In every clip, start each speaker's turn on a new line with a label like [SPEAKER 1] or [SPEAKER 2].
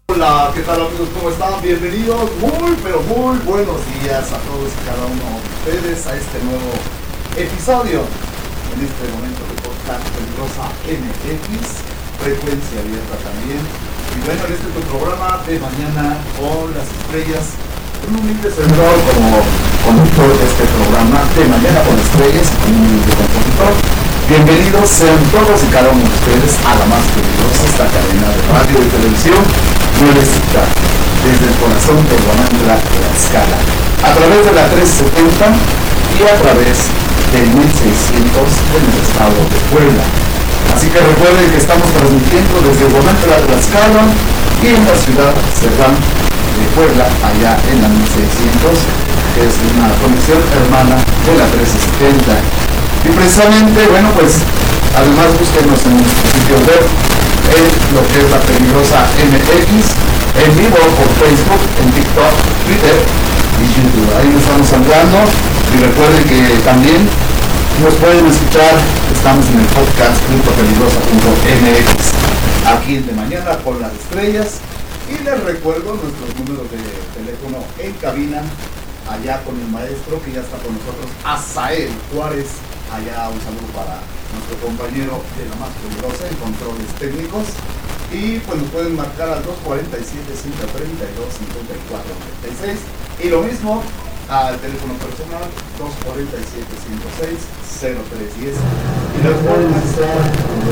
[SPEAKER 1] Hola, ¿qué tal amigos? ¿Cómo están? Bienvenidos, pero muy buenos días a todos y cada uno de ustedes a este nuevo episodio en este momento de podcast Peligrosa MX, frecuencia abierta también. Y bueno, en este tu programa de mañana con las estrellas, un humilde servidor como conductor de este programa de mañana con estrellas, un humilde compositor. Bienvenidos sean todos y cada uno de ustedes a la más peligrosa, esta cadena de radio y televisión nuevecita, desde el corazón de Guamantla, Tlaxcala, a través de la 370 y a través del 1600 en el estado de Puebla. Así que recuerden que estamos transmitiendo desde Guamantla, Tlaxcala y en la ciudad cercana de Puebla, allá en la 1600, que es una conexión hermana de la 370. Y precisamente, bueno, pues además búsquenos en nuestro sitio web en lo que es la Peligrosa MX, en vivo por Facebook, en TikTok, Twitter y YouTube. Ahí nos estamos hablando y recuerden que también nos pueden escuchar, estamos en el podcast .peligrosa.mx, aquí de mañana con las estrellas. Y les recuerdo nuestros números de teléfono en cabina, allá con el maestro que ya está con nosotros, Azael Juárez. Allá un saludo para nuestro compañero de la más peligrosa en controles técnicos. Y pues nos pueden marcar al 247-132-5496. Y lo mismo al teléfono personal 247-106-0310. Y les pueden hacer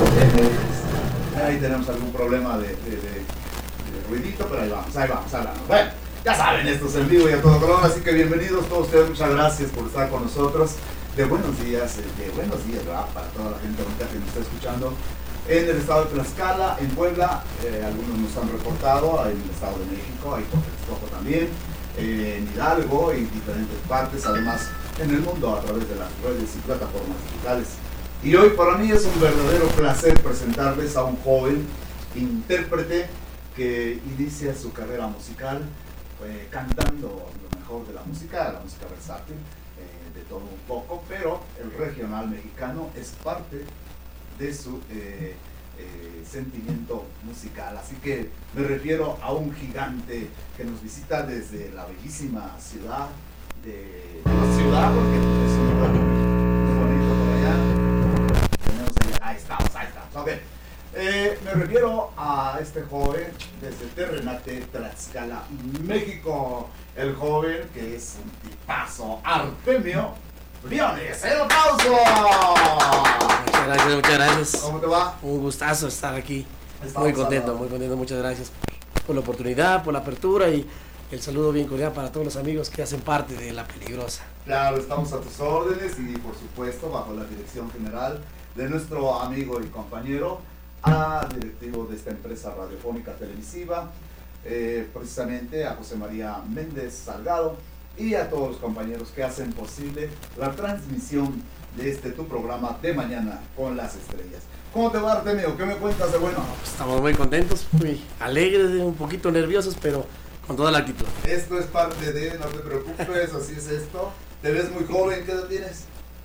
[SPEAKER 1] ahí tenemos algún problema de ruidito, pero ahí vamos hablando. Bueno, ya saben, esto es en vivo y a todo color, así que bienvenidos todos ustedes, muchas gracias por estar con nosotros. De buenos días, ¿verdad? Para toda la gente bonita que nos está escuchando en el estado de Tlaxcala, en Puebla, algunos nos han reportado, en el estado de México, ahí por Texcoco también, en Hidalgo y diferentes partes, además en el mundo a través de las redes y plataformas digitales. Y hoy para mí es un verdadero placer presentarles a un joven intérprete que inicia su carrera musical cantando lo mejor de la música versátil, de todo un poco, pero el regional mexicano es parte de su sentimiento musical. Así que me refiero a un gigante que nos visita desde la bellísima ciudad de la ciudad, porque es un lugar muy bonito por allá. Tenemos ahí estamos, okay. Me refiero a este joven desde Terrenate, Tlaxcala, México. El joven que es un tipazo, Artemio Briones. ¡El aplauso!
[SPEAKER 2] Muchas gracias.
[SPEAKER 1] ¿Cómo te va?
[SPEAKER 2] Un gustazo estar aquí.
[SPEAKER 1] Estamos
[SPEAKER 2] Muy contento. Muchas gracias por la oportunidad, por la apertura y el saludo bien cordial para todos los amigos que hacen parte de La Peligrosa.
[SPEAKER 1] Claro, estamos a tus órdenes y por supuesto bajo la dirección general de nuestro amigo y compañero, directivo de esta empresa radiofónica televisiva, precisamente a José María Méndez Salgado y a todos los compañeros que hacen posible la transmisión de este tu programa de mañana con las estrellas. ¿Cómo te va, Artemio? ¿Qué me cuentas de bueno?
[SPEAKER 2] Estamos muy contentos, muy alegres, un poquito nerviosos, pero con toda la actitud.
[SPEAKER 1] Esto es parte de, no te preocupes, así es esto. Te ves muy joven, ¿qué edad tienes?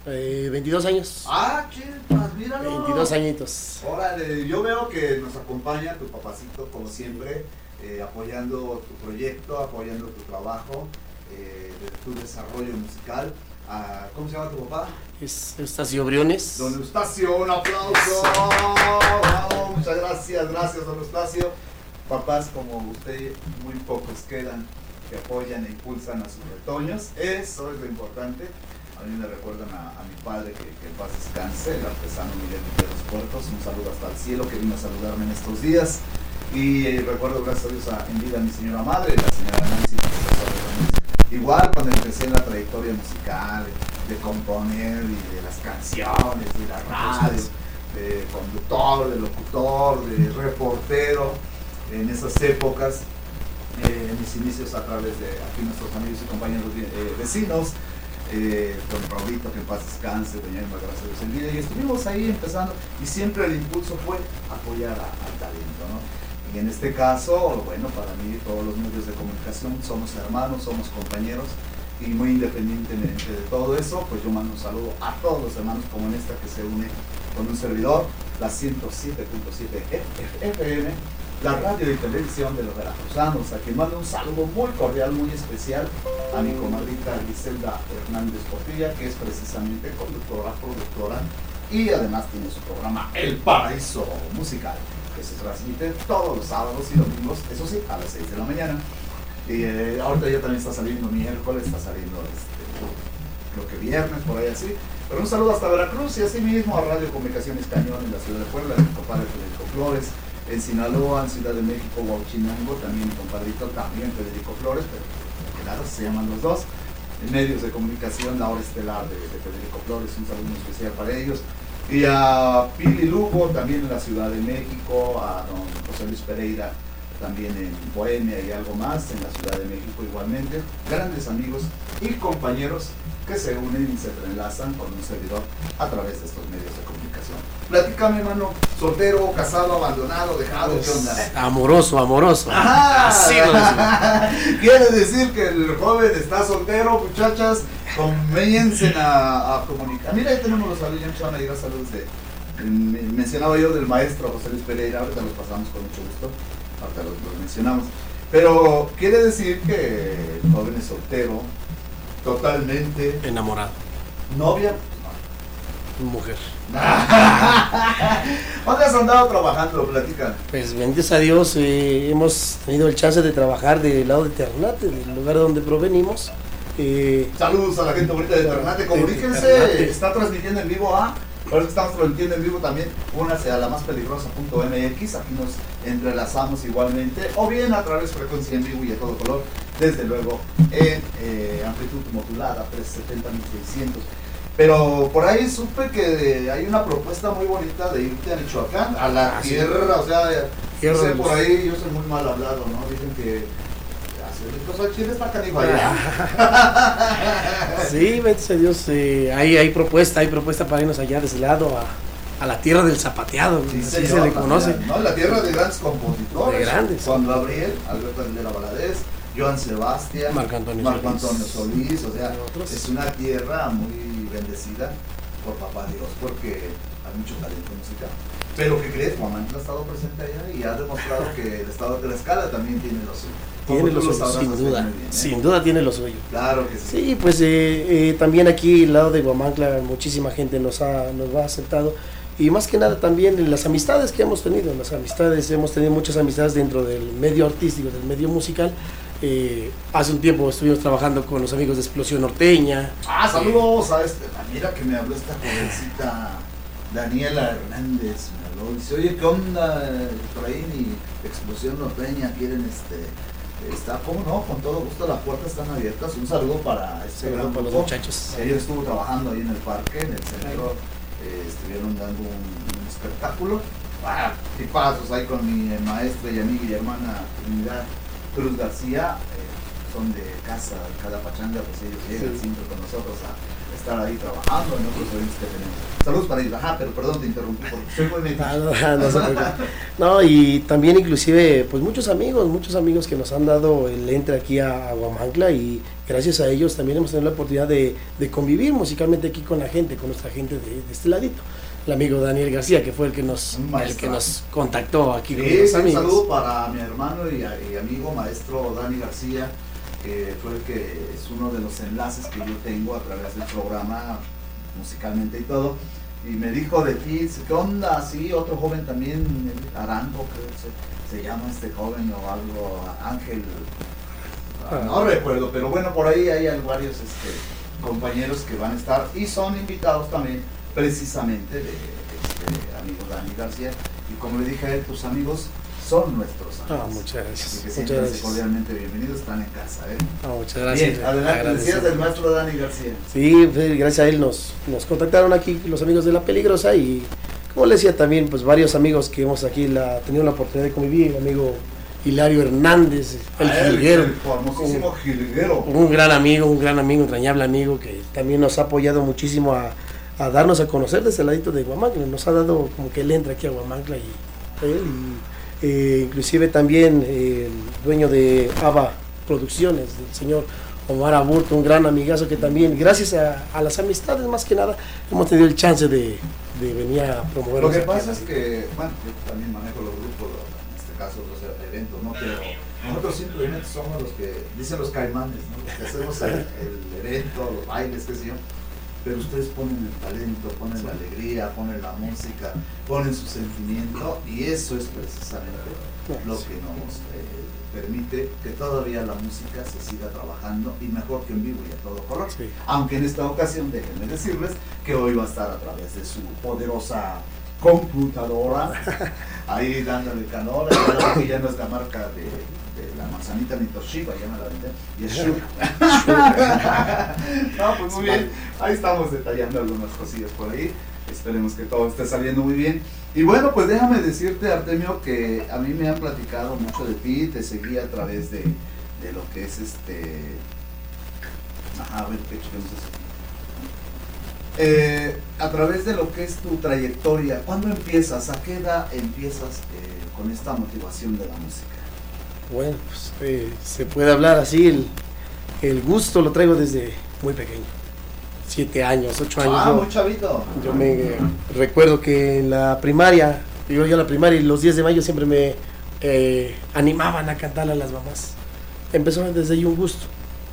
[SPEAKER 2] 22 años.
[SPEAKER 1] Ah, chispas, míralo.
[SPEAKER 2] 22 añitos.
[SPEAKER 1] Órale, yo veo que nos acompaña tu papacito, como siempre, apoyando tu proyecto, apoyando tu trabajo, de tu desarrollo musical. ¿Cómo se llama tu papá?
[SPEAKER 2] Es Eustacio Briones.
[SPEAKER 1] Don Eustacio, un aplauso. Bravo, muchas gracias, don Eustacio. Papás como usted, muy pocos quedan que apoyan e impulsan a sus retoños. Eso es lo importante. A mí me recuerdan a mi padre, que en paz descanse, el artesano Miguel de los Puertos. Un saludo hasta el cielo, que vino a saludarme en estos días. Y recuerdo, gracias a Dios, en vida a mi señora madre, la señora Nancy. Igual cuando empecé en la trayectoria musical, de componer y de las canciones, de la radio, de conductor, de locutor, de reportero, en esas épocas, en mis inicios a través de aquí nuestros amigos y compañeros vecinos, don Raulito, que en paz descanse, doña Emma, gracias a Dios en vida, y estuvimos ahí empezando, y siempre el impulso fue apoyar al talento, ¿no? Y en este caso, bueno, para mí todos los medios de comunicación somos hermanos, somos compañeros, y muy independientemente de todo eso, pues yo mando un saludo a todos los hermanos como en esta que se une con un servidor, la 107.7 FM, la radio y televisión de los veracruzanos, a quien mando un saludo muy cordial, muy especial a mi comadrita Griselda Hernández Portilla, que es precisamente conductora, productora y además tiene su programa El Paraíso Musical, que se transmite todos los sábados y domingos, eso sí, a las 6 de la mañana. Y ahorita ya también está saliendo miércoles, está saliendo creo que viernes, por ahí así. Pero un saludo hasta Veracruz y así mismo a Radio Comunicaciones Cañón en la ciudad de Puebla, mi compadre Federico Flores, en Sinaloa, en Ciudad de México, Huachinango, también mi compadrito, también Federico Flores, pero que nada, se llaman los dos. En medios de comunicación, la hora estelar de Federico Flores, un saludo muy especial para ellos. Y a Pili Lugo, también en la Ciudad de México, a don José Luis Pereira, también en Bohemia y algo más, en la Ciudad de México igualmente. Grandes amigos y compañeros que se unen y se entrelazan con un servidor a través de estos medios de comunicación. Platícame, hermano, soltero, casado, abandonado, dejado, ¿qué onda?
[SPEAKER 2] Amoroso.
[SPEAKER 1] Ajá.
[SPEAKER 2] Así lo decimos.
[SPEAKER 1] Quiere decir que el joven está soltero, muchachas, comiencen a comunicar. Mira, ahí tenemos los saludos, ya empezaron a llegar saludos mencionaba yo del maestro José Luis Pereira, ahorita los pasamos con mucho gusto, ahorita los mencionamos. Pero quiere decir que el joven es soltero, totalmente
[SPEAKER 2] enamorado.
[SPEAKER 1] ¿Novia?
[SPEAKER 2] Mujer.
[SPEAKER 1] ¿Dónde has andado trabajando? Platica.
[SPEAKER 2] Pues bendito a Dios, hemos tenido el chance de trabajar del lado de Ternate, del lugar donde provenimos.
[SPEAKER 1] Saludos a la gente bonita de Ternate. Comuníquense, está transmitiendo en vivo por eso estamos transmitiendo en vivo también. Únase a lamaspeligrosa.mx, aquí nos entrelazamos igualmente, o bien a través de frecuencia en vivo y a todo color, desde luego en amplitud modulada 370-1600. Pero por ahí supe que hay una propuesta muy bonita de irte a Michoacán, a la tierra, o sea, no sé, por ahí yo soy muy mal hablado, ¿no? Dicen que Chile está canijo allá.
[SPEAKER 2] Sí, bendito a Dios, hay propuesta para irnos allá de ese lado a la tierra del zapateado,
[SPEAKER 1] sí,
[SPEAKER 2] así se le conoce.
[SPEAKER 1] ¿No? La tierra de grandes compositores.
[SPEAKER 2] De grandes.
[SPEAKER 1] Juan Gabriel, Alberto Aguilera Valadez, Joan Sebastián,
[SPEAKER 2] Marco Antonio
[SPEAKER 1] Solís, o sea, es una tierra muy bendecida por papá Dios, porque hay mucho talento musical. Pero ¿qué crees? Guamantla ha estado presente allá y ha demostrado que el estado de Tlaxcala también tiene lo suyo.
[SPEAKER 2] Tiene lo suyo, sin duda, bien, sin duda tiene lo suyo.
[SPEAKER 1] Claro que sí.
[SPEAKER 2] Sí, pues también aquí al lado de Guamantla muchísima gente nos ha aceptado. Y más que nada también en las amistades que hemos tenido, hemos tenido muchas amistades dentro del medio artístico, del medio musical. Hace un tiempo estuvimos trabajando con los amigos de Explosión Norteña.
[SPEAKER 1] Saludos a mira que me habló esta jovencita Daniela Hernández, me habló, dice, oye, ¿qué onda? Por ahí mi Explosión Norteña quieren está, ¿cómo no? Con todo gusto, las puertas están abiertas. Un saludo para
[SPEAKER 2] gran grupo, los muchachos.
[SPEAKER 1] Ayer estuvo trabajando ahí en el parque, en el centro, estuvieron dando un espectáculo. Tipazos ahí con mi maestra y amiga y hermana Trinidad Cruz García, son de casa, cada pachanga, pues ellos llegan siempre con nosotros a estar ahí trabajando en otros eventos que tenemos. Saludos para ellos, pero perdón, te interrumpí porque soy muy metido.
[SPEAKER 2] No, y también inclusive, pues muchos amigos que nos han dado el entre aquí a Guamantla, y gracias a ellos también hemos tenido la oportunidad de convivir musicalmente aquí con la gente, con nuestra gente de este ladito. El amigo Daniel García, que fue el que nos contactó aquí con los amigos.
[SPEAKER 1] Un saludo para mi hermano y amigo maestro Dani García, que fue el que es uno de los enlaces que yo tengo a través del programa musicalmente y todo, y me dijo de ti, ¿qué onda? Sí, otro joven también, Arango, creo que se llama este joven o algo, Ángel, no recuerdo, pero bueno, por ahí hay varios compañeros que van a estar y son invitados también precisamente de amigo Dani García, y como le dije a él, tus amigos son nuestros amigos.
[SPEAKER 2] Muchas gracias.
[SPEAKER 1] Así que siéntanse cordialmente bienvenidos, están en casa.
[SPEAKER 2] Muchas gracias.
[SPEAKER 1] Bien, adelante, decías del maestro Dani García.
[SPEAKER 2] Sí, gracias a él nos contactaron aquí los amigos de La Peligrosa, y como le decía también, pues varios amigos que hemos aquí tenido la oportunidad de convivir, el amigo Hilario Hernández, el Jilguero.
[SPEAKER 1] El famosísimo Jilguero.
[SPEAKER 2] Un gran amigo, entrañable amigo, que también nos ha apoyado muchísimo a darnos a conocer desde el ladito de Guamantla. Nos ha dado como que él entra aquí a Guamantla inclusive también el dueño de ABA Producciones, el señor Omar Aburto, un gran amigazo que también, gracias a las amistades más que nada, hemos tenido el chance de venir a promover.
[SPEAKER 1] Lo que pasa es que, bueno, yo también manejo los grupos, este caso otros eventos, ¿no? Pero nosotros simplemente somos los que, dicen los caimanes, ¿no? Los que hacemos el evento, los bailes, qué sé yo. Pero ustedes ponen el talento, ponen la alegría, ponen la música, ponen su sentimiento, y eso es precisamente lo que nos permite que todavía la música se siga trabajando, y mejor que en vivo y a todo color. Sí. Aunque en esta ocasión déjenme decirles que hoy va a estar a través de su poderosa computadora, ahí dándole calor, que ya no es la marca de la manzanita ni Toshiba, ya me la vendé, y es Shure. No, pues muy bien, ahí estamos detallando algunas cosillas por ahí, esperemos que todo esté saliendo muy bien. Y bueno, pues déjame decirte, Artemio, que a mí me han platicado mucho de ti, te seguí a través de lo que es a ver, ¿qué chequemos eso? A través de lo que es tu trayectoria, ¿cuándo empiezas? ¿A qué edad empiezas con esta motivación de la música?
[SPEAKER 2] Bueno, pues se puede hablar así, el gusto lo traigo desde muy pequeño, 7 años, 8 años.
[SPEAKER 1] Muy chavito.
[SPEAKER 2] Yo me recuerdo que en la primaria, yo a la primaria y los 10 de mayo siempre me animaban a cantar a las mamás. Empezó desde ahí un gusto.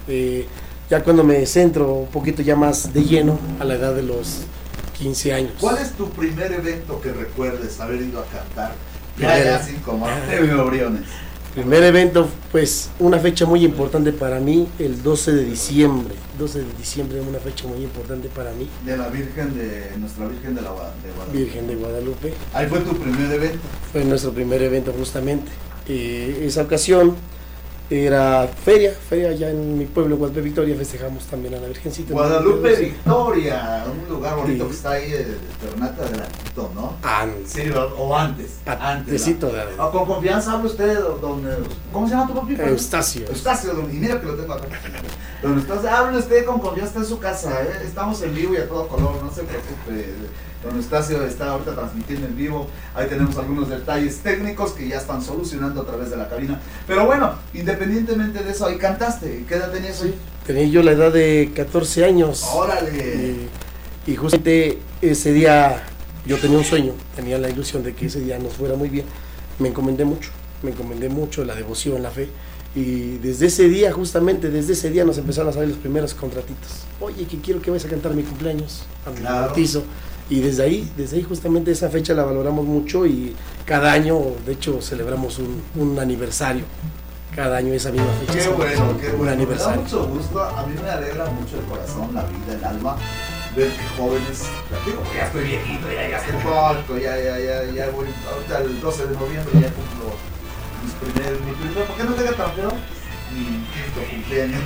[SPEAKER 2] Ya cuando me centro un poquito ya más de lleno, a la edad de los 15 años.
[SPEAKER 1] ¿Cuál es tu primer evento que recuerdes haber ido a cantar? Ya así como Artemio Briones.
[SPEAKER 2] Primer evento, pues una fecha muy importante para mí, el 12 de diciembre. 12 de diciembre es una fecha muy importante para mí.
[SPEAKER 1] De la Virgen de nuestra Virgen de Guadalupe.
[SPEAKER 2] Virgen de Guadalupe.
[SPEAKER 1] Ahí fue tu primer evento.
[SPEAKER 2] Fue nuestro primer evento justamente. Esa ocasión era feria allá en mi pueblo, Guadalupe Victoria, festejamos también a la Virgencita.
[SPEAKER 1] Guadalupe Victoria, un lugar bonito que está ahí de Ternata de Lanquito, ¿no? Sí, o antes.
[SPEAKER 2] Antesito de
[SPEAKER 1] con confianza habla usted, ¿cómo se llama tu papi?
[SPEAKER 2] Eustacio.
[SPEAKER 1] Y mira que lo tengo acá. Don Eustacio, hable usted con confianza, está en su casa, estamos en vivo y a todo color, no se preocupe. Don Eustacio está ahorita transmitiendo en vivo, ahí tenemos algunos detalles técnicos que ya están solucionando a través de la cabina. Pero bueno, independientemente de eso, ahí cantaste. ¿Qué edad tenías hoy?
[SPEAKER 2] Tenía yo la edad de 14 años.
[SPEAKER 1] ¡Órale!
[SPEAKER 2] Y justamente ese día yo tenía un sueño, tenía la ilusión de que ese día nos fuera muy bien. Me encomendé mucho la devoción, la fe. Y desde ese día, justamente desde ese día nos empezaron a salir los primeros contratitos. Oye, que quiero que vayas a cantar mi cumpleaños, a mi bautizo. Y desde ahí justamente esa fecha la valoramos mucho, y cada año, de hecho, celebramos un aniversario. Cada año esa misma fecha.
[SPEAKER 1] Qué bueno, qué bueno.
[SPEAKER 2] Un aniversario.
[SPEAKER 1] Me da mucho gusto, a mí me alegra mucho el corazón, la vida, el alma, ver que jóvenes, digo, ya estoy viejito, ya estoy corto, ya voy, ahorita el 12 de noviembre ya cumplo mi primer, ¿por qué no tenga tan feo? Mi quinto cumpleaños.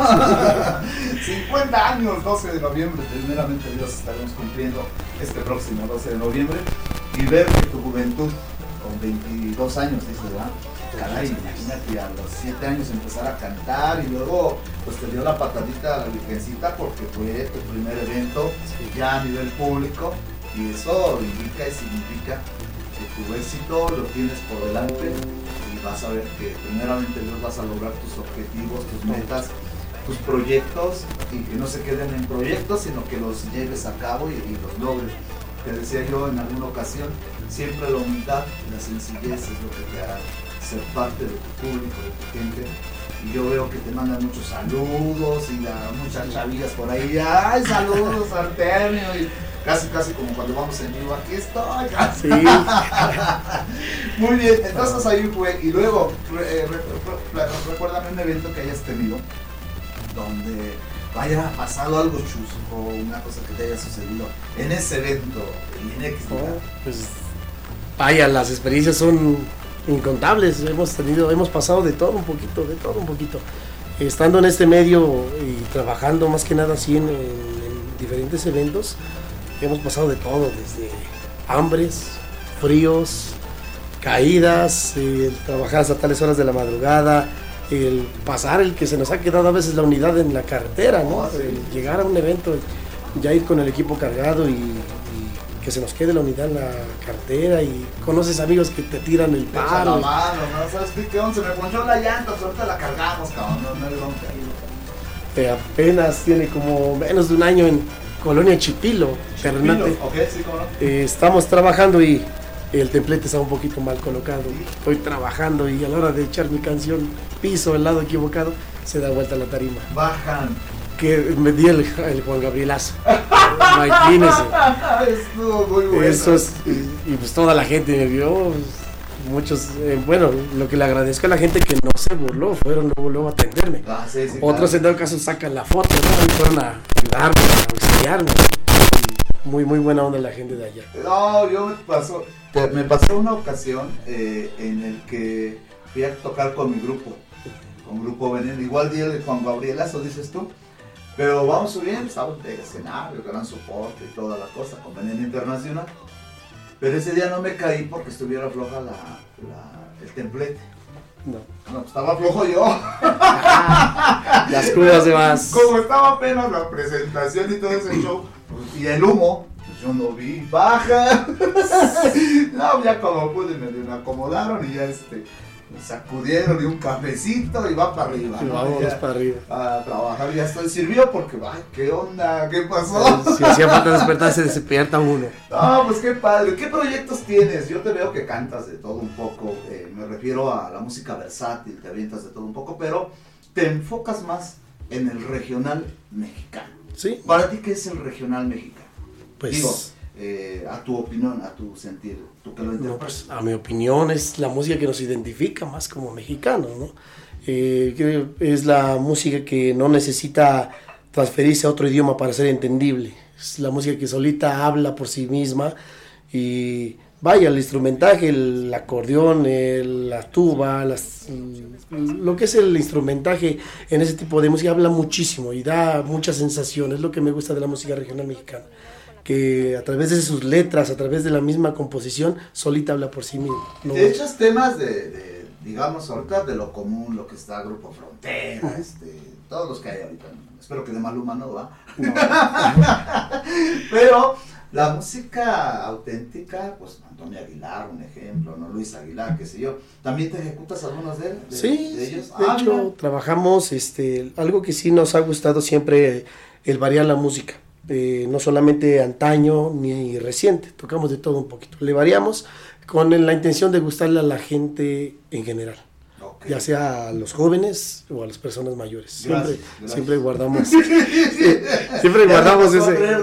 [SPEAKER 1] 50 años, 12 de noviembre, primeramente Dios, estaremos cumpliendo este próximo 12 de noviembre, y ver que tu juventud, con 22 años, dices, ¿verdad? Caray, imagínate a los 7 años empezar a cantar, y luego pues te dio la patadita a la Virgencita porque fue tu primer evento ya a nivel público, y eso indica y significa que tu éxito lo tienes por delante, y vas a ver que primeramente Dios vas a lograr tus objetivos, tus metas, tus proyectos, y que no se queden en proyectos, sino que los lleves a cabo y los logres. Te decía yo en alguna ocasión, siempre la humildad y la sencillez es lo que te hará ser parte de tu público, de tu gente. Y yo veo que te mandan muchos saludos y muchas chavillas por ahí, ¡ay, saludos, Artemio! Y casi como cuando vamos en vivo, aquí estoy.
[SPEAKER 2] Sí.
[SPEAKER 1] Muy bien, entonces ahí fue. Y luego, recuérdame un evento que hayas tenido donde haya pasado algo chusco, una cosa que te haya sucedido en ese evento y en X.
[SPEAKER 2] Pues vaya, las experiencias son incontables, hemos pasado de todo un poquito. Estando en este medio y trabajando más que nada así en diferentes eventos, hemos pasado de todo, desde hambres, fríos, caídas, trabajar hasta tales horas de la madrugada, el pasar, el que se nos ha quedado a veces la unidad en la carretera, ¿no? El llegar a un evento, ya ir con el equipo cargado y que se nos quede la unidad en la cartera, y conoces amigos que te tiran el palo.
[SPEAKER 1] La mano, ¿no? ¿Sabes qué onda? Se me ponchó la llanta, pues ahorita la cargamos, cabrón, no hay bronca.
[SPEAKER 2] Apenas tiene como menos de un año en Colonia Chipilo, Ternate.
[SPEAKER 1] Okay, sí, ¿cómo no?
[SPEAKER 2] Estamos trabajando y el templete está un poquito mal colocado. Estoy trabajando y a la hora de echar mi canción piso el lado equivocado, se da vuelta la tarima.
[SPEAKER 1] Bajan.
[SPEAKER 2] Que me di el Juan Gabrielazo. Imagínese.
[SPEAKER 1] Estuvo muy bueno.
[SPEAKER 2] Eso es, y pues toda la gente me vio. Muchos, bueno, lo que le agradezco a la gente que no se burló, fueron luego a atenderme.
[SPEAKER 1] Sí,
[SPEAKER 2] Otros en todo caso sacan la foto, ¿no? Y fueron a ayudarme, a auxiliarme. Muy buena onda la gente de allá.
[SPEAKER 1] No, me pasó una ocasión en el que fui a tocar con mi grupo, con Grupo Veneno, igual día de Juan Gabrielazo, dices tú, pero vamos subiendo, estaba en el escenario, gran soporte y toda la cosa, con Veneno Internacional, pero ese día no me caí porque estuviera floja el templete. No, estaba flojo yo.
[SPEAKER 2] Las cubas de más.
[SPEAKER 1] Como estaba apenas la presentación y todo ese show, y el humo, pues yo no vi, baja. No, ya como pude me acomodaron y ya me sacudieron y un cafecito y va para arriba.
[SPEAKER 2] ¿No? Vámonos para arriba.
[SPEAKER 1] A trabajar, ya sirvió porque, ay, ¿qué onda? ¿Qué pasó?
[SPEAKER 2] Si hacía falta despertarse, despierta uno.
[SPEAKER 1] No, pues qué padre. ¿Qué proyectos tienes? Yo te veo que cantas de todo un poco, me refiero a la música versátil, te avientas de todo un poco, pero te enfocas más en el regional mexicano.
[SPEAKER 2] Sí.
[SPEAKER 1] ¿Para ti qué es el regional mexicano?
[SPEAKER 2] Pues,
[SPEAKER 1] digo, a tu opinión, a tu sentir, tú que lo interpretas.
[SPEAKER 2] No, pues, a mi opinión es la música que nos identifica más como mexicanos, ¿no? Que es la música que no necesita transferirse a otro idioma para ser entendible. Es la música que solita habla por sí misma y vaya, el instrumentaje, el acordeón, la tuba, lo que es el instrumentaje en ese tipo de música habla muchísimo y da muchas sensaciones. Es lo que me gusta de la música regional mexicana, que a través de sus letras, a través de la misma composición, solita habla por sí misma. ¿No?
[SPEAKER 1] Te echas temas digamos, ahorita de lo común, lo que está Grupo Frontera, todos los que hay ahorita. Espero que de Maluma no va.
[SPEAKER 2] No.
[SPEAKER 1] Pero la música auténtica, pues Antonio Aguilar, un ejemplo, ¿no? Luis Aguilar, qué sé yo. ¿También te ejecutas algunos de ellos?
[SPEAKER 2] De hecho, trabajamos, algo que sí nos ha gustado siempre, el variar la música. No solamente antaño ni reciente, tocamos de todo un poquito. Le variamos con la intención de gustarle a la gente en general. Okay. Ya sea a los jóvenes o a las personas mayores. Siempre guardamos siempre guardamos ese.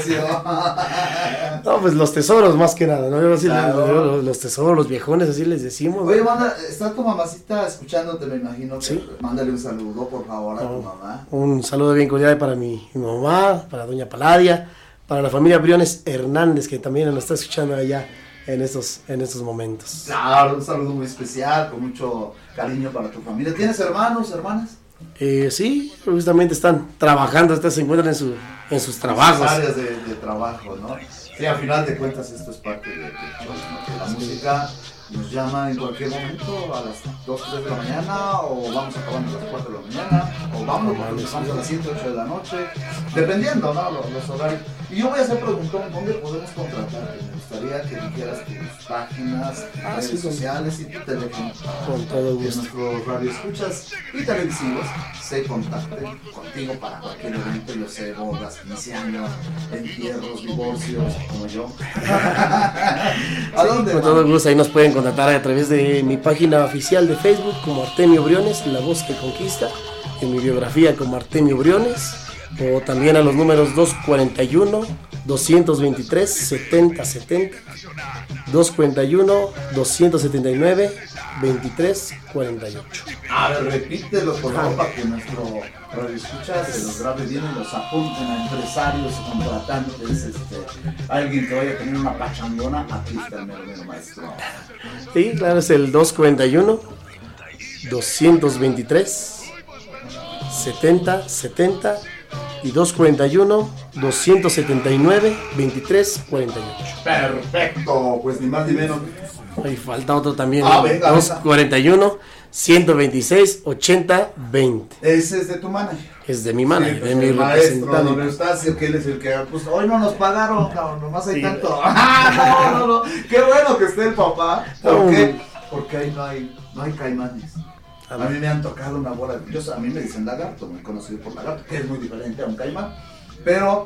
[SPEAKER 2] No, pues los tesoros más que nada, ¿no? Claro. Los tesoros, los viejones, así les decimos.
[SPEAKER 1] Oye, manda, está tu mamacita escuchándote, me imagino. ¿Sí? Mándale un saludo, por favor, a tu mamá.
[SPEAKER 2] Un saludo bien cordial para mi mamá, para doña Paladia, para la familia Briones Hernández, que también nos está escuchando allá en estos momentos.
[SPEAKER 1] Claro, un saludo muy especial, con mucho cariño para tu familia. ¿Tienes hermanos, hermanas?
[SPEAKER 2] Sí, justamente están trabajando, se encuentran en sus trabajos.
[SPEAKER 1] En sus áreas de trabajo, ¿no? Sí, al final de cuentas esto es parte de show, ¿no? Que la música nos llama en cualquier momento a las 2, 3 de la mañana, o vamos acabando a las 4 de la mañana, o vamos a las 7, 8 de la noche, dependiendo, ¿no? Los horarios. Y yo voy a hacer preguntón, ¿dónde podemos contratarte? Me gustaría que dijeras tus páginas, redes sociales y tu teléfono.
[SPEAKER 2] Con todo gusto.
[SPEAKER 1] Que nuestros radioescuchas y televisivos se contacten contigo para cualquier evento, yo sé, bodas, 15 años, entierros, divorcios, como yo. ¿A dónde?
[SPEAKER 2] Con todo gusto, ahí nos pueden contactar a través de mi página oficial de Facebook como Artemio Briones, La Voz que Conquista, en mi biografía como Artemio Briones, o también a los números 241-223-7070, 241-279-2348.
[SPEAKER 1] A ver, repítelo por favor para que nuestro radioescucha se los grabe bien y los apunten a empresarios, contratantes, alguien que vaya a tener una pachangona, aquí está el mero maestro.
[SPEAKER 2] Sí, claro, es el 241-223-7070 y 241-279-2348.
[SPEAKER 1] Perfecto, pues ni más ni menos.
[SPEAKER 2] Ahí falta otro también,
[SPEAKER 1] venga,
[SPEAKER 2] 241-126-80-20.
[SPEAKER 1] Ese es de tu manager.
[SPEAKER 2] Es de mi manager,
[SPEAKER 1] sí, pues
[SPEAKER 2] de mi
[SPEAKER 1] representante. Don Eustacio, que él es el que, pues hoy no nos pagaron, cabrón, nomás hay tanto. No, qué bueno que esté el papá. ¿Por qué? Porque ahí no hay caimanes. A mí me han tocado una bola, a mí me dicen lagarto, muy conocido por lagarto, que es muy diferente a un caimán, pero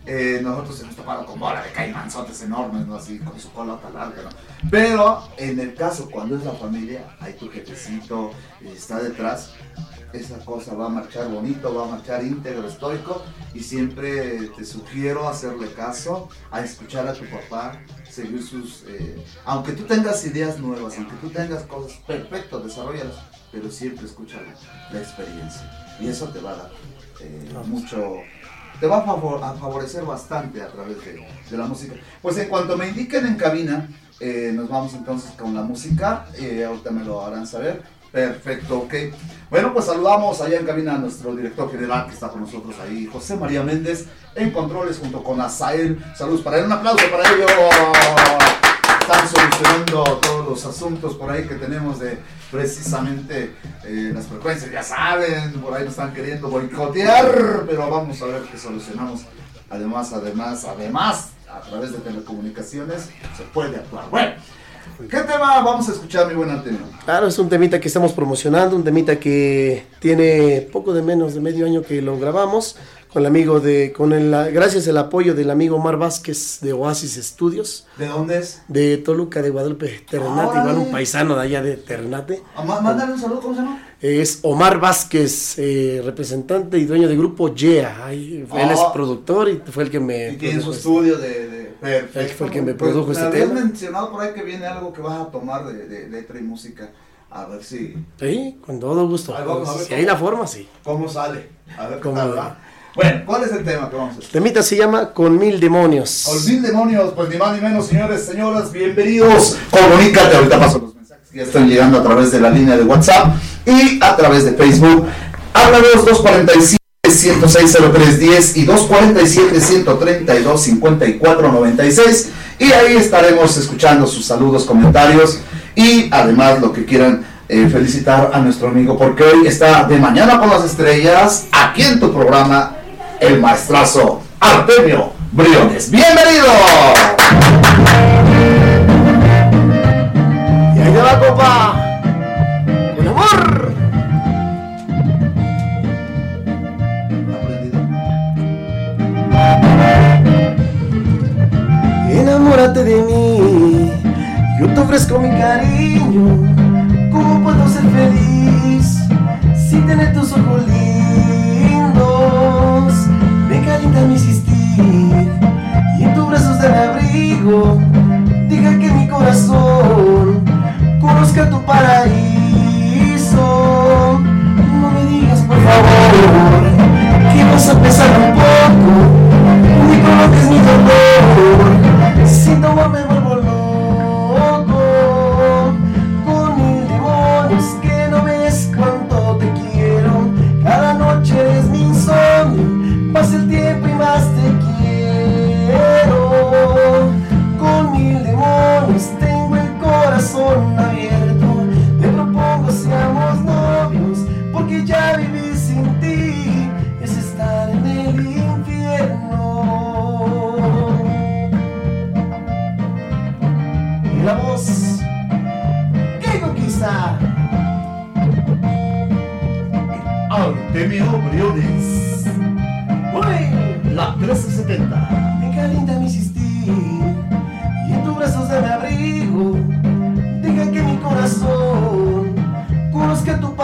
[SPEAKER 1] nosotros hemos topado con bola de caimanzotes enormes, ¿no? Así con su cola tan larga, ¿no? Pero en el caso cuando es la familia, ahí tu jefecito está detrás, esa cosa va a marchar bonito, va a marchar íntegro, estoico, y siempre te sugiero hacerle caso, a escuchar a tu papá, seguir sus... aunque tú tengas ideas nuevas, aunque tú tengas cosas, perfecto, desarrollalas, pero siempre escucha la experiencia, y eso te va a dar mucho... te va a favorecer bastante a través de la música. Pues en cuanto me indiquen en cabina, nos vamos entonces con la música, ahorita me lo harán saber. Perfecto, ok. Bueno, pues saludamos allá en cabina a nuestro director general que está con nosotros ahí, José María Méndez, en controles junto con Azael. Saludos para él, un aplauso para ellos. Están solucionando todos los asuntos por ahí que tenemos de precisamente las frecuencias, ya saben, por ahí nos están queriendo boicotear, pero vamos a ver qué solucionamos. Además, a través de telecomunicaciones se puede actuar. Bueno, ¿qué tema vamos a escuchar, mi buen Artemio?
[SPEAKER 2] Claro, es un temita que estamos promocionando, un temita que tiene poco de menos de medio año que lo grabamos con el amigo gracias al apoyo del amigo Omar Vázquez de Oasis Studios.
[SPEAKER 1] ¿De dónde es?
[SPEAKER 2] De Toluca, de Guadalupe, Ternate, igual un paisano de allá de Ternate.
[SPEAKER 1] Mándale un saludo, ¿cómo se llama?
[SPEAKER 2] Es Omar Vázquez, representante y dueño del grupo Yeah. Él es productor y fue el que me...
[SPEAKER 1] Y tiene su estudio perfecto.
[SPEAKER 2] Él fue el que me produjo este tema.
[SPEAKER 1] Me habías mencionado por ahí que viene algo que vas a tomar de letra y música. A ver si...
[SPEAKER 2] Sí, con todo gusto.
[SPEAKER 1] Vamos a ver
[SPEAKER 2] si hay la forma, sí.
[SPEAKER 1] ¿Cómo sale? A ver
[SPEAKER 2] cómo
[SPEAKER 1] va. Bueno, ¿cuál es el tema que vamos a hacer?
[SPEAKER 2] El temita se llama Con Mil Demonios.
[SPEAKER 1] Con Mil Demonios, pues ni más ni menos, señores, señoras, bienvenidos. Comunícate, ahorita paso los mensajes que ya están llegando a través de la línea de WhatsApp y a través de Facebook. Háblanos 247-106-0310 y 247-132-5496. Y ahí estaremos escuchando sus saludos, comentarios y además lo que quieran felicitar a nuestro amigo, porque hoy está de Mañana con las Estrellas, aquí en tu programa, el maestrazo Artemio Briones. ¡Bienvenido!
[SPEAKER 2] Y ahí va, compa, con amor. Enamórate de mí, yo te ofrezco mi cariño. ¿Cómo puedo ser feliz si tener tus ojos lindos me calienta mi existir? Y en tus brazos de abrigo diga que mi corazón conozca tu paraíso. No me digas por favor que vas a pensar un poco, ni provoques mi dolor, si tu amor me vuelvo loco. Que no ves cuánto te quiero, cada noche eres mi insomnio, pasa el tiempo y más te quiero. Con mil demonios tengo el corazón abierto, te propongo seamos novios, porque ya vivir sin ti es estar en el infierno. Y la voz que conquista
[SPEAKER 1] Artemio Briones.
[SPEAKER 2] ¡Uy!
[SPEAKER 1] La 1370.
[SPEAKER 2] Me calienta mi existir y en tus brazos de abrigo deja que mi corazón conozca tu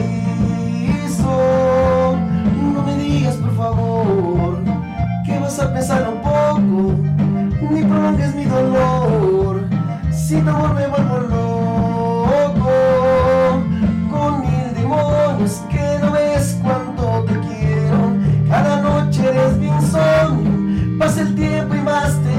[SPEAKER 2] paraíso. No me digas por favor que vas a pensar un poco, ni prolongues mi dolor, si tu amor me vuelvo loco. Con mil demonios que no ves cuánto te quiero, cada noche eres mi insomnio, pasa el tiempo y más te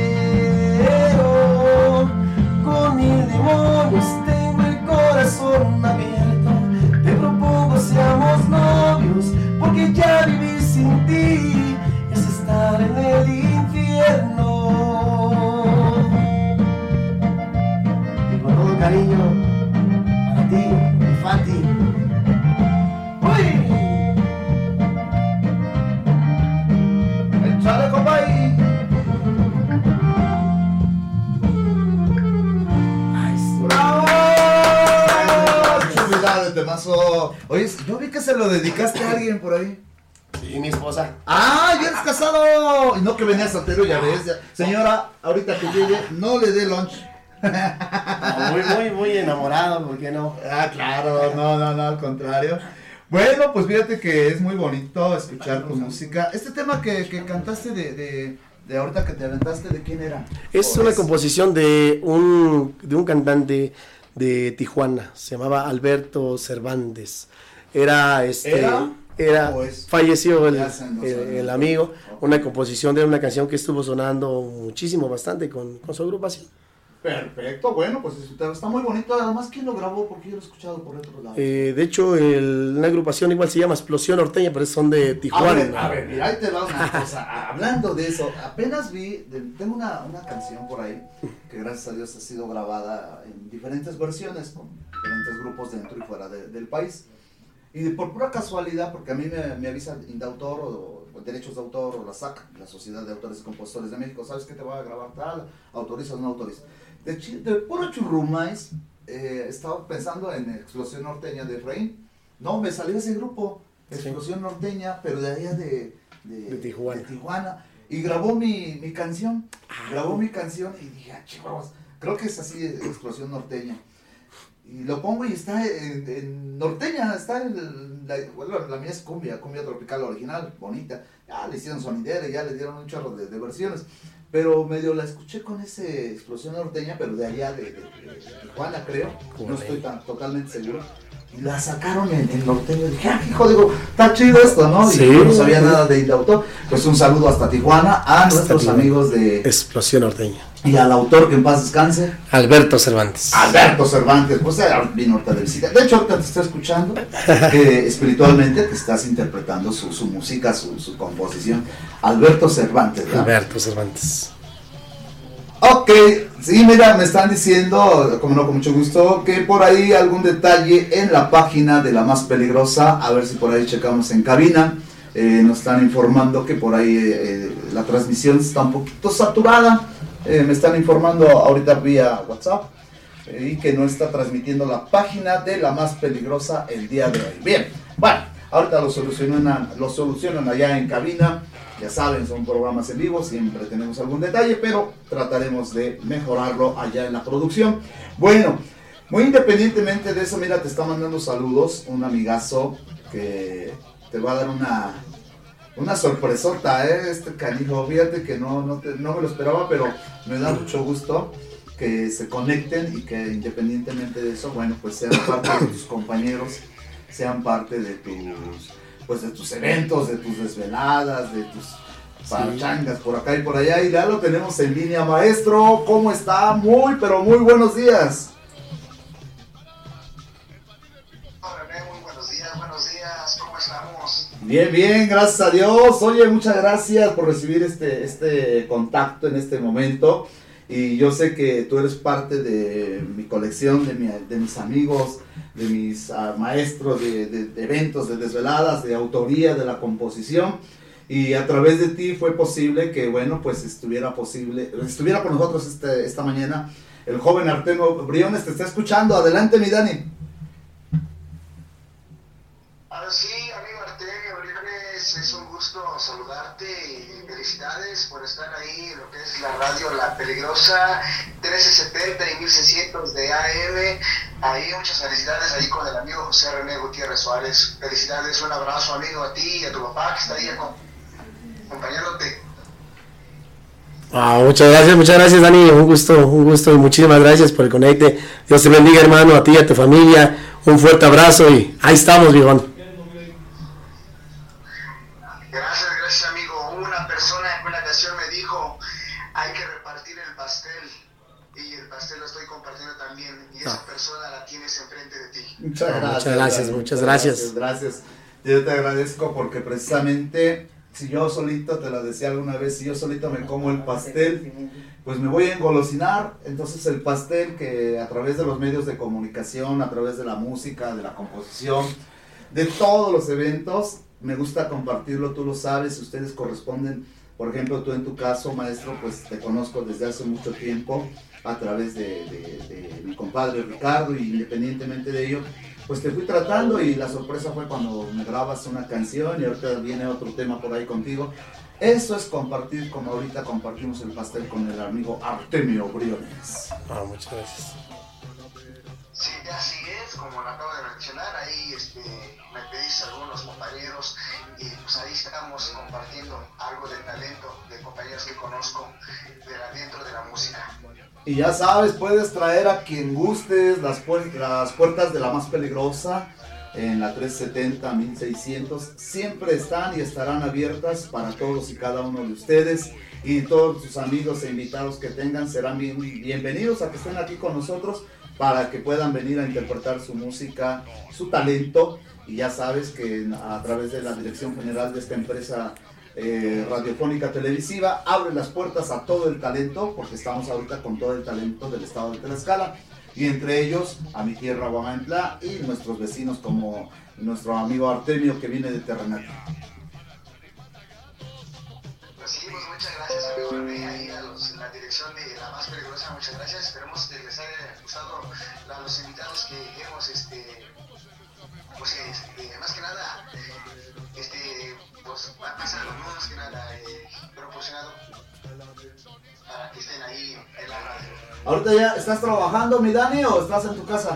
[SPEAKER 2] quiero. Con mil demonios tengo el corazón abierto, te propongo seamos novios, porque ya vivir sin ti es estar en el infierno. Y con todo cariño para ti, mi Fati.
[SPEAKER 1] ¡Échale, compa! ¡Bravo! Chulada de temazo. Oye, yo vi que se lo dedicaste a alguien por ahí.
[SPEAKER 2] Sí, Sí, mi esposa.
[SPEAKER 1] ¡Ah, ya eres casado! Y no que venías soltero, ya ves. Señora, ahorita que llegue, no le dé lunch.
[SPEAKER 2] Muy enamorado, ¿por qué no?
[SPEAKER 1] Ah, claro, no, al contrario. Bueno, pues fíjate que es muy bonito escuchar tu música. Este tema que cantaste de ahorita que te aventaste, ¿de quién era?
[SPEAKER 2] Es una composición de un cantante de Tijuana, se llamaba Alberto Cervantes. ¿Era? Falleció el amigo. Una composición de una canción que estuvo sonando muchísimo, bastante con su agrupación.
[SPEAKER 1] Perfecto, bueno, pues está muy bonito. Además, ¿quién lo grabó? Porque yo lo he escuchado por otro lado.
[SPEAKER 2] De hecho, una agrupación igual se llama Explosión Norteña, pero son de Tijuana.
[SPEAKER 1] A ver, mira, ahí te va una cosa. Hablando de eso, apenas tengo una canción por ahí que gracias a Dios ha sido grabada en diferentes versiones con diferentes grupos dentro y fuera del país. Y por pura casualidad, porque a mí me avisa Indautor o Derechos de Autor o la SAC, la Sociedad de Autores y Compositores de México, ¿sabes qué te va a grabar tal? ¿Autorizas o no autorizas? De puro churrumais, estaba pensando en Explosión Norteña de Efraín. No, me salió ese grupo, Explosión Norteña, pero de allá de Tijuana. Y grabó mi canción. Grabó mi canción y dije, chicos, creo que es así, Explosión Norteña. Y lo pongo y está en norteña, está la mía es cumbia tropical original, bonita. Ya le hicieron sonidera y ya le dieron un chorro de versiones. Pero medio la escuché con ese Explosión Norteña, pero de allá de Tijuana, creo. No estoy totalmente seguro. Y la sacaron en norteño. Dije, hijo, digo, está chido esto, ¿no? Y yo no sabía nada de Indautor. Pues un saludo hasta Tijuana a nuestros amigos de
[SPEAKER 2] Explosión Norteña.
[SPEAKER 1] Y al autor, que en paz descanse,
[SPEAKER 2] Alberto Cervantes,
[SPEAKER 1] pues vino ahorita de visita. De hecho, ahorita te estoy escuchando, espiritualmente te estás interpretando su música, su composición. Alberto Cervantes, ¿verdad?
[SPEAKER 2] Alberto Cervantes.
[SPEAKER 1] Ok, sí, mira, me están diciendo, como no, con mucho gusto, que por ahí algún detalle en la página de La Más Peligrosa, a ver si por ahí checamos en cabina. Nos están informando que por ahí la transmisión está un poquito saturada. Me están informando ahorita vía WhatsApp y que no está transmitiendo la página de La Más Peligrosa el día de hoy. Bien, bueno, ahorita lo solucionan allá en cabina. Ya saben, son programas en vivo, siempre tenemos algún detalle, pero trataremos de mejorarlo allá en la producción. Bueno, muy independientemente de eso, mira, te está mandando saludos un amigazo que te va a dar una sorpresota, este canijo. Fíjate que no me lo esperaba, pero me da mucho gusto que se conecten y que independientemente de eso, bueno, pues sean parte de tus compañeros, sean parte de tus eventos, de tus desveladas, de tus pachangas por acá y por allá. Y ya lo tenemos en línea, maestro. ¿Cómo está? Muy, pero muy buenos días.
[SPEAKER 3] Buenos días, ¿cómo estamos?
[SPEAKER 1] Bien, gracias a Dios. Oye, muchas gracias por recibir este contacto en este momento. Y yo sé que tú eres parte de mi colección, de mis amigos, de mis maestros de eventos, de desveladas, de autoría, de la composición. Y a través de ti fue posible que, bueno, pues estuviera con nosotros esta mañana el joven Artemio Briones. Te está escuchando. Adelante, mi Dani.
[SPEAKER 3] Sí, amigo Artemio Briones, es un gusto saludarte y felicidades por estar ahí en lo que es la radio La Peligrosa 1370 y 1600 de AM. Ahí muchas felicidades ahí con el amigo José René Gutiérrez Suárez. Felicidades, un abrazo, amigo, a ti y a tu papá que está ahí acompañándote.
[SPEAKER 2] Muchas gracias, Dani, un gusto y muchísimas gracias por el conecte. Dios te bendiga, hermano, a ti y a tu familia, un fuerte abrazo y ahí estamos, viejón.
[SPEAKER 3] Gracias, amigo. Una persona en una ocasión me dijo, hay que repartir el pastel, y el pastel lo estoy compartiendo también, y esa persona la tienes enfrente de ti.
[SPEAKER 2] Muchas gracias.
[SPEAKER 1] Gracias. Yo te agradezco porque precisamente, si yo solito, te lo decía alguna vez, si yo solito me como el pastel, pues me voy a engolosinar. Entonces el pastel, que a través de los medios de comunicación, a través de la música, de la composición, de todos los eventos, me gusta compartirlo, tú lo sabes, ustedes corresponden. Por ejemplo, tú en tu caso, maestro, pues te conozco desde hace mucho tiempo a través de mi compadre Ricardo, y independientemente de ello, pues te fui tratando y la sorpresa fue cuando me grabas una canción y ahorita viene otro tema por ahí contigo. Eso es compartir, como ahorita compartimos el pastel con el amigo Artemio Briones.
[SPEAKER 2] Muchas gracias.
[SPEAKER 3] Sí, así es, como lo acabo de mencionar, ahí me pedís algunos compañeros y pues ahí estamos compartiendo algo del talento de compañeros que conozco dentro de la música.
[SPEAKER 1] Y ya sabes, puedes traer a quien gustes, las puertas de la más peligrosa en la 370 1600 siempre están y estarán abiertas para todos y cada uno de ustedes, y todos sus amigos e invitados que tengan serán bienvenidos a que estén aquí con nosotros para que puedan venir a interpretar su música, su talento. Y ya sabes que a través de la dirección general de esta empresa radiofónica televisiva abre las puertas a todo el talento, porque estamos ahorita con todo el talento del estado de Tlaxcala, y entre ellos a mi tierra Huamantla y nuestros vecinos como nuestro amigo Artemio, que viene de Terrenate.
[SPEAKER 3] Pues sí, pues muchas gracias, amigo René, ahí a la dirección de La Más Peligrosa, muchas gracias. Esperemos que les haya gustado a los invitados que hemos pues más que nada pues más que nada proporcionado para que estén ahí en la radio.
[SPEAKER 1] ¿Ahorita ya estás trabajando, mi Dani, o estás en tu casa?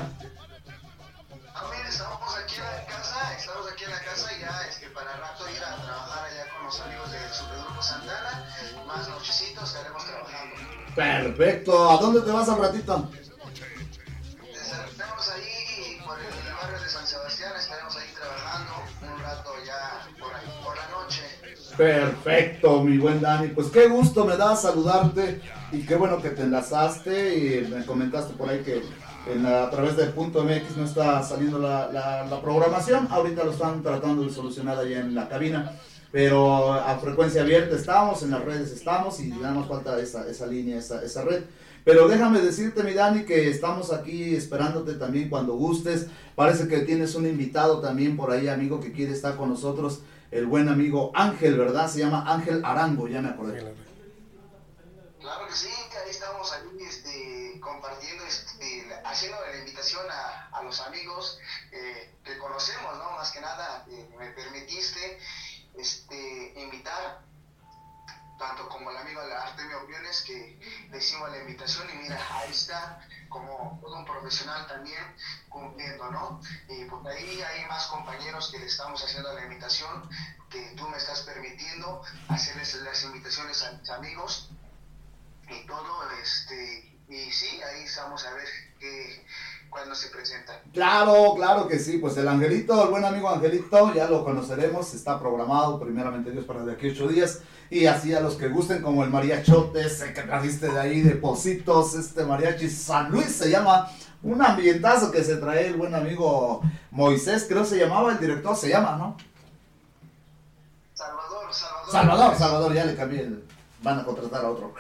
[SPEAKER 3] Mira, estamos aquí en la casa ya para rato ir a trabajar allá con los amigos del Supergrupo Santana. Más nochecitos estaremos trabajando.
[SPEAKER 1] Perfecto. ¿A dónde te vas al ratito?
[SPEAKER 3] Estaremos ahí por el barrio de San Sebastián, estaremos ahí trabajando un rato ya por la noche.
[SPEAKER 1] Perfecto, mi buen Dani. Pues qué gusto me da saludarte y qué bueno que te enlazaste y me comentaste por ahí que a través de .mx no está saliendo la programación. Ahorita lo están tratando de solucionar allá en la cabina, pero a frecuencia abierta estamos, en las redes estamos, y nada más falta esa línea, esa red. Pero déjame decirte, mi Dani, que estamos aquí esperándote también cuando gustes. Parece que tienes un invitado también por ahí, amigo, que quiere estar con nosotros, el buen amigo Ángel, ¿verdad? Se llama Ángel Arango, ya me acordé.
[SPEAKER 3] Claro que sí, ahí estamos ahí compartiendo, haciendo la invitación a los amigos que conocemos, ¿no? Más que nada, me permitiste invitar tanto como el amigo Artemio Briones, que le hicimos la invitación, y mira, ahí está, como todo un profesional también cumpliendo, ¿no? Y pues ahí hay más compañeros que le estamos haciendo la invitación, que tú me estás permitiendo hacerles las invitaciones a mis amigos y todo, y sí, ahí estamos a ver cuándo se presenta.
[SPEAKER 1] Claro que sí. Pues el Angelito, el buen amigo Angelito, ya lo conoceremos, está programado primeramente Dios para de aquí 8 días, y así a los que gusten, como el mariachote ese que trajiste de ahí de Pocitos, mariachi San Luis se llama, un ambientazo que se trae el buen amigo Moisés, creo se llamaba, el director se llama, ¿no? Salvador, ya le cambié van a contratar a otro.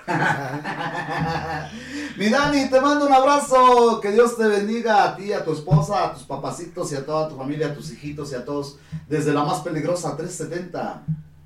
[SPEAKER 1] Mi Dani, te mando un abrazo, que Dios te bendiga a ti, a tu esposa, a tus papacitos y a toda tu familia, a tus hijitos y a todos desde La Más Peligrosa 370.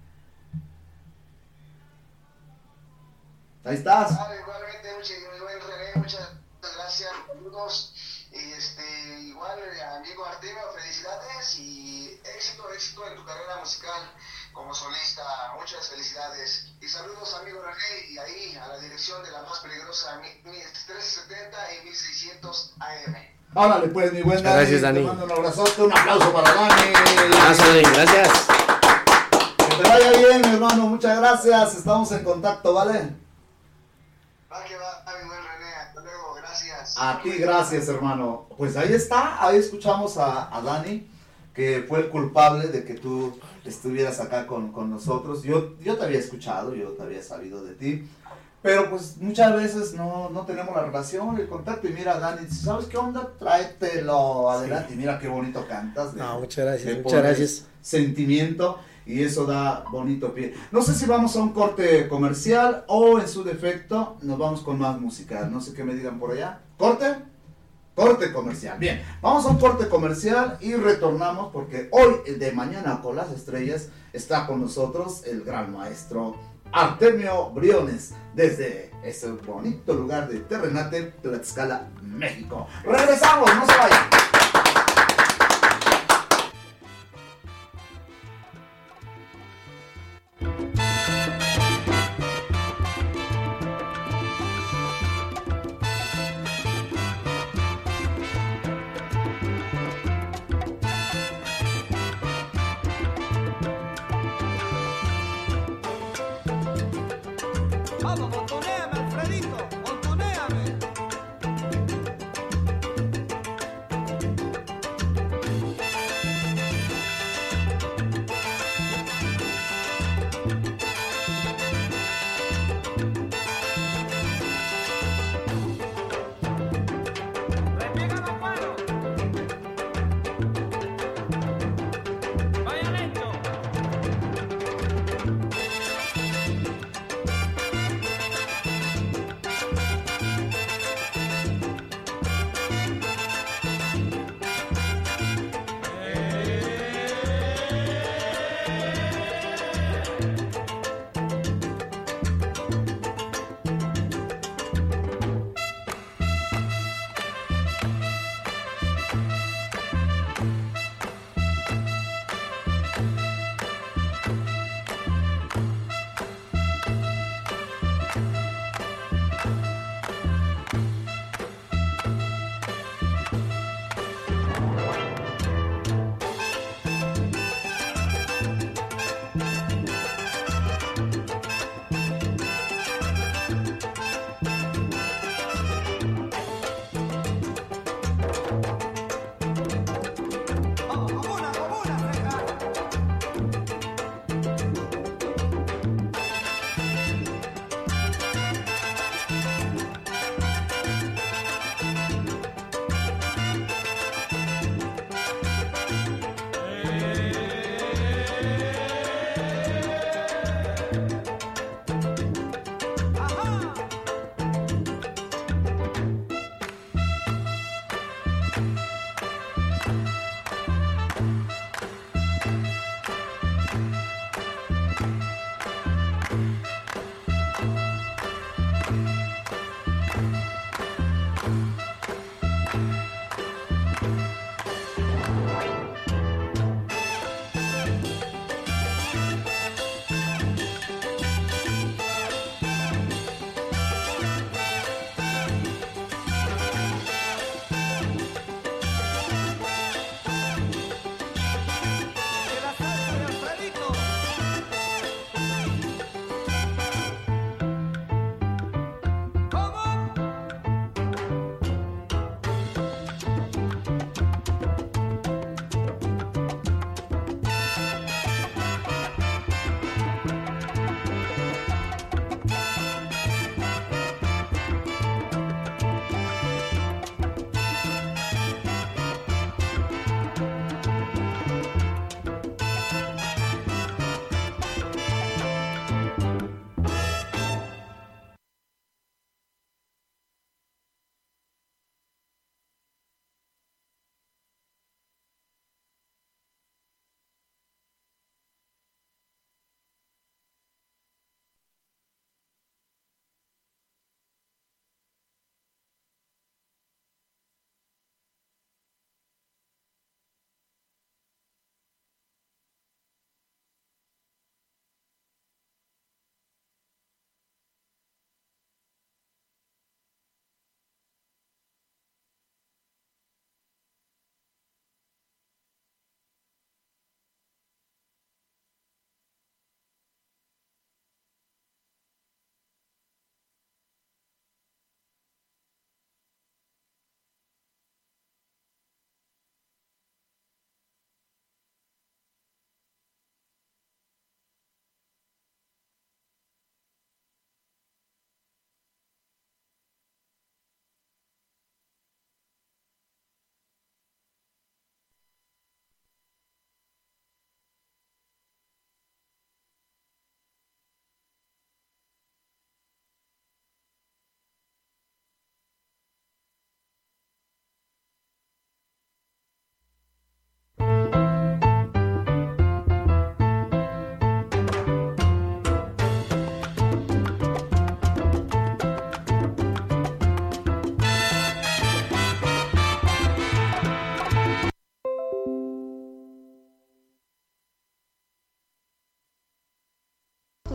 [SPEAKER 1] Ahí estás.
[SPEAKER 3] Igualmente, muchas gracias, saludos, y igual amigo Artemio, felicidades y éxito en tu carrera musical como solista, muchas felicidades. Y saludos, amigo René, y ahí a la dirección de La Más Peligrosa 370 y 1600 AM.
[SPEAKER 1] Órale pues, mi buen Dani.
[SPEAKER 2] Gracias, Dani.
[SPEAKER 1] Te mando un abrazote, un aplauso para Dani.
[SPEAKER 2] Gracias.
[SPEAKER 1] Que te vaya bien, mi hermano, muchas gracias, estamos en contacto, ¿vale?
[SPEAKER 3] Va que va, mi buen René, hasta luego, gracias.
[SPEAKER 1] A ti gracias, hermano. Pues ahí está, ahí escuchamos a Dani, que fue el culpable de que tú estuvieras acá con nosotros. Yo te había escuchado, yo te había sabido de ti, pero pues muchas veces no tenemos la relación, el contacto, y mira, Dani, ¿sabes qué onda? Tráetelo adelante, sí. Y mira qué bonito cantas.
[SPEAKER 2] Muchas gracias.
[SPEAKER 1] Sentimiento, y eso da bonito pie. No sé si vamos a un corte comercial o en su defecto nos vamos con más música, no sé qué me digan por allá. Corte comercial. Bien, vamos a un corte comercial y retornamos, porque hoy de Mañana con las Estrellas está con nosotros el gran maestro Artemio Briones desde ese bonito lugar de Terrenate, Tlaxcala, México. Regresamos, no se vayan.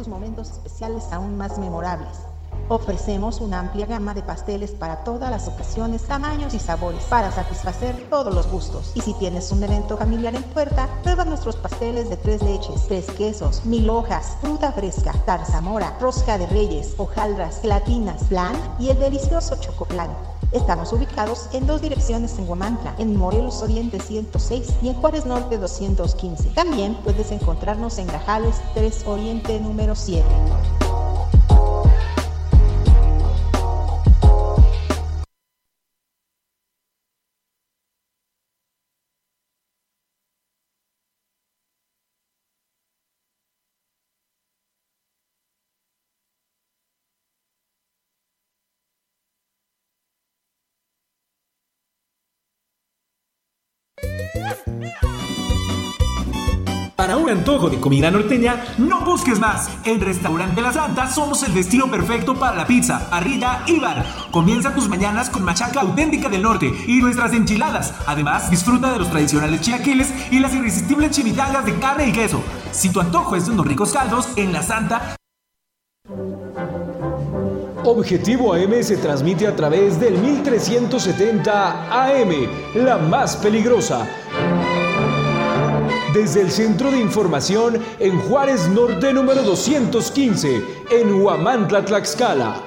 [SPEAKER 4] tus momentos especiales aún más memorables. Ofrecemos una amplia gama de pasteles para todas las ocasiones, tamaños y sabores para satisfacer todos los gustos. Y si tienes un evento familiar en puerta, prueba nuestros pasteles de 3 leches, 3 quesos, 1000 hojas, fruta fresca, zarzamora, rosca de reyes, hojaldras, gelatinas, flan y el delicioso chocoplan. Estamos ubicados en 2 direcciones en Huamantla, en Morelos Oriente 106 y en Juárez Norte 215. También puedes encontrarnos en Grajales 3 Oriente número 7.
[SPEAKER 5] Para un antojo de comida norteña, no busques más. En Restaurante La Santa somos el destino perfecto para la pizza, parrilla y bar. Comienza tus mañanas con machaca auténtica del norte y nuestras enchiladas. Además, disfruta de los tradicionales chilaquiles y las irresistibles chimichangas de carne y queso. Si tu antojo es de unos ricos caldos, en La Santa...
[SPEAKER 6] Objetivo AM se transmite a través del 1370 AM, la más peligrosa. Desde el Centro de Información en Juárez Norte número 215, en Huamantla, Tlaxcala.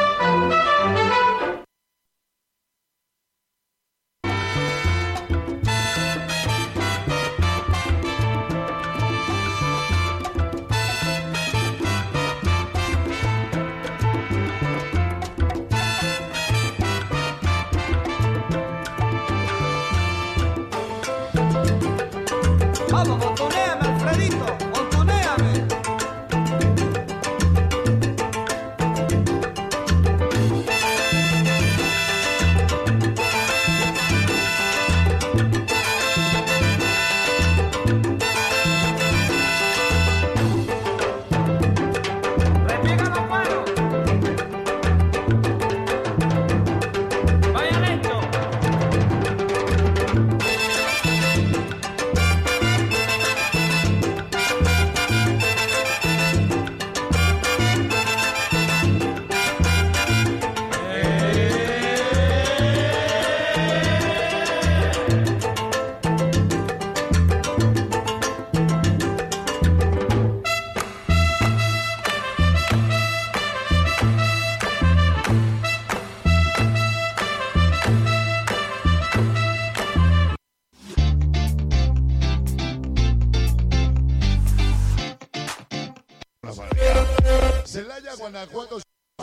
[SPEAKER 7] Celaya, Guanajuato.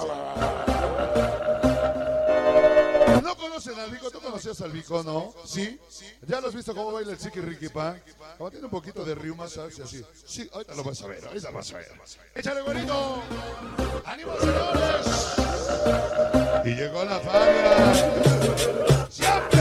[SPEAKER 7] ¿No conocen al Vico? ¿Tú conocías al Vico, no? ¿Sí? ¿Ya lo has visto cómo baila el Chiqui Riqui Pa? Como tiene un poquito de riuma, ¿sabes? Así. Sí, ahorita lo vas a ver, ahorita lo vas a ver. ¡Échale, güerito! ¡Ánimo, señores! Y llegó la Fabia. ¡Siempre!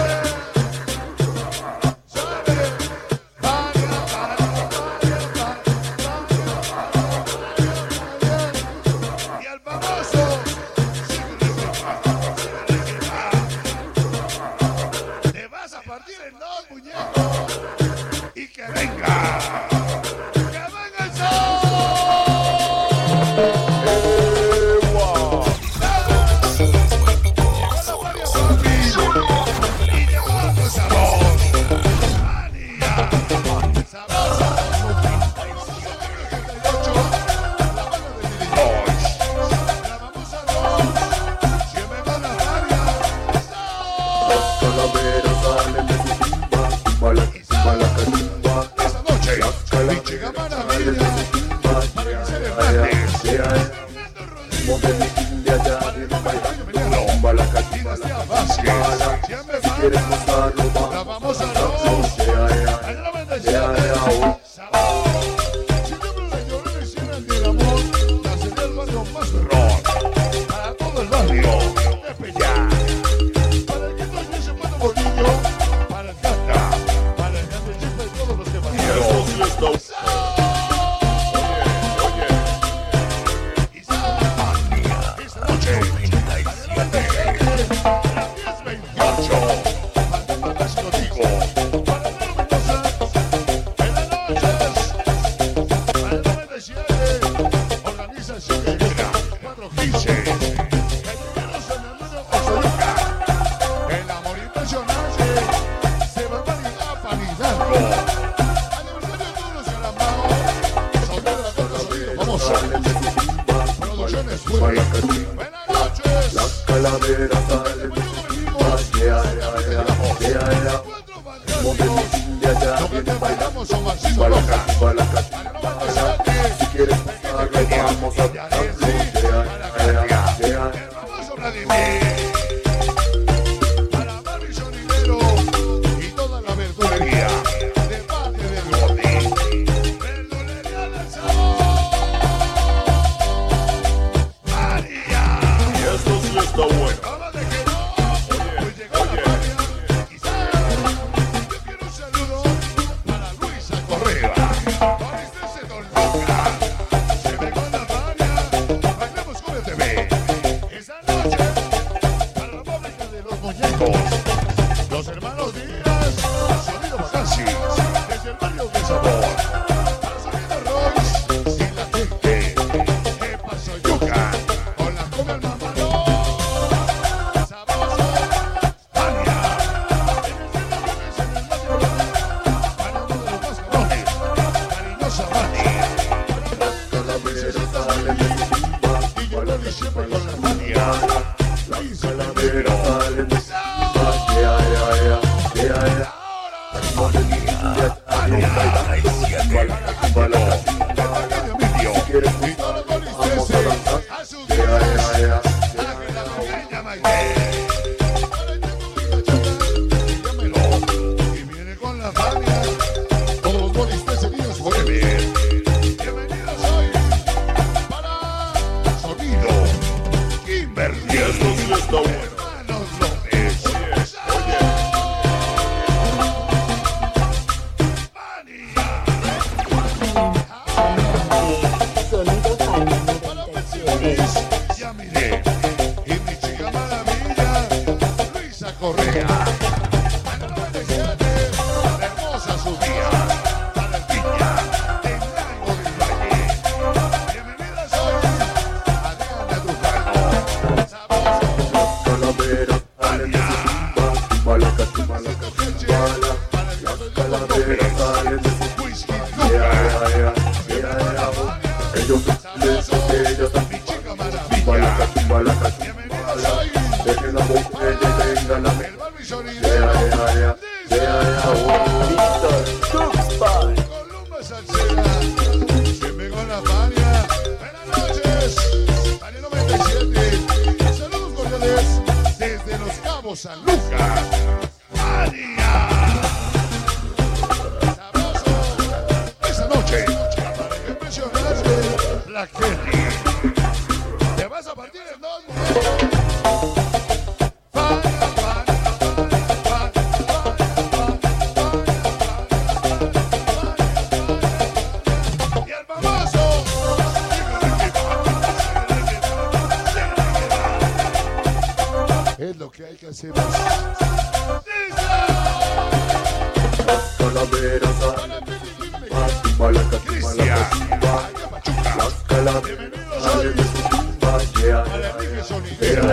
[SPEAKER 7] Lo que te bailamos son marxismo loca. Si quieres vamos a para Barbie Sonidero y toda la verdulería de parte del Goti. Verdulería del sabor. María.
[SPEAKER 8] Y esto sí está bueno.
[SPEAKER 7] Ahora de que no. Pues llegó la María. Quizás yo quiero un saludo para Luisa Correa. Para se don Luca. Se ve con la María. Bailamos con el TV. Esa noche para la fábrica de los muñecos. Los hermanos Díaz. Sonido Macasi. Desde el barrio de Sabor. Para Sonido Royce. Y la gente. ¿Qué pasó, Yuca? Con la come al mamalón. Sabroso. Mania. En el cielo lunes en el barrio Mania. Para uno de los más cabrones. Cariñosa Mani. Con la princesita y yo lo dije siempre con la Mania. La hice la vera.
[SPEAKER 8] Y esto sí está bueno.
[SPEAKER 7] Ya miré, y mi chica maravilla, Luisa Correa. En el 97, la hermosa subía para el Piña, del Lago del Valle. Bienvenidas hoy a Diana Trujano. Sabroso.
[SPEAKER 8] Calavera, salen de su
[SPEAKER 7] Whisky Luca.
[SPEAKER 8] ellos
[SPEAKER 7] Mi chica maravilla. Bienvenidos hoy
[SPEAKER 8] dejen la botella y vengan a
[SPEAKER 7] el Barbie Sonidero. Columba Salsera, se pegó la Fania. Buenas noches, Fania 97. Saludos cordiales desde Los Cabos, San Lucas. Fania. Sabroso. Esa noche, la pareja impresionante, Black Kelly. ¿Te vas a partir en dónde? Y el famoso es lo que hay que hacer.
[SPEAKER 8] calaveras
[SPEAKER 7] Bienvenidos hoy a la Enrique Sonidero.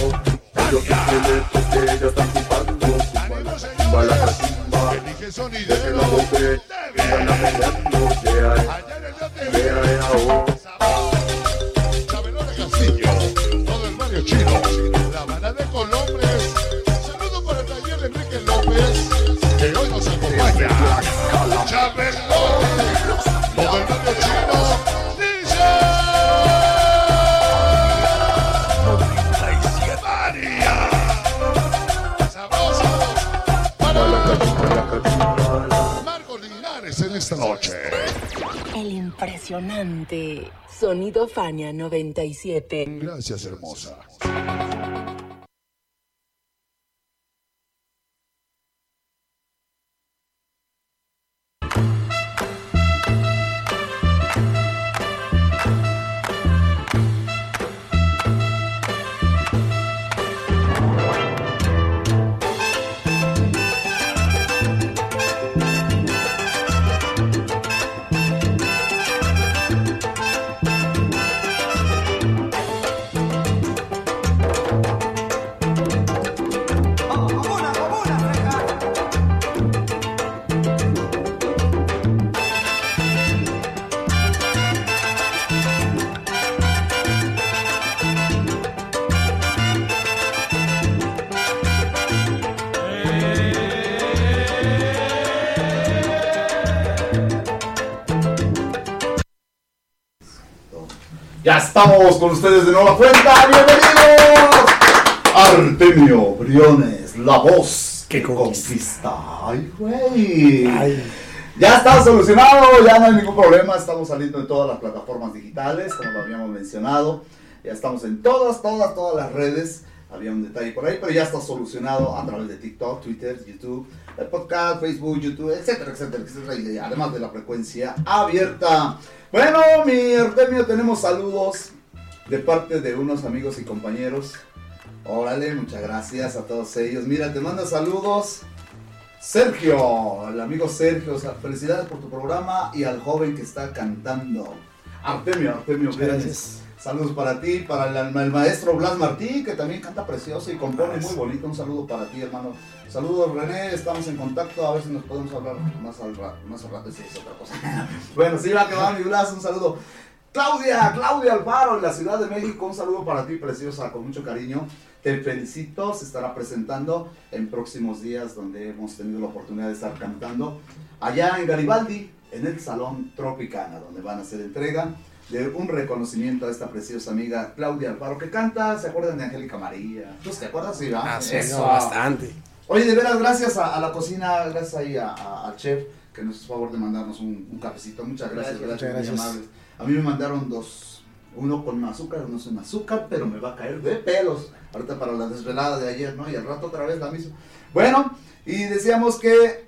[SPEAKER 7] Ánimo, señores. Enrique Sonidero. Allá en el YTV. Sabor. Chabelona Castillo. Todo el barrio chino. La Habana de Colombres. Saludo para el taller de Enrique López, que hoy nos acompaña. Chabelón. Todo el barrio chino. Marco Linares en esta noche.
[SPEAKER 9] El impresionante Sonido Fania 97.
[SPEAKER 7] Gracias, hermosa.
[SPEAKER 1] Ya estamos con ustedes de nueva cuenta. ¡Bienvenidos! Artemio Briones, la voz que conquista. ¡Ay, güey! Ya está solucionado, ya no hay ningún problema. Estamos saliendo en todas las plataformas digitales, como lo habíamos mencionado. Ya estamos en todas las redes. Había un detalle por ahí, pero ya está solucionado a través de TikTok, Twitter, YouTube, el podcast, Facebook, YouTube, etcétera, etcétera, etcétera. Y además de la frecuencia abierta. Bueno, mi Artemio, tenemos saludos de parte de unos amigos y compañeros. Órale, muchas gracias a todos ellos. Mira, te manda saludos Sergio, el amigo Sergio. O sea, felicidades por tu programa y al joven que está cantando. Artemio, gracias. Saludos para ti, para el maestro Blas Martí, que también canta precioso y compone muy bonito. Un saludo para ti, hermano. Saludos, René, estamos en contacto, a ver si nos podemos hablar más al rato, si es otra cosa. Bueno, sí, va que va mi Blas, un saludo. Claudia Alfaro, en la Ciudad de México, un saludo para ti, preciosa, con mucho cariño. Te felicito, se estará presentando en próximos días, donde hemos tenido la oportunidad de estar cantando, allá en Garibaldi, en el Salón Tropicana, donde van a hacer entrega de un reconocimiento a esta preciosa amiga Claudia Alfaro, que canta. ¿Se acuerdan de Angélica María? ¿Tú te acuerdas? Sí, ¿verdad?
[SPEAKER 2] Sí, no, bastante.
[SPEAKER 1] Oye, de veras, gracias a la cocina, gracias ahí al chef, que nos hizo favor de mandarnos un cafecito. Muchas gracias. A mí me mandaron dos, uno con azúcar, uno sin azúcar, pero me va a caer de pelos ahorita para la desvelada de ayer, ¿no? Y al rato otra vez la misma. Bueno, y decíamos que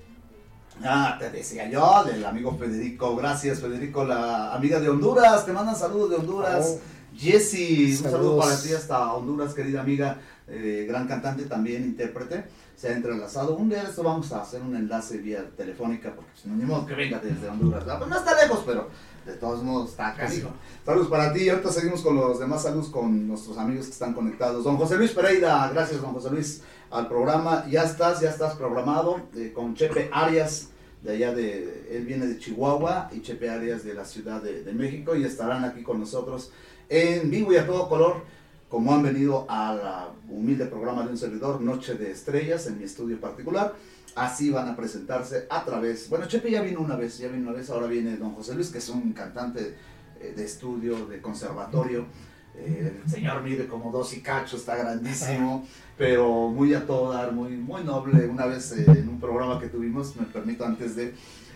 [SPEAKER 1] te decía yo, del amigo Federico. Gracias, Federico, la amiga de Honduras. Te mandan saludos de Honduras. Jessy, un saludo para ti hasta Honduras, querida amiga. Gran cantante, también intérprete. Se ha entrelazado. Un día de esto vamos a hacer un enlace vía telefónica, porque si no, ni modo que venga desde Honduras. Pues no está lejos, pero de todos modos está acá. Saludos para ti. Y ahorita seguimos con los demás saludos con nuestros amigos que están conectados. Don José Luis Pereira, gracias, don José Luis, al programa. Ya estás programado con Chepe Arias, de allá él viene de Chihuahua, y Chepe Arias de la Ciudad de México, y estarán aquí con nosotros en vivo y a todo color, como han venido a la humilde programa de un servidor, Noche de Estrellas, en mi estudio particular. Así van a presentarse a través, bueno, Chepe ya vino una vez, ahora viene don José Luis, que es un cantante de estudio, de conservatorio. El señor mide como 2 y cacho, está grandísimo, pero muy a todo dar, muy noble. Una vez en un programa que tuvimos, me permito antes de,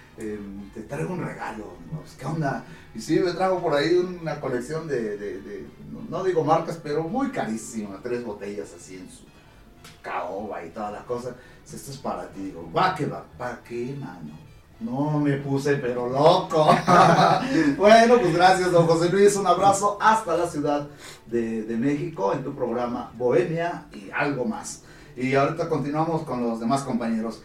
[SPEAKER 1] te traigo un regalo, ¿no? ¿Qué onda? Y sí, me trajo por ahí una colección de no digo marcas, pero muy carísima, 3 botellas así en su caoba y toda la cosa. Esto es para ti. Digo, ¿para qué, mano? No me puse pero loco. Bueno, pues gracias, don José Luis. Un abrazo hasta la Ciudad de México en tu programa Bohemia y algo más. Y ahorita continuamos con los demás compañeros.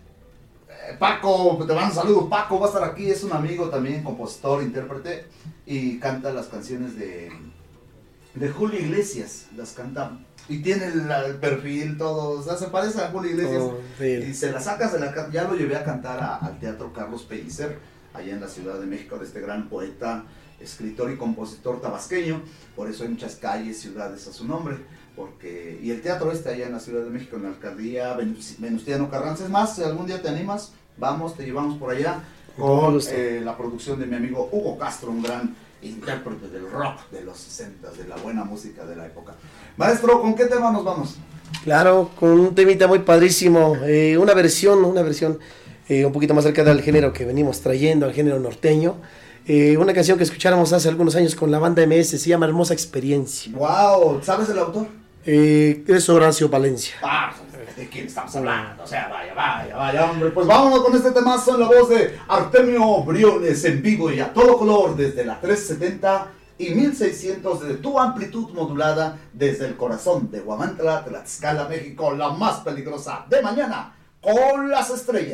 [SPEAKER 1] Paco, te mando un saludo. Paco va a estar aquí, es un amigo también, compositor, intérprete, y canta las canciones de Julio Iglesias. Las canta y tiene el perfil todo, o sea, se parece a Julio Iglesias. Y se la saca, ya lo llevé a cantar al Teatro Carlos Pellicer, allá en la Ciudad de México, de este gran poeta, escritor y compositor tabasqueño. Por eso hay muchas calles, ciudades a su nombre, y el teatro allá en la Ciudad de México, en la alcaldía Venustiano Carranza. Es más, si algún día te animas, vamos, te llevamos por allá con la producción de mi amigo Hugo Castro, un gran intérprete del rock de los 60, de la buena música de la época. Maestro, ¿con qué tema nos vamos?
[SPEAKER 2] Claro, con un temita muy padrísimo, una versión un poquito más cerca del género que venimos trayendo, al género norteño. Una canción que escucháramos hace algunos años con la banda MS, se llama Hermosa Experiencia.
[SPEAKER 1] Wow, ¿sabes el autor?
[SPEAKER 2] Es Horacio Valencia.
[SPEAKER 1] ¿De quién estamos hablando? O sea, vaya, hombre. Pues vámonos con este temazo en la voz de Artemio Briones, en vivo y a todo color, desde la 370 y 1600 de tu amplitud modulada, desde el corazón de Huamantla, Tlaxcala, México, la más peligrosa de mañana, con las estrellas.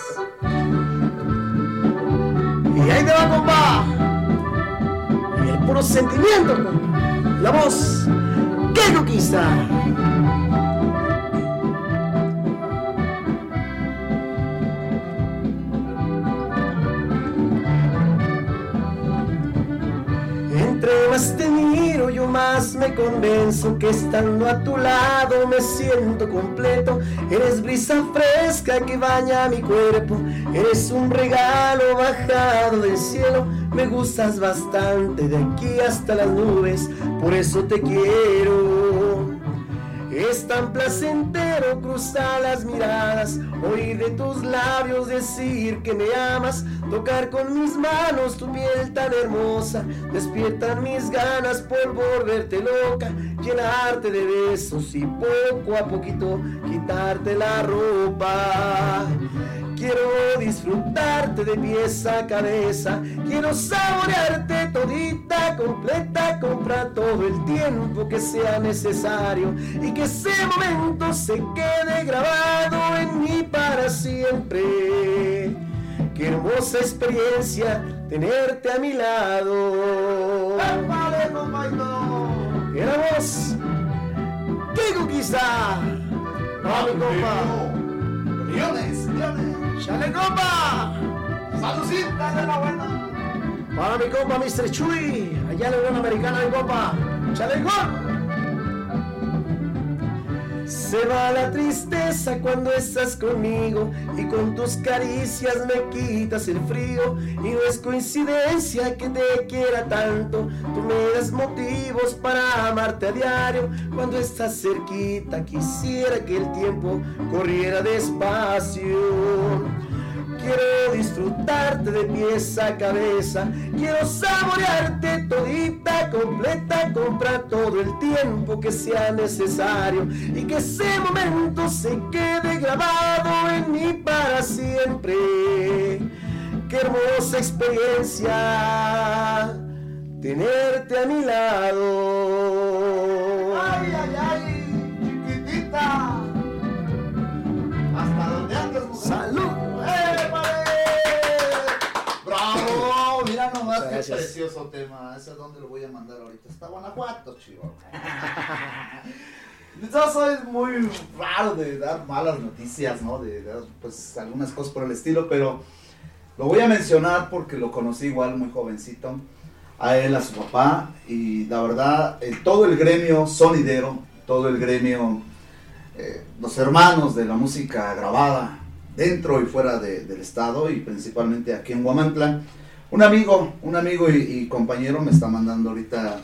[SPEAKER 2] Y ahí te va, compa. Y el puro sentimiento, compa. La voz que conquista. Entre más te miro, yo más me convenzo que estando a tu lado me siento completo. Eres brisa fresca que baña mi cuerpo, eres un regalo bajado del cielo. Me gustas bastante de aquí hasta las nubes, por eso te quiero. Es tan placentero cruzar las miradas, oír de tus labios decir que me amas, tocar con mis manos tu piel tan hermosa, despiertan mis ganas por volverte loca, llenarte de besos y poco a poquito quitarte la ropa. Quiero disfrutarte de pies a cabeza, quiero saborearte todita, completa, compra todo el tiempo que sea necesario y que ese momento se quede grabado en mí para siempre. Qué hermosa experiencia tenerte a mi lado. Era vos, qué conquista. Vamos, compa.
[SPEAKER 1] Millones.
[SPEAKER 2] ¡Chale, compa!
[SPEAKER 1] ¡Saludcita de la buena!
[SPEAKER 2] Para mi compa Mr. Chuy, allá en la Unión Americana, mi compa. ¡Chale, gol! Se va la tristeza cuando estás conmigo y con tus caricias me quitas el frío. Y no es coincidencia que te quiera tanto, tú me das motivos para amarte a diario. Cuando estás cerquita quisiera que el tiempo corriera despacio. Quiero disfrutarte de pies a cabeza, quiero saborearte todita, completa, compra todo el tiempo que sea necesario y que ese momento se quede grabado en mí para siempre. Qué hermosa experiencia tenerte a mi lado.
[SPEAKER 1] ¡Ay, ay, ay! ¡Chiquitita! ¿Hasta dónde andas, mujer?
[SPEAKER 2] ¡Salud!
[SPEAKER 1] ¡Bravo! Mira nomás qué
[SPEAKER 2] Gracias.
[SPEAKER 1] precioso tema. ¿Ese dónde lo voy a mandar ahorita? Está Guanajuato, chivo. Yo soy muy raro de dar malas noticias, ¿no? De dar pues algunas cosas por el estilo, pero lo voy a mencionar porque lo conocí igual muy jovencito. A él, a su papá, y la verdad, todo el gremio sonidero, todo el gremio, los hermanos de la música grabada, dentro y fuera del estado y principalmente aquí en Huamantla. Un amigo y compañero me está mandando ahorita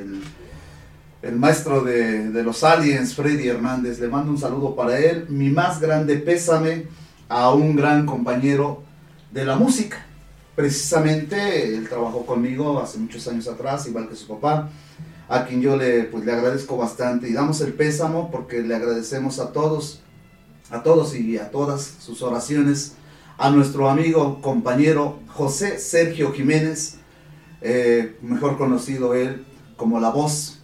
[SPEAKER 1] el maestro de los Aliens, Freddy Hernández. Le mando un saludo para él. Mi más grande pésame a un gran compañero de la música. Precisamente él trabajó conmigo hace muchos años atrás, igual que su papá, a quien yo le agradezco bastante y damos el pésamo porque le agradecemos a todos y a todas sus oraciones, a nuestro amigo, compañero José Sergio Jiménez, mejor conocido él como la voz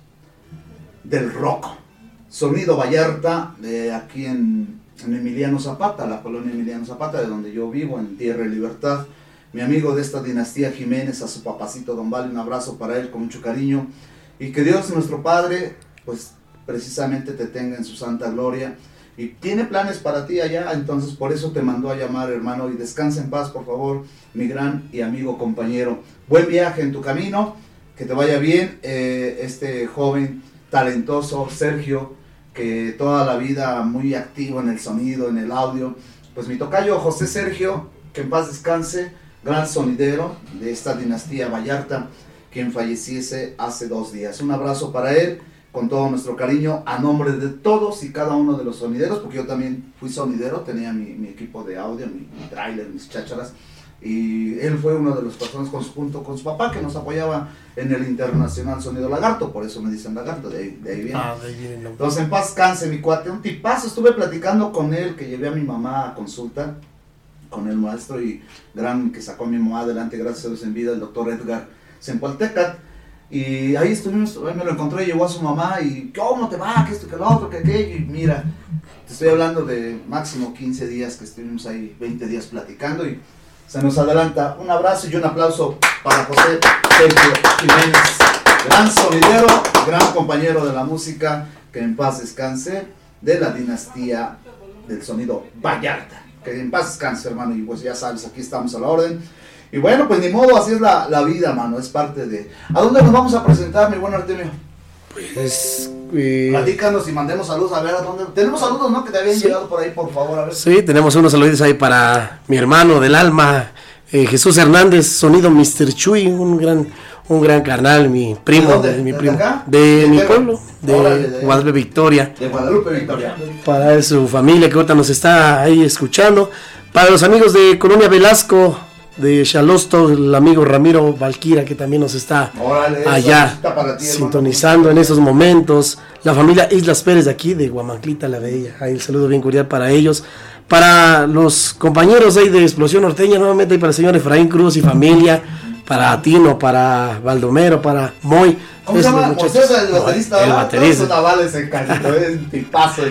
[SPEAKER 1] del rock, Sonido Vallarta, aquí en Emiliano Zapata, la colonia Emiliano Zapata, de donde yo vivo, en Tierra y Libertad. Mi amigo de esta dinastía Jiménez, a su papacito Don Vale, un abrazo para él con mucho cariño, y que Dios nuestro Padre, pues precisamente te tenga en su santa gloria, y tiene planes para ti allá, entonces por eso te mandó a llamar, hermano, y descansa en paz, por favor, mi gran y amigo compañero. Buen viaje en tu camino, que te vaya bien, este joven talentoso Sergio, que toda la vida muy activo en el sonido, en el audio. Pues mi tocayo José Sergio, que en paz descanse, gran sonidero de esta dinastía Vallarta, quien falleciese hace 2 días. Un abrazo para él, con todo nuestro cariño, a nombre de todos y cada uno de los sonideros, porque yo también fui sonidero, tenía mi equipo de audio, mi tráiler, mis chácharas, y él fue uno de las personas junto con su papá que nos apoyaba en el Internacional Sonido Lagarto, por eso me dicen Lagarto, de ahí viene.
[SPEAKER 2] De ahí viene el nombre.
[SPEAKER 1] Entonces, en paz descanse mi cuate, un tipazo. Estuve platicando con él, que llevé a mi mamá a consulta con el maestro y gran que sacó a mi mamá adelante, gracias a Dios en vida, el doctor Edgar Zempoaltecat. Y ahí estuvimos, ahí me lo encontré, llegó a su mamá y ¿cómo te va? Que esto, que lo otro, que aquello. Y mira, te estoy hablando de máximo 15 días que estuvimos ahí, 20 días platicando y se nos adelanta. Un abrazo y un aplauso para José Sergio Jiménez, gran sonidero, gran compañero de la música, que en paz descanse, de la dinastía del sonido Vallarta. Que en paz descanse, hermano, y pues ya sabes, aquí estamos a la orden. Y bueno, pues ni modo, así es la vida, mano, es parte de... ¿A dónde nos vamos a presentar, mi buen Artemio?
[SPEAKER 2] Pues...
[SPEAKER 1] Platícanos y mandemos saludos, a ver a dónde... Tenemos saludos, ¿no? Que te habían llegado por ahí, por favor, a ver.
[SPEAKER 2] Sí, tenemos unos saludos ahí para mi hermano del alma, Jesús Hernández, sonido Mr. Chuy, un gran carnal, mi primo,
[SPEAKER 1] ¿De
[SPEAKER 2] mi
[SPEAKER 1] dónde?
[SPEAKER 2] primo,
[SPEAKER 1] ¿De acá?
[SPEAKER 2] de mi
[SPEAKER 1] ¿De
[SPEAKER 2] pueblo,
[SPEAKER 1] Órale,
[SPEAKER 2] de Guadalupe Victoria.
[SPEAKER 1] De Guadalupe Victoria.
[SPEAKER 2] Para su familia que ahorita nos está ahí escuchando, para los amigos de Colonia Velasco, de Xalosto, el amigo Ramiro Valquira que también nos está
[SPEAKER 1] Órale,
[SPEAKER 2] allá
[SPEAKER 1] para ti,
[SPEAKER 2] sintonizando en esos momentos, la familia Islas Pérez de aquí de Guamanclita la Bella, ahí el saludo bien cordial para ellos, para los compañeros ahí de Explosión Norteña nuevamente, y para el señor Efraín Cruz y familia, para Tino, para Baldomero, para Moy.
[SPEAKER 1] ¿Cómo se llama? José, el baterista.
[SPEAKER 2] El baterista.
[SPEAKER 1] Es una bala ese carrito, es un tipazo.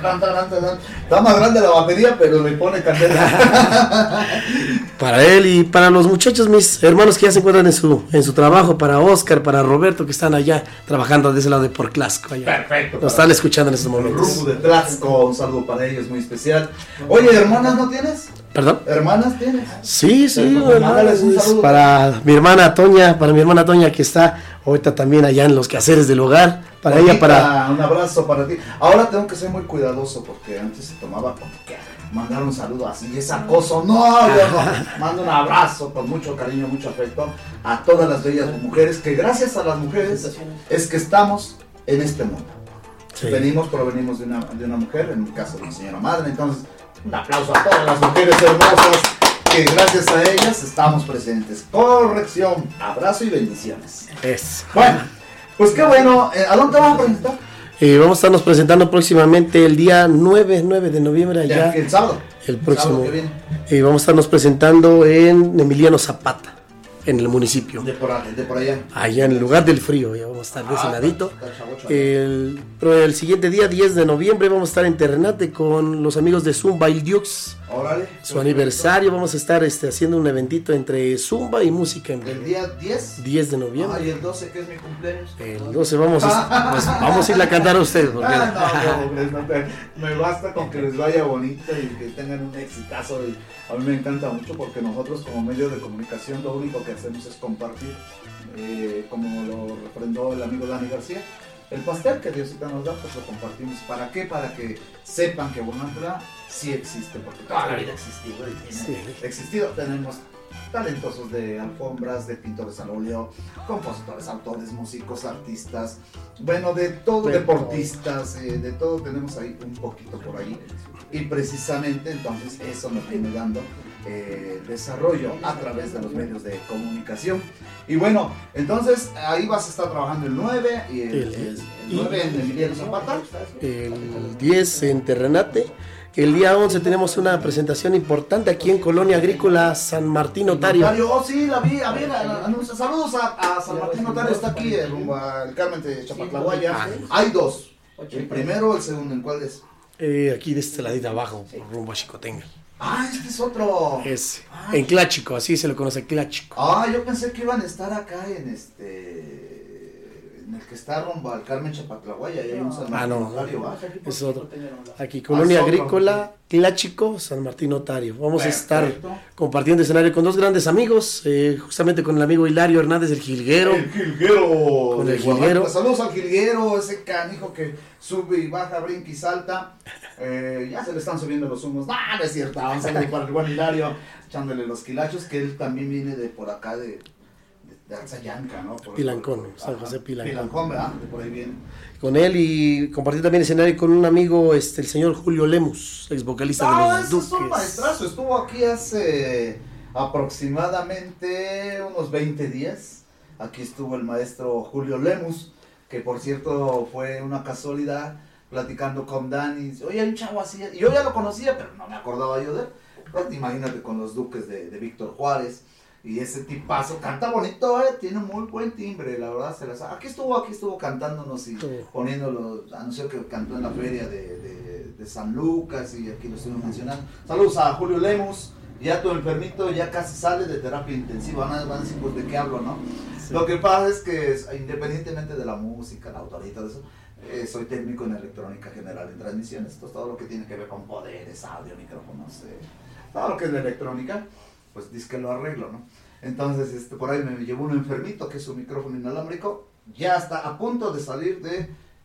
[SPEAKER 1] Está más grande la batería, pero le pone candela.
[SPEAKER 2] Para él y para los muchachos, mis hermanos que ya se encuentran en su trabajo, para Oscar, para Roberto, que están allá trabajando de ese lado de Portlasco. Allá.
[SPEAKER 1] Perfecto.
[SPEAKER 2] Nos están escuchando en estos momentos.
[SPEAKER 1] Rumbo de Tlaxco, un saludo para ellos muy especial. Oye, ¿hermanas no tienes?
[SPEAKER 2] ¿Perdón?
[SPEAKER 1] ¿Hermanas tienes?
[SPEAKER 2] Sí,
[SPEAKER 1] Mándales un saludo.
[SPEAKER 2] para mi hermana Toña, que está ahorita también allá en los quehaceres del hogar. Para
[SPEAKER 1] Bonita,
[SPEAKER 2] ella, para...
[SPEAKER 1] Un abrazo para ti. Ahora tengo que ser muy cuidadoso porque antes se tomaba como que mandar un saludo así, es acoso. No, yo no. Mando un abrazo con mucho cariño, mucho afecto a todas las bellas mujeres, que gracias a las mujeres es que estamos en este mundo.
[SPEAKER 2] Sí.
[SPEAKER 1] Provenimos de una mujer, en mi caso de una señora madre. Entonces, un aplauso a todas las mujeres hermosas que gracias a ellas estamos presentes. Corrección, abrazo y bendiciones. Bueno, pues qué bueno. ¿A dónde te vamos a presentar?
[SPEAKER 2] Vamos a estarnos presentando próximamente el día 9 de noviembre allá.
[SPEAKER 1] El sábado.
[SPEAKER 2] El próximo.
[SPEAKER 1] Sábado que viene.
[SPEAKER 2] Vamos a estarnos presentando en Emiliano Zapata, en el municipio.
[SPEAKER 1] De por allá.
[SPEAKER 2] Allá en el lugar del frío, ya vamos a estar vecinadito. El siguiente día, 10 de noviembre, vamos a estar en Terrenate con los amigos de Zumba Il Dux.
[SPEAKER 1] Órale.
[SPEAKER 2] Su aniversario, vamos a estar haciendo un eventito entre Zumba y música en vivo.
[SPEAKER 1] ¿El día 10?
[SPEAKER 2] 10 de noviembre.
[SPEAKER 1] ¿Y el 12 que es mi cumpleaños?
[SPEAKER 2] El 12 vamos a ir a cantar a ustedes. Porque...
[SPEAKER 1] me basta con que les vaya bonito y que tengan un exitazo. Y a mí me encanta mucho porque nosotros como medio de comunicación lo único que hacemos es compartir, como lo refrendó el amigo Dani García. El pastel que Diosita nos da, pues lo compartimos. ¿Para qué? Para que sepan que Guanajuato sí existe, porque toda la vida ha existido. Tenemos talentosos de alfombras, de pintores al óleo, compositores, autores, músicos, artistas, bueno, de todo, deportistas, de todo tenemos ahí un poquito por ahí. Y precisamente entonces eso nos viene dando desarrollo a través de los medios de comunicación. Y bueno, entonces ahí vas a estar trabajando el 9 y el 9 en Emiliano Zapata.
[SPEAKER 2] El 10 en Terrenate. El día 11 tenemos una presentación importante aquí en Colonia Agrícola San Martín Otario.
[SPEAKER 1] Oh, sí, la vi, a ver, saludos a San Martín Otario, está aquí rumbo al Carmen de Chapatlahuaya. Hay dos, el primero, el segundo, ¿en cuál es?
[SPEAKER 2] Aquí de este ladito abajo, rumbo a Xicotenga.
[SPEAKER 1] Este es otro.
[SPEAKER 2] Es en Cláchico, así se lo conoce, Cláchico.
[SPEAKER 1] Yo pensé que iban a estar acá en el que está rumbo al Carmen Chapatlahuaya, y hay un San Martín Otario.
[SPEAKER 2] Es otro. Aquí, Colonia Agrícola, Cláchico, San Martín Otario. Vamos a estar compartiendo escenario con dos grandes amigos, justamente con el amigo Hilario Hernández, el Jilguero.
[SPEAKER 1] El Jilguero.
[SPEAKER 2] Con el Jilguero.
[SPEAKER 1] Saludos al Jilguero, ese canijo que sube y baja, brinca y salta. Ya se le están subiendo los humos. No es cierto. Vamos a ver para el buen Hilario, echándole los quilachos, que él también viene de por acá de Alzayanca, ¿no?
[SPEAKER 2] Pilancón, San José Pilancón.
[SPEAKER 1] Pilancón, ¿verdad? De por ahí viene.
[SPEAKER 2] Con él y compartir también escenario con un amigo, el señor Julio Lemus, ex vocalista de los Duques.
[SPEAKER 1] Es un maestrazo, estuvo aquí hace aproximadamente unos 20 días. Aquí estuvo el maestro Julio Lemus, que por cierto fue una casualidad, platicando con Dani. Oye, hay un chavo así, y yo ya lo conocía, pero no me acordaba yo de él. Pues imagínate con los Duques de Víctor Juárez. Y ese tipazo canta bonito, tiene muy buen timbre, la verdad se las... Aquí estuvo cantándonos y poniéndolo, anunció que cantó en la feria de San Lucas y aquí lo estuvimos mencionando. Saludos a Julio Lemus, ya tu enfermito ya casi sale de terapia intensiva, van a decir pues de qué hablo, ¿no? Sí. Lo que pasa es que independientemente de la música, la autoría y todo eso, soy técnico en electrónica general en transmisiones, entonces todo lo que tiene que ver con poderes, audio, micrófonos, todo lo que es la electrónica, pues dice que lo arreglo, ¿no? Entonces, por ahí me llevó un enfermito que es su micrófono inalámbrico, ya está a punto de salir de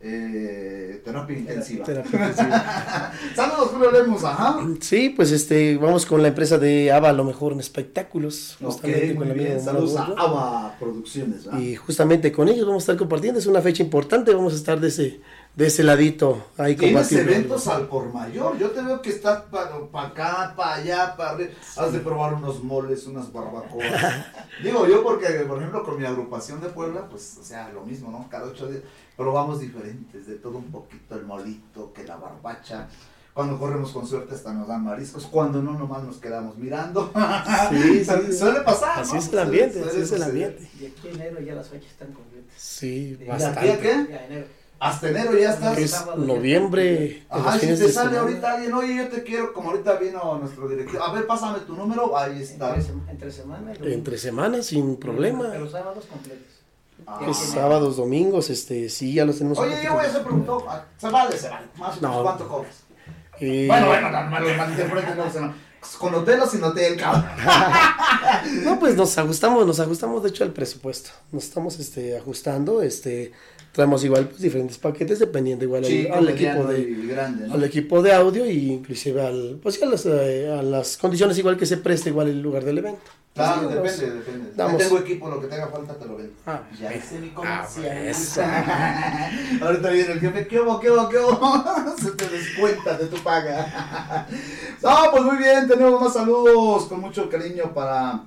[SPEAKER 1] terapia intensiva.
[SPEAKER 2] Terapia
[SPEAKER 1] Saludos, Julio Lemus, ajá.
[SPEAKER 2] Sí, pues vamos con la empresa de ABA, lo mejor en espectáculos. Justamente
[SPEAKER 1] Ok,
[SPEAKER 2] con
[SPEAKER 1] muy
[SPEAKER 2] la vida
[SPEAKER 1] bien.
[SPEAKER 2] de
[SPEAKER 1] Saludos a
[SPEAKER 2] Mauro.
[SPEAKER 1] ABA Producciones, ¿verdad?
[SPEAKER 2] Y justamente con ellos vamos a estar compartiendo, es una fecha importante, vamos a estar de ese ladito ahí
[SPEAKER 1] Tienes
[SPEAKER 2] compartiendo.
[SPEAKER 1] eventos al por mayor. Yo te veo que estás para acá, para allá, para arriba. Has de probar unos moles, unas barbacoas. Digo yo porque, por ejemplo, con mi agrupación de Puebla, pues, o sea, lo mismo, ¿no? Cada 8 días probamos diferentes, de todo un poquito, el molito, que la barbacha. Cuando corremos con suerte hasta nos dan mariscos, cuando no, nomás nos quedamos mirando.
[SPEAKER 2] Sí,
[SPEAKER 1] Suele pasar,
[SPEAKER 2] así
[SPEAKER 1] ¿no?
[SPEAKER 2] es el ambiente,
[SPEAKER 1] Suele
[SPEAKER 2] así es el
[SPEAKER 1] suceder.
[SPEAKER 2] ambiente.
[SPEAKER 10] Y aquí en enero ya las fechas están completas.
[SPEAKER 2] Sí,
[SPEAKER 1] ¿De aquí
[SPEAKER 2] bastante.
[SPEAKER 1] a qué?
[SPEAKER 10] Ya enero.
[SPEAKER 1] Hasta enero ya estás.
[SPEAKER 2] Es noviembre.
[SPEAKER 1] Ajá,
[SPEAKER 2] los
[SPEAKER 1] si
[SPEAKER 2] fines
[SPEAKER 1] te
[SPEAKER 2] de
[SPEAKER 1] sale
[SPEAKER 2] semana.
[SPEAKER 1] ahorita alguien, oye, yo te quiero, como ahorita vino nuestro director, a ver, pásame tu número, ahí está.
[SPEAKER 10] Entre semana y domingo.
[SPEAKER 2] Entre semanas, sin problema.
[SPEAKER 10] Pero sábados completos.
[SPEAKER 1] Ah.
[SPEAKER 2] Pues, sábados, domingos, sí, ya los tenemos.
[SPEAKER 1] Oye, yo voy a hacer preguntó, se vale, más o menos,
[SPEAKER 2] No.
[SPEAKER 1] ¿cuánto cobras?
[SPEAKER 2] Eh,
[SPEAKER 1] Bueno, no, malinterpreten, no, con hotel o sin hotel, cabrón.
[SPEAKER 2] No, pues nos ajustamos de hecho al presupuesto. Nos estamos ajustando, traemos igual pues diferentes paquetes dependiendo igual al equipo de
[SPEAKER 1] grande, ¿no?
[SPEAKER 2] al equipo de audio y inclusive a las condiciones igual que se preste igual el lugar del evento.
[SPEAKER 1] Claro,
[SPEAKER 2] Sí,
[SPEAKER 1] depende.
[SPEAKER 2] damos-
[SPEAKER 1] Yo tengo equipo, lo que te haga falta te lo vendo.
[SPEAKER 2] Ah,
[SPEAKER 1] Ya
[SPEAKER 2] bien.
[SPEAKER 1] hice mi comercial.
[SPEAKER 2] Eso.
[SPEAKER 1] Ahorita viene el jefe, ¿qué hubo? Se te descuenta de tu paga. No, pues muy bien, tenemos más saludos con mucho cariño para...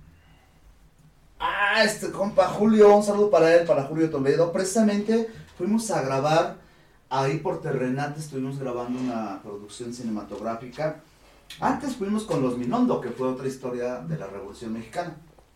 [SPEAKER 1] este compa Julio, un saludo para él, para Julio Toledo. Precisamente fuimos a grabar ahí por Terrenate, estuvimos grabando una producción cinematográfica. Antes fuimos con Los Minondo, que fue otra historia de la Revolución Mexicana.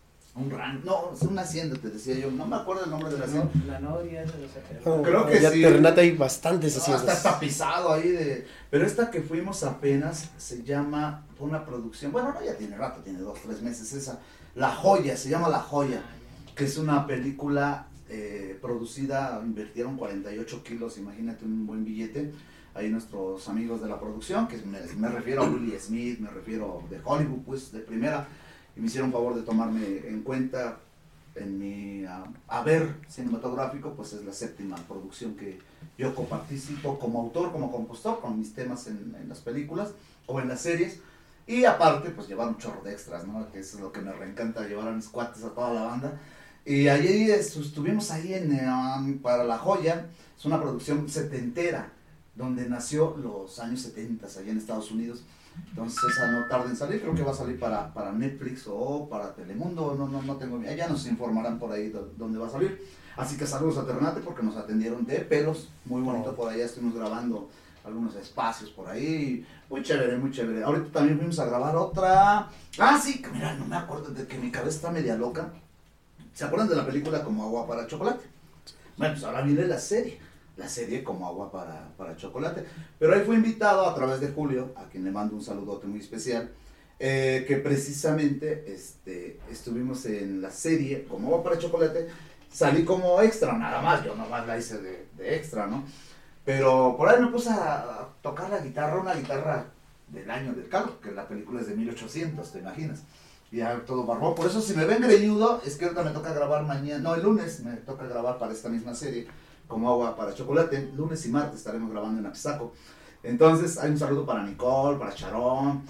[SPEAKER 1] Es una hacienda, te decía yo, no me acuerdo el nombre de la hacienda.
[SPEAKER 10] La Noria de los Ateros.
[SPEAKER 2] No,
[SPEAKER 1] Creo que
[SPEAKER 2] ya
[SPEAKER 1] sí.
[SPEAKER 2] Terrenate hay bastantes
[SPEAKER 1] Está
[SPEAKER 2] haciendas.
[SPEAKER 1] tapizado ahí de... Pero esta que fuimos apenas se llama, fue una producción, bueno, no, ya tiene rato, tiene 2-3 meses esa. La Joya, se llama La Joya, que es una película producida, invirtieron 48 kilos, imagínate un buen billete. Ahí nuestros amigos de la producción, que me refiero a Willie Smith, me refiero de Hollywood, pues de primera, y me hicieron favor de tomarme en cuenta en mi haber cinematográfico, pues es la 7ª producción que yo coparticipo como autor, como compositor, con mis temas en las películas o en las series, y aparte pues llevar un chorro de extras, ¿no? Que eso es lo que me reencanta, llevar a mis cuates, a toda la banda. Y allí estuvimos ahí para La Joya, es una producción setentera, donde nació los años 70 allá en Estados Unidos. Entonces esa no tarda en salir, creo que va a salir para Netflix o para Telemundo, no tengo idea, ya nos informarán por ahí dónde va a salir. Así que saludos a Ternate porque nos atendieron de pelos, muy bonito por allá, estuvimos grabando algunos espacios por ahí, muy chévere, muy chévere. Ahorita también fuimos a grabar otra, sí, mira, no me acuerdo, de que mi cabeza está media loca. ¿Se acuerdan de la película Como Agua para Chocolate? Bueno, pues ahora viene la serie Como Agua para Chocolate, pero ahí fue invitado a través de Julio, a quien le mando un saludote muy especial, que precisamente estuvimos en la serie Como Agua para Chocolate, salí como extra, nada más, yo nomás la hice de extra, ¿no? Pero por ahí me puse a tocar la guitarra, una guitarra del año del carro, que la película es de 1800, ¿te imaginas? Y ya todo barbón, por eso si me ven greñudo, es que ahorita me toca grabar el lunes me toca grabar para esta misma serie, Como Agua para Chocolate, lunes y martes estaremos grabando en Apizaco. Entonces hay un saludo para Nicole, para Charón,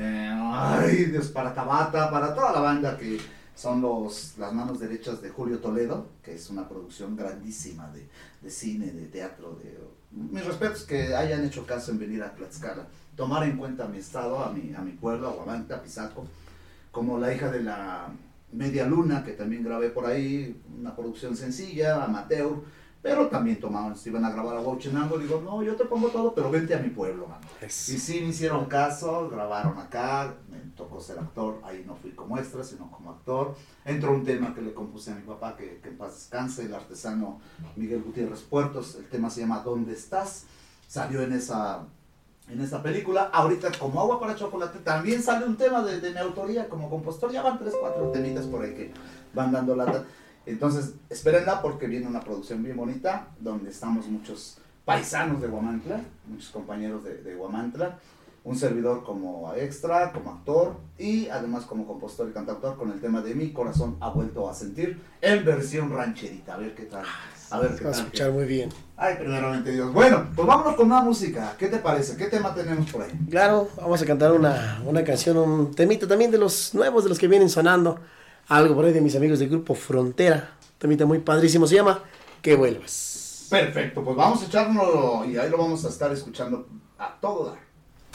[SPEAKER 1] para Tabata, para toda la banda que son las manos derechas de Julio Toledo, que es una producción grandísima de cine, de teatro. Mis respetos que hayan hecho caso en venir a Tlaxcala, tomar en cuenta mi estado, a mi pueblo, a Huamantla, Apizaco, como La Hija de la Media Luna, que también grabé por ahí, una producción sencilla, amateur, pero también se iban a grabar a Huachinango, digo, no, yo te pongo todo, pero vente a mi pueblo, mano. Y sí me hicieron caso, grabaron acá, me tocó ser actor, ahí no fui como extra, sino como actor. Entró un tema que le compuse a mi papá, que en paz descanse, el artesano Miguel Gutiérrez Puertos, el tema se llama ¿Dónde estás? Salió en esa película. Ahorita Como Agua para Chocolate también sale un tema de mi autoría como compositor, ya van 3-4 temitas por ahí que van dando lata. Entonces, espérenla porque viene una producción bien bonita, donde estamos muchos paisanos de Huamantla, muchos compañeros de Huamantla, un servidor como extra, como actor y además como compositor y cantautor con el tema de Mi Corazón ha vuelto a sentir en versión rancherita. A ver qué tal. A ver qué
[SPEAKER 2] Va a
[SPEAKER 1] tal.
[SPEAKER 2] escuchar muy bien.
[SPEAKER 1] Ay, primeramente Dios. Bueno, pues vámonos con una música. ¿Qué te parece? ¿Qué tema tenemos por ahí?
[SPEAKER 2] Claro, vamos a cantar una canción, un temita también de los nuevos, de los que vienen sonando. Algo por ahí de mis amigos del grupo Frontera. Un temita muy padrísimo, se llama Que Vuelvas.
[SPEAKER 1] Perfecto, pues vamos a echárnoslo y ahí lo vamos a estar escuchando a todo dar.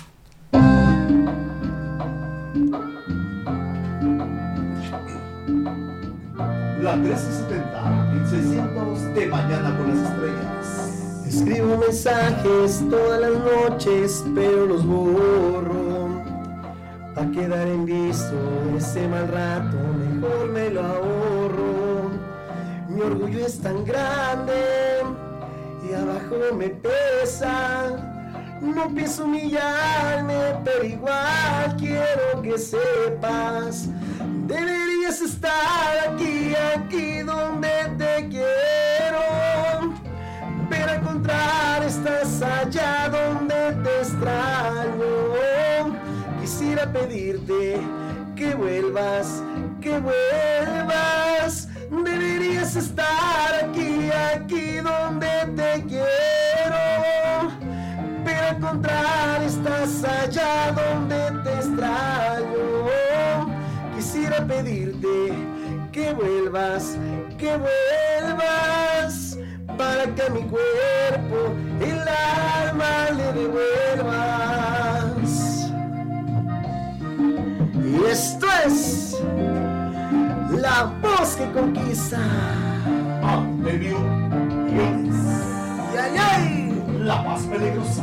[SPEAKER 1] La 1370, 1600 de Mañana con las Estrellas.
[SPEAKER 2] Escribo mensajes todas las noches, pero los borro. Pa' quedar en visto ese mal rato, mejor me lo ahorro. Mi orgullo es tan grande y abajo me pesa. No pienso humillarme, pero igual quiero que sepas. Deberías estar aquí donde te quiero. Pero al contrario estás allá donde te extraño. Quisiera pedirte que vuelvas, que vuelvas. Deberías estar aquí donde te quiero. Pero al contrario estás allá donde te extraño. Quisiera pedirte que vuelvas, para que a mi cuerpo el alma le devuelvas. Y esto es La Voz que Conquista.
[SPEAKER 1] Antonio Guiones.
[SPEAKER 2] Y ay, ay,
[SPEAKER 1] La más peligrosa.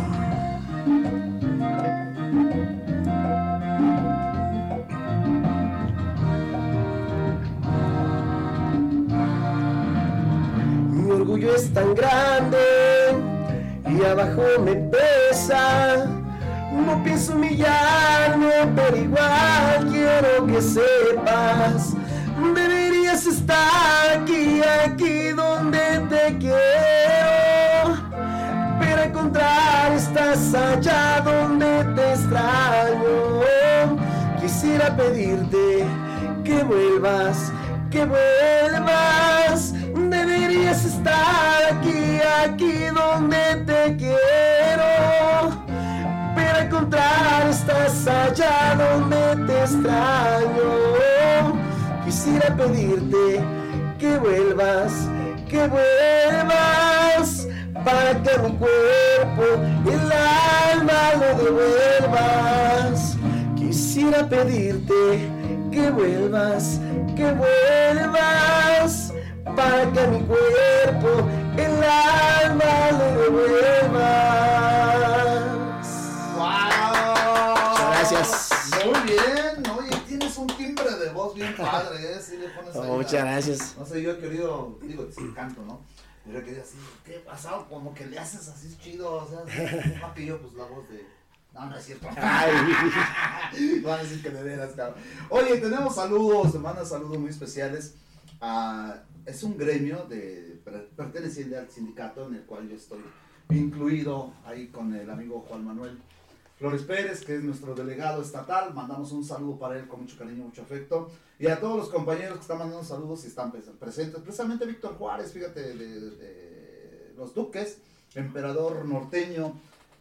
[SPEAKER 2] mi orgullo es tan grande y abajo me pesa. No pienso humillarme, pero igual quiero que sepas. Deberías estar aquí donde te quiero. Pero al contrario estás allá donde te extraño. Quisiera pedirte que vuelvas, que vuelvas. Deberías estar aquí donde te quiero. Pero al contrario estás allá donde te extraño. Quisiera pedirte que vuelvas, para que a mi cuerpo el alma lo devuelvas. Quisiera pedirte que vuelvas, para que a mi cuerpo el alma lo devuelvas.
[SPEAKER 1] ¡Wow!
[SPEAKER 2] Muchas gracias.
[SPEAKER 1] Muy bien, oye, tienes un timbre de voz bien padre, ¿eh? Sí le pones ahí
[SPEAKER 2] Muchas gracias.
[SPEAKER 1] No sé, yo he querido, digo, sí canto, ¿no? Yo he querido así, ¿qué pasado? Como que le haces así chido, o sea, más que yo, pues la voz de... No, no es cierto. Ay. Van a decir que de veras, cabrón. Oye, tenemos saludos, te mandan saludos muy especiales. Es un gremio perteneciente al sindicato en el cual yo estoy incluido ahí con el amigo Juan Manuel Flores Pérez, que es nuestro delegado estatal. Mandamos un saludo para él con mucho cariño, mucho afecto. Y a todos los compañeros que están mandando saludos y están presentes. Precisamente Víctor Juárez, fíjate, de Los Duques, emperador norteño.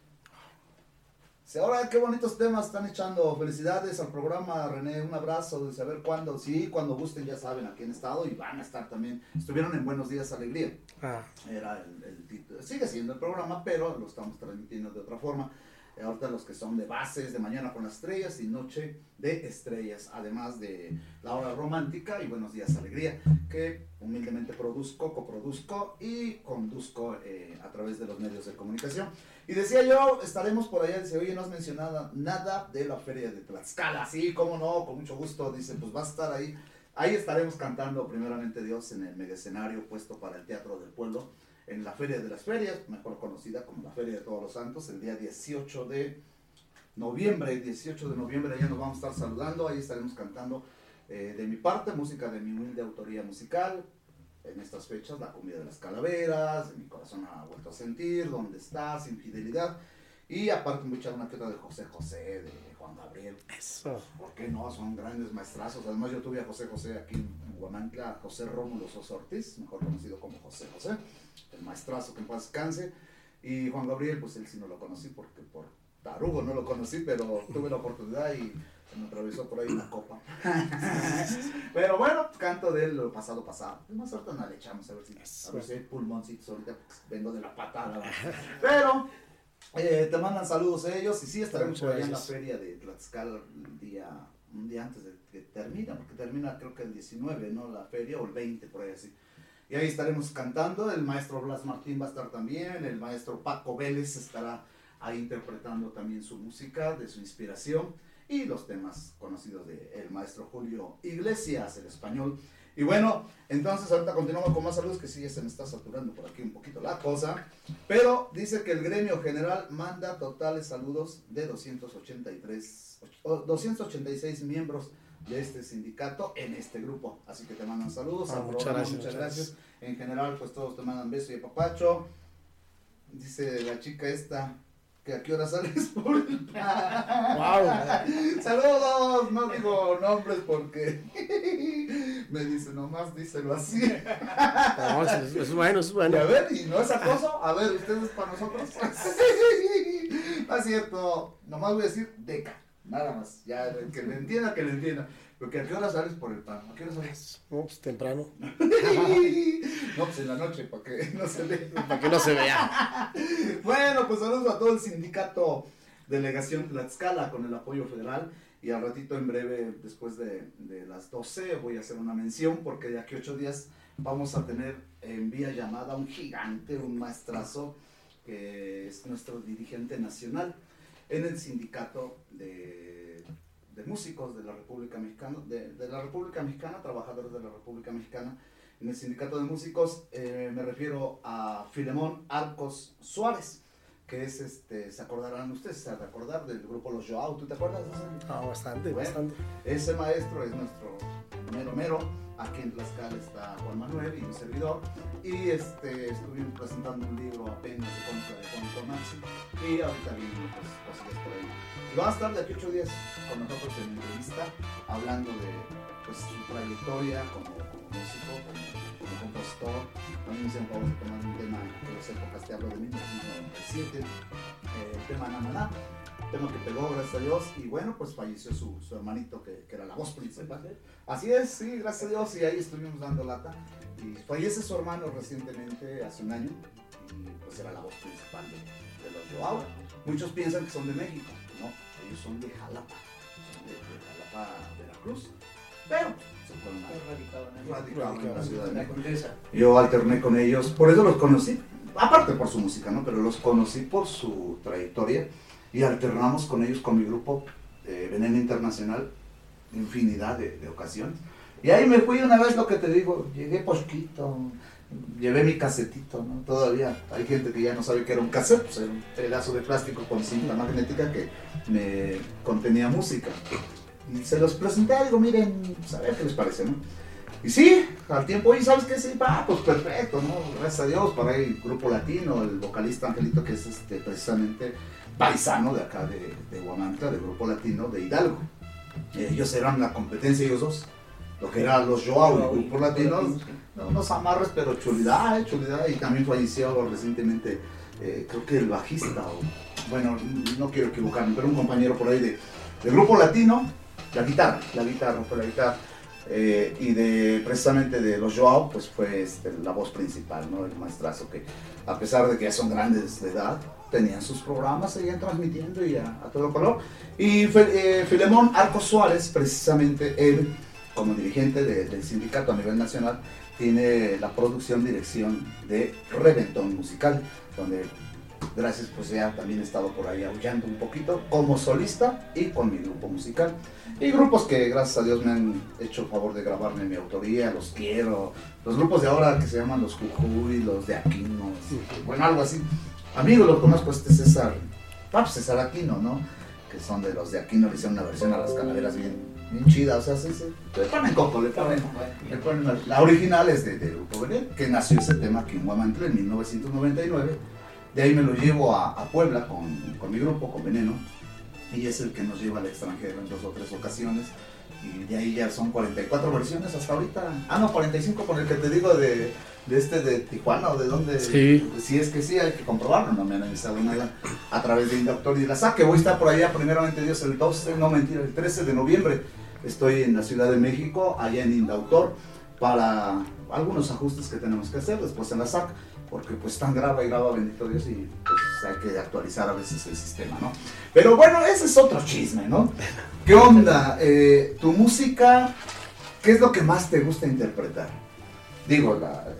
[SPEAKER 1] Ahora qué bonitos temas están echando. Felicidades al programa, René, un abrazo, de saber cuándo, sí, cuando gusten, ya saben, aquí han estado y van a estar también. Estuvieron en Buenos Días Alegría. Era el título, sigue siendo el programa, pero lo estamos transmitiendo de otra forma. Ahorita los que son de bases, de Mañana con las Estrellas y Noche de Estrellas, además de La Hora Romántica y Buenos Días Alegría, que humildemente coproduzco y conduzco a través de los medios de comunicación. Y decía yo, estaremos por allá, dice, oye, no has mencionado nada de la Feria de Tlaxcala. Sí, cómo no, con mucho gusto, dice, pues vas a estar ahí. Ahí estaremos cantando, primeramente Dios, en el mega escenario puesto para el Teatro del Pueblo, en la Feria de las Ferias, mejor conocida como la Feria de Todos los Santos, el día 18 de noviembre. 18 de noviembre, allá nos vamos a estar saludando, ahí estaremos cantando de mi parte, música de mi humilde autoría musical. En estas fechas, La Cumbia de las Calaveras, De Mi Corazón ha vuelto a sentir, ¿Dónde estás? Infidelidad. Y aparte me voy a echar una que otra de José José, de Juan Gabriel.
[SPEAKER 2] Eso.
[SPEAKER 1] ¿Por qué no? Son grandes maestrazos. Además yo tuve a José José aquí en Huamantla, José Rómulo Sosa Ortiz, mejor conocido como José José, el maestrazo que en paz descanse. Y Juan Gabriel, pues él sí no lo conocí porque por tarugo no lo conocí, pero tuve la oportunidad y se me atravesó por ahí una copa. Pero bueno, canto de él lo pasado. Más ahorita no le echamos a ver si hay pulmoncitos ahorita, porque vengo de la patada. Pero te mandan saludos a ellos y sí estaremos por allá en la feria de Tlaxcala un día antes de que termina, porque termina creo que el 19, ¿no? La feria, o el 20, por ahí así. Y ahí estaremos cantando, el maestro Blas Martín va a estar también, el maestro Paco Vélez estará ahí interpretando también su música, de su inspiración, y los temas conocidos del maestro Julio Iglesias, el español. Y bueno, entonces ahorita continuamos con más saludos, que sí, ya se me está saturando por aquí un poquito la cosa, pero dice que el gremio general manda totales saludos de 286 miembros de este sindicato en este grupo, así que te mandan saludos, muchas gracias. En general pues todos te mandan beso y apapacho. Dice la chica esta que a qué hora sales por el plan. Wow. Saludos, no digo nombres porque me dice nomás díselo así.
[SPEAKER 2] No, es bueno.
[SPEAKER 1] Y a ver, y no es acoso, a ver, ustedes para nosotros. No es cierto, nomás voy a decir deca. Nada más, ya, el que le entienda, Porque ¿a qué hora sales por el pan? ¿A qué hora sales?
[SPEAKER 2] No, pues temprano.
[SPEAKER 1] No, pues en la noche, para que no se vea.
[SPEAKER 2] Para que no se vea.
[SPEAKER 1] Bueno, pues saludos a todo el sindicato Delegación Tlaxcala con el apoyo federal. Y al ratito, en breve, después de las 12, voy a hacer una mención, porque de aquí a 8 días vamos a tener en vía llamada un gigante, un maestrazo, que es nuestro dirigente nacional en el sindicato de músicos de la República Mexicana, de la República Mexicana, trabajadores de la República Mexicana. En el sindicato de músicos me refiero a Filemón Arcos Suárez, que es, se acordarán ustedes, se han de acordar del grupo Los Joao, ¿tú te acuerdas de ese?
[SPEAKER 2] Bastante,
[SPEAKER 1] bueno,
[SPEAKER 2] bastante.
[SPEAKER 1] Ese maestro es nuestro mero, aquí en Tlaxcala está Juan Manuel y un servidor, y estuvimos presentando un libro apenas de contra de Juan Comanzi, y ahorita vienen pues, cosillas por ahí. Y va a estar de aquí 8 días con nosotros en entrevista, hablando de pues, su trayectoria como músico, como compositor. También me hicieron favor de tomar un tema de las épocas, te hablo de 1997, el tema Namaná, tema que pegó, gracias a Dios, y bueno, pues falleció su hermanito que era la voz principal. Así es, sí, gracias a Dios, y ahí estuvimos dando lata. Y fallece su hermano recientemente, hace un año, y pues era la voz principal de los Joao. Muchos piensan que son de México, no, ellos son de Jalapa, Veracruz, pero se fueron radicados en la Ciudad de México. Yo alterné con ellos, por eso los conocí, aparte por su música, ¿no? Pero los conocí por su trayectoria y alternamos con ellos, con mi grupo Veneno Internacional, infinidad de ocasiones. Y ahí me fui una vez, lo que te digo, llegué poquito, llevé mi casetito, ¿no? Todavía hay gente que ya no sabe que era un cassette, pues era un pedazo de plástico con cinta magnética que me contenía música. Y se los presenté, digo, miren, a ver qué les parece, ¿no? Y sí, al tiempo, y sabes qué, sí, pues perfecto, ¿no? Gracias a Dios, para ahí, Grupo Latino, el vocalista Angelito, que es precisamente paisano de acá de Huamantla, del Grupo Latino de Hidalgo. Ellos eran la competencia, ellos dos, lo que eran los Joao, el Grupo Latino, unos amarres, pero chulidad, y también falleció recientemente, creo que el bajista, bueno, no quiero equivocarme, pero un compañero por ahí del Grupo Latino, la guitarra, y precisamente de los Joao, pues fue la voz principal, ¿no? El maestrazo que, a pesar de que ya son grandes de edad, tenían sus programas, seguían transmitiendo y a todo color. Y Filemón Arcos Suárez, precisamente él, como dirigente del sindicato a nivel nacional, tiene la dirección de Reventón Musical, donde gracias, pues ya también he estado por ahí aullando un poquito como solista y con mi grupo musical. Y grupos que gracias a Dios me han hecho el favor de grabarme mi autoría, los quiero. Los grupos de ahora que se llaman los Jujuy, los de Aquino, bueno, algo así. Amigos, los conozco, César Aquino, ¿no? Que son de los de Aquino, le hicieron una versión a las calaveras bien chida, o sea, sí, le ponen coco, le ponen la original es de Grupo Veneno, que nació ese tema aquí en Huamantla en 1999. De ahí me lo llevo a Puebla con mi grupo, con Veneno, y es el que nos lleva al extranjero en 2 o 3 ocasiones. Y de ahí ya son 44 versiones hasta ahorita. Ah, no, 45 con el que te digo de Tijuana o de dónde.
[SPEAKER 2] Sí.
[SPEAKER 1] Si es que sí, hay que comprobarlo, no me han avisado nada. A través de Indautor y de la SAC, que voy a estar por allá, primeramente Dios, el 13 de noviembre. Estoy en la Ciudad de México, allá en Indautor, para algunos ajustes que tenemos que hacer después en la SAC, porque pues tan graba, bendito Dios, y pues hay que actualizar a veces el sistema, ¿no? Pero bueno, ese es otro chisme, ¿no? ¿Qué onda? Tu música, ¿qué es lo que más te gusta interpretar? Digo,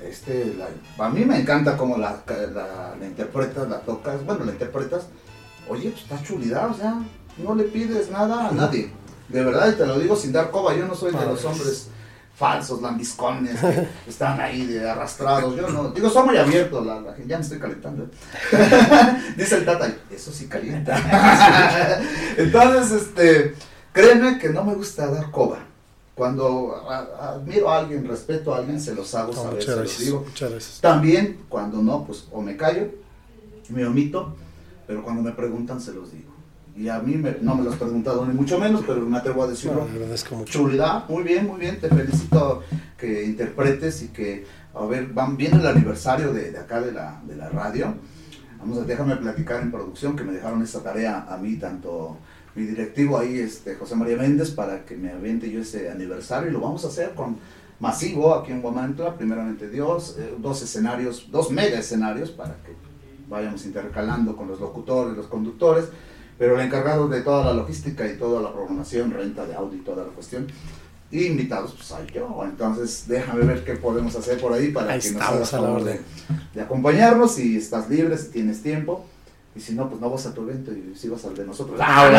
[SPEAKER 1] a mí me encanta cómo la interpretas, la tocas, bueno, la interpretas, oye, pues está chulidad, o sea, no le pides nada a nadie, de verdad, y te lo digo sin dar coba, yo no soy de los hombres falsos, lambiscones, que están ahí de arrastrados, yo no, digo, soy muy abierto, ya me estoy calentando, dice el Tata, eso sí calienta, entonces, créeme que no me gusta dar coba, cuando admiro a alguien, respeto a alguien, se los hago saber, se los digo, también, cuando no, pues, o me callo, me omito, pero cuando me preguntan, se los digo. Y a mí no me lo has preguntado ni mucho menos, pero me atrevo a decirlo. Chulidad, muy bien, te felicito que interpretes y que, a ver, viene el aniversario de acá de la radio. Déjame platicar en producción que me dejaron esa tarea a mí, tanto mi directivo ahí, José María Méndez, para que me aviente yo ese aniversario, y lo vamos a hacer con masivo aquí en Huamantla, primeramente Dios, 2 mega escenarios para que vayamos intercalando con los locutores, los conductores, pero el encargado de toda la logística y toda la programación, renta de audio y toda la cuestión, y invitados, pues soy yo. Entonces déjame ver qué podemos hacer por ahí para que nos hagas favor de acompañarnos, si estás libre, si tienes tiempo, y si no, pues no vas a tu evento y si vas al de nosotros.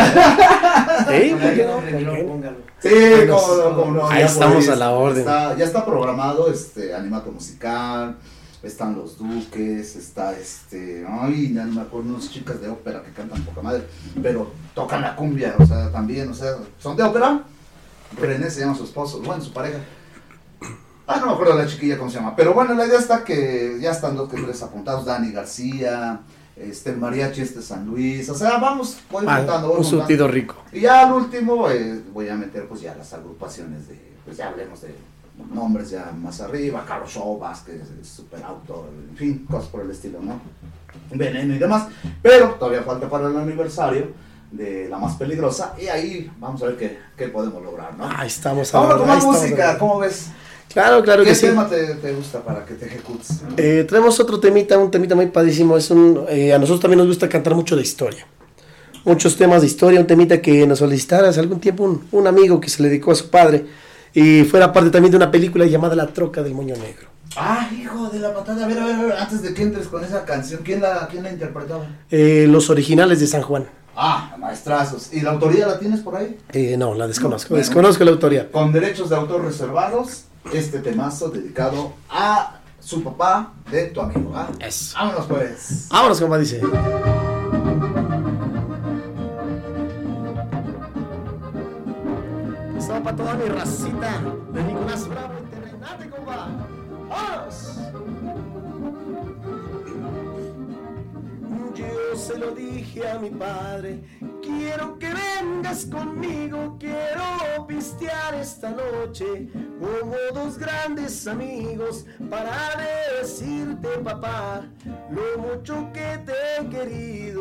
[SPEAKER 2] Sí,
[SPEAKER 10] póngalo.
[SPEAKER 1] Sí, como no.
[SPEAKER 2] Ahí estamos a la orden.
[SPEAKER 1] Ya está programado animato musical, están los Duques, está ay, no me acuerdo, unas chicas de ópera que cantan poca madre, pero tocan la cumbia, o sea, también, o sea, son de ópera. René se llama su esposo, bueno, su pareja. No me acuerdo la chiquilla cómo se llama, pero bueno, la idea está que ya están 2 que 3 apuntados, Dani García, el mariachi San Luis, o sea, voy montando.
[SPEAKER 2] Un surtido rico.
[SPEAKER 1] Y ya al último voy a meter pues ya las agrupaciones pues ya hablemos de nombres ya más arriba, Carlos Show, Vázquez, Super Auto, en fin, cosas por el estilo, ¿no? Veneno y demás, pero todavía falta para el aniversario de La Más Peligrosa, y ahí vamos a ver qué podemos lograr, ¿no?
[SPEAKER 2] Ahí estamos.
[SPEAKER 1] Vamos con más música, ¿cómo ves?
[SPEAKER 2] Claro que sí.
[SPEAKER 1] ¿Qué tema te gusta para que te ejecutes?
[SPEAKER 2] Traemos otro temita, un temita muy padrísimo, a nosotros también nos gusta cantar mucho de historia. Muchos temas de historia, un temita que nos solicitara hace algún tiempo un amigo que se le dedicó a su padre, y fuera parte también de una película llamada La Troca del Moño Negro.
[SPEAKER 1] Hijo de la patada, a ver, antes de que entres con esa canción, ¿quién la interpretaba?
[SPEAKER 2] Los Originales de San Juan.
[SPEAKER 1] Maestrazos. ¿Y la autoría la tienes por ahí?
[SPEAKER 2] No, la desconozco, desconozco la autoría.
[SPEAKER 1] Con derechos de autor reservados, este temazo dedicado a su papá de tu amigo, ¿ah?
[SPEAKER 2] Eso.
[SPEAKER 1] Vámonos pues.
[SPEAKER 2] Vámonos, como dice. Esto para toda mi racita de Nicolás Bravo y Terrenate, compa. ¡Vámonos! Yo se lo dije a mi padre, quiero que vengas conmigo, quiero pistear esta noche como 2 grandes amigos para decirte, papá, lo mucho que te he querido.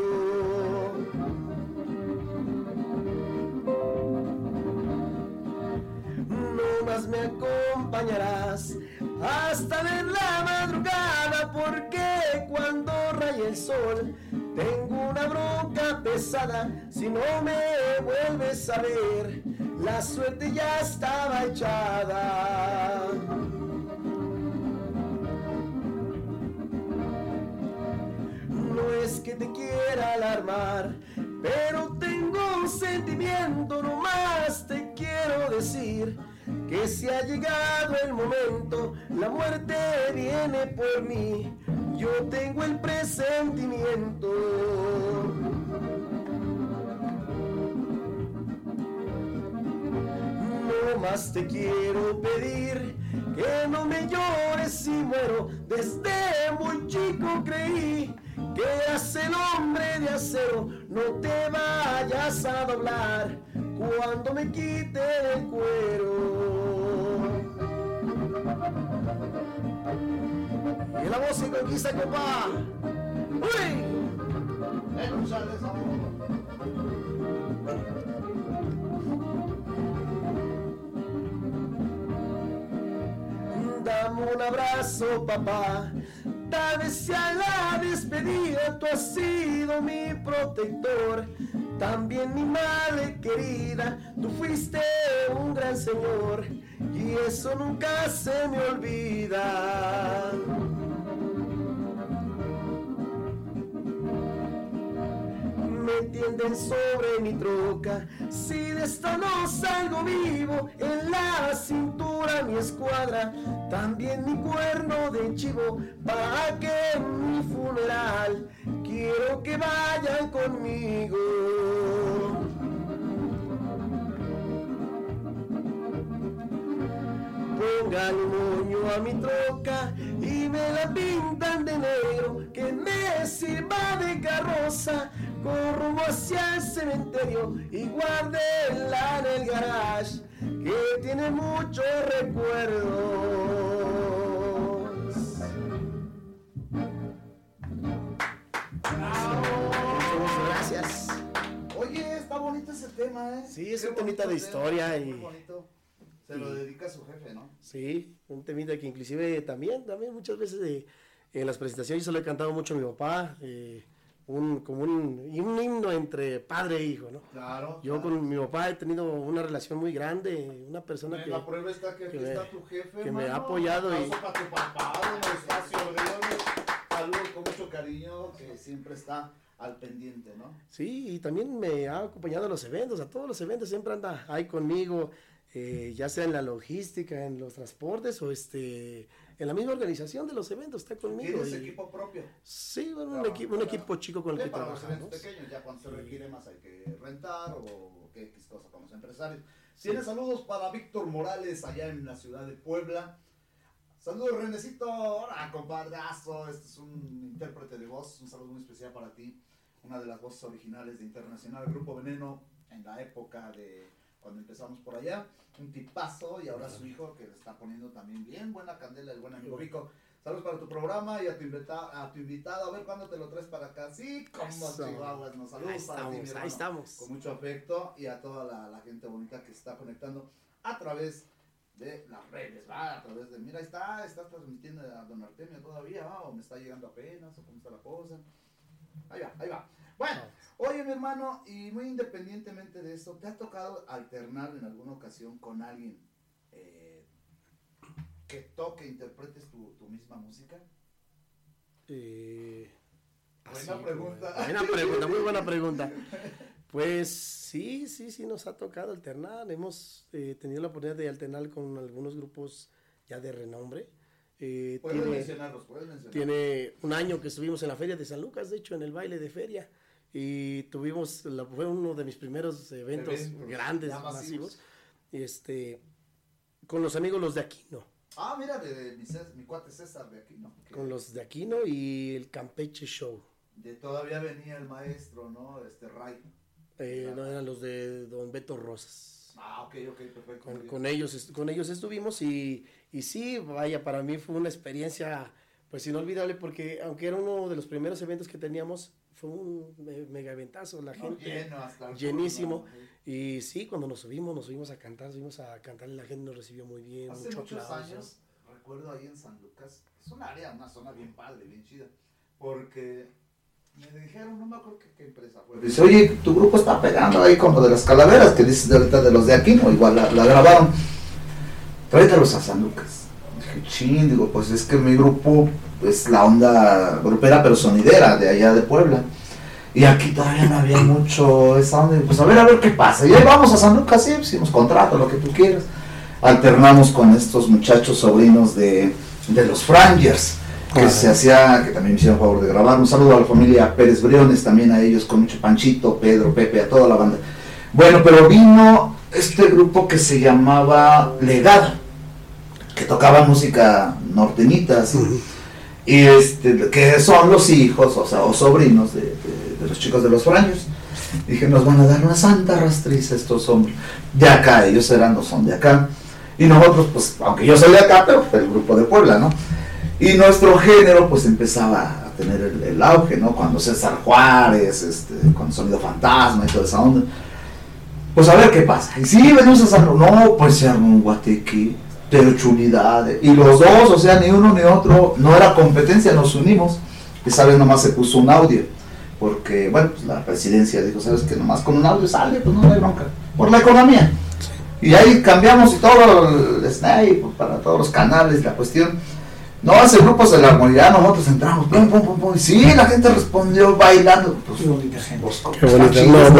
[SPEAKER 2] No más me acompañarás hasta ver la madrugada, porque cuando raye el sol tengo una bronca pesada. Si no me vuelves a ver, la suerte ya estaba echada. No es que te quiera alarmar, pero tengo un sentimiento, nomás te quiero decir que si ha llegado el momento, la muerte viene por mí, yo tengo el presentimiento. No más te quiero pedir que no me llores si muero. Desde muy chico creí que hace el hombre de acero, no te vayas a doblar cuando me quite el cuero. Y la voz y conquista, compa. ¡Uy! Dame un abrazo, papá. Tal vez sea la despedida, tú has sido mi protector. También mi madre querida, tú fuiste un gran señor. Y eso nunca se me olvida. Me tienden sobre mi troca, si de esta no salgo vivo, en la cintura mi escuadra, también mi cuerno de chivo, para que en mi funeral quiero que vayan conmigo. Pongan un moño a mi troca y me la pintan de negro, que me sirva de carroza, con rumbo hacia el cementerio y guárdenla en el garage, que tiene muchos recuerdos. Muchas gracias.
[SPEAKER 1] Oye, está bonito ese tema, ¿eh?
[SPEAKER 2] Sí, es
[SPEAKER 1] Qué
[SPEAKER 2] un temita
[SPEAKER 1] bonito
[SPEAKER 2] de historia
[SPEAKER 1] tema,
[SPEAKER 2] y...
[SPEAKER 1] muy bonito. Se lo dedica a su jefe, ¿no?
[SPEAKER 2] Sí, un temita que inclusive también muchas veces en las presentaciones yo se lo he cantado mucho a mi papá, como un himno entre padre e hijo, ¿no?
[SPEAKER 1] Claro.
[SPEAKER 2] Yo con mi papá he tenido una relación muy grande, una persona que...
[SPEAKER 1] La prueba está que aquí está tu jefe,
[SPEAKER 2] que me ha
[SPEAKER 1] mano.
[SPEAKER 2] apoyado.
[SPEAKER 1] Un aplauso para tu papá, don Eustacio Briones. Saludos con mucho cariño, que siempre está al pendiente, ¿no?
[SPEAKER 2] Sí, y también me ha acompañado a los eventos, a todos los eventos, siempre anda ahí conmigo, ya sea en la logística, en los transportes o en la misma organización de los eventos, está conmigo.
[SPEAKER 1] ¿Tienes equipo propio?
[SPEAKER 2] Sí, bueno, un equipo chico con el que
[SPEAKER 1] para los
[SPEAKER 2] trabajamos.
[SPEAKER 1] eventos pequeños, ya cuando se requiere más hay que rentar o qué X cosa con los empresarios. Tienes saludos para Víctor Morales allá en la ciudad de Puebla. Saludos, Renecito. Hola, compadreazo. Este es un intérprete de voz. Un saludo muy especial para ti. Una de las voces originales de Internacional Grupo Veneno en la época de cuando empezamos por allá. Un tipazo, y ahora su hijo que le está poniendo también bien buena candela, el buen amigo Vico. Saludos para tu programa y a tu invitado. A ver cuándo te lo traes para acá. Sí, como Chihuahuas. Nos saludos para ti, mi hermano.
[SPEAKER 2] Ahí estamos.
[SPEAKER 1] Con mucho afecto, y a toda la gente bonita que se está conectando a través de las redes, ¿va? A través de, mira, ahí está transmitiendo a don Artemio todavía, ¿va? O me está llegando apenas, o cómo está la cosa. Ahí va. Bueno, oye, mi hermano, y muy independientemente de esto, ¿te ha tocado alternar en alguna ocasión con alguien que toque, interpretes tu misma música? Buena pregunta.
[SPEAKER 2] Muy buena pregunta. Pues sí, nos ha tocado alternar. Hemos tenido la oportunidad de alternar con algunos grupos ya de renombre.
[SPEAKER 1] ¿Puedes mencionarlos?
[SPEAKER 2] Tiene un año que estuvimos en la Feria de San Lucas, de hecho, en el baile de feria. Y fue uno de mis primeros eventos grandes, masivos. Con los amigos los de Aquino.
[SPEAKER 1] Ah, mira, de mi cuate César de Aquino.
[SPEAKER 2] Con los de Aquino y el Campeche Show.
[SPEAKER 1] Todavía venía el maestro, ¿no? Ray.
[SPEAKER 2] No, eran los de don Beto Rosas.
[SPEAKER 1] Ah, ok, perfecto.
[SPEAKER 2] Con ellos estuvimos y sí, vaya, para mí fue una experiencia pues inolvidable, porque aunque era uno de los primeros eventos que teníamos, fue un mega eventazo, la gente llenísimo, y sí, cuando nos subimos a cantar, y la gente nos recibió muy bien.
[SPEAKER 1] Hace muchos años, recuerdo ahí en San Lucas, es una zona bien padre, bien chida, porque me dijeron, no me acuerdo qué empresa fue. Dice, oye, tu grupo está pegando ahí con lo de las calaveras, que dices de ahorita de los de Aquino, igual la grabaron. Tráetelos a San Lucas. Dije, digo, pues es que mi grupo es la onda grupera, pero sonidera, de allá de Puebla. Y aquí todavía no había mucho esa onda. Pues a ver qué pasa. Y ahí vamos a San Lucas, sí, hicimos contrato, lo que tú quieras. Alternamos con estos muchachos sobrinos de los Frangers, que que también me hicieron favor de grabar. Un saludo a la familia Pérez Briones, también a ellos, con mucho Panchito, Pedro, Pepe, a toda la banda. Bueno, pero vino este grupo que se llamaba Legado, que tocaba música norteñita, así. y que son los hijos, o sea, o sobrinos de los chicos de los foráneos. Dije, nos van a dar una santa rastriza estos hombres. De acá, ellos no son de acá. Y nosotros, pues, aunque yo soy de acá, pero el grupo de Puebla, ¿no? Y nuestro género, pues, empezaba a tener el auge, ¿no? Cuando César Juárez, con Sonido Fantasma y toda esa onda. Pues a ver qué pasa. Y sí, venimos a San Luis. No, pues se armó un guateque, pero chulidad. Y los dos, o sea, ni uno ni otro, no era competencia, nos unimos. Y sabes, nomás se puso un audio. Porque, bueno, pues la presidencia dijo, sabes que nomás con un audio sale, pues no hay bronca. Por la economía. Y ahí cambiamos y todo el Snake, pues, para todos los canales, la cuestión. No, ese grupo se la armonía, nosotros entramos, pum, pum, pum, pum. Y sí, la gente respondió bailando. Pues,
[SPEAKER 10] qué bonita gente.
[SPEAKER 2] Qué bonita,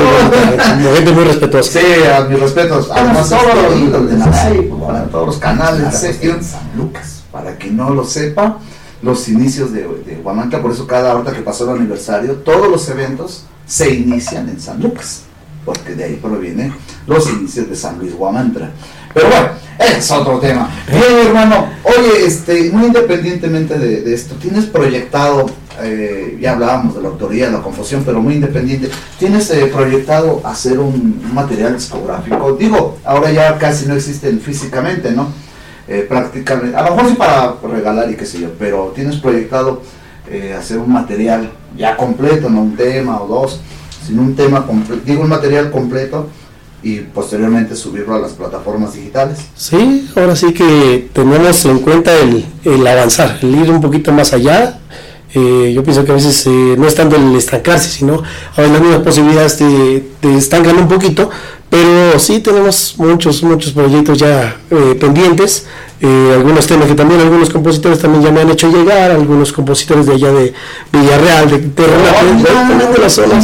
[SPEAKER 2] gente muy respetuosa.
[SPEAKER 1] Sí, a mis respetos. Además, para todos los canales, la cuestión. San Lucas, para quien no lo sepa, los inicios de Huamantla, por eso ahorita que pasó el aniversario, todos los eventos se inician en San Lucas, porque de ahí provienen los inicios de San Luis Huamantla. Pero bueno, es otro tema. Bien, hermano, oye, muy independientemente de esto, ¿tienes proyectado, ya hablábamos de la autoría, de la confusión, pero muy independiente, ¿tienes proyectado hacer un material discográfico? Digo, ahora ya casi no existen físicamente, ¿no? Prácticamente, a lo mejor sí para regalar y qué sé yo, pero ¿tienes proyectado hacer un material ya completo, no un tema o dos, sino un tema completo, digo un material completo y posteriormente subirlo a las plataformas digitales?
[SPEAKER 2] Sí, ahora sí que tenemos en cuenta el avanzar, el ir un poquito más allá. Yo pienso que a veces no es tanto el estancarse, sino a veces las mismas posibilidades te estancan un poquito, pero sí tenemos muchos proyectos ya pendientes, algunos temas que también algunos compositores también ya me han hecho llegar, algunos compositores de allá de Villarreal, de Terrena, de la zona,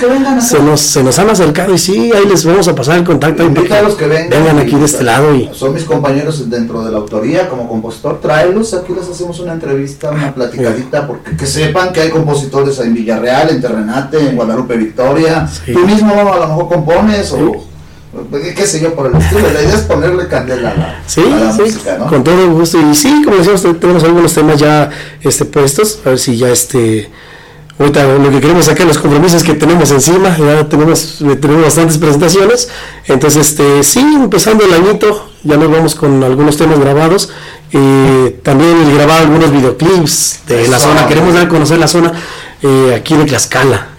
[SPEAKER 2] se nos han acercado y sí, ahí les vamos a pasar el contacto.
[SPEAKER 1] Invita a los que vengan
[SPEAKER 2] aquí de este lado.
[SPEAKER 1] Son mis compañeros dentro de la autoría como compositor, tráelos, aquí les hacemos una entrevista, una platicadita, porque que sepan que hay compositores en Villarreal, en Terrenate, en Guadalupe Victoria, tú mismo a lo mejor compones o qué sé yo por el estilo. La idea es ponerle candela a la música, ¿no?
[SPEAKER 2] Con todo gusto. Y sí, como decíamos, tenemos algunos temas ya puestos, a ver si ya ahorita lo que queremos sacar, los compromisos que tenemos encima, ya tenemos bastantes presentaciones, entonces sí, empezando el añito, ya nos vamos con algunos temas grabados, también el grabar algunos videoclips de la zona, queremos dar a conocer la zona aquí de Tlaxcala,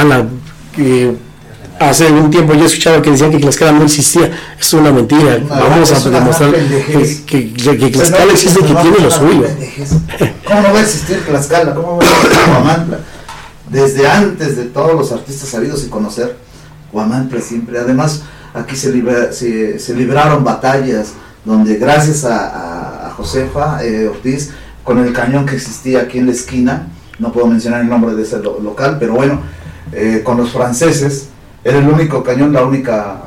[SPEAKER 2] hace algún tiempo yo escuchaba que decían que Tlaxcala no existía, es una mentira, vamos a demostrar que Tlaxcala existe, que tiene lo suyo.
[SPEAKER 1] ¿Cómo no va a existir Tlaxcala? ¿Cómo va a existir Huamantla? Desde antes de todos los artistas sabidos y conocer, Huamantla siempre, además aquí se libraron batallas donde gracias a Josefa Ortiz, con el cañón que existía aquí en la esquina, no puedo mencionar el nombre de ese local, pero bueno, con los franceses, era el único cañón, la única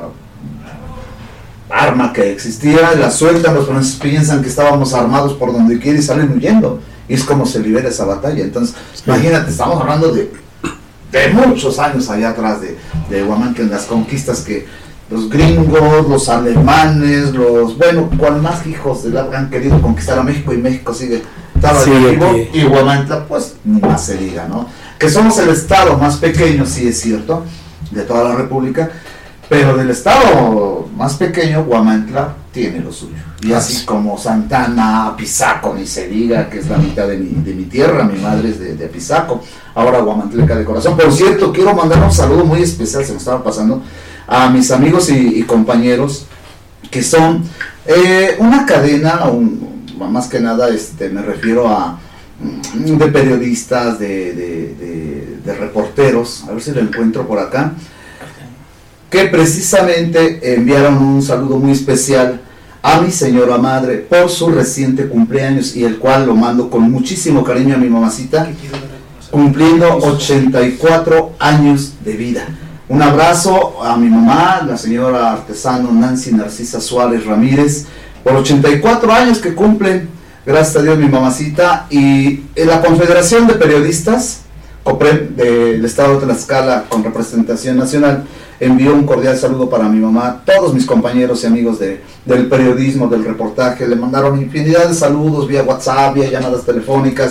[SPEAKER 1] arma que existía, la sueltan, los franceses piensan que estábamos armados por donde quiera y salen huyendo, y es como se libera esa batalla. Entonces, imagínate, estamos hablando de muchos años allá atrás de Huamantla, en las conquistas que los gringos, los alemanes, cual más hijos de la han querido conquistar a México, y México estaba vivo, y Huamantla, pues, ni más se diga, ¿no? Que somos el estado más pequeño, sí es cierto, de toda la república, pero del estado más pequeño, Huamantla tiene lo suyo. Y así como Santana, Apizaco, ni se diga, que es la mitad de mi tierra, mi madre es de Apizaco, ahora huamantleca de corazón. Por cierto, quiero mandar un saludo muy especial, se me estaba pasando, a mis amigos y compañeros, que son una cadena, más que nada me refiero a de periodistas, de reporteros, a ver si lo encuentro por acá, que precisamente enviaron un saludo muy especial a mi señora madre por su reciente cumpleaños, y el cual lo mando con muchísimo cariño a mi mamacita, cumpliendo 84 años de vida. Un abrazo a mi mamá, la señora artesano Nancy Narcisa Suárez Ramírez, por 84 años que cumplen, gracias a Dios, mi mamacita. Y en la Confederación de Periodistas COPREM del estado de Tlaxcala, con representación nacional, envió un cordial saludo para mi mamá. Todos mis compañeros y amigos del periodismo, del reportaje, le mandaron infinidad de saludos vía WhatsApp, vía llamadas telefónicas,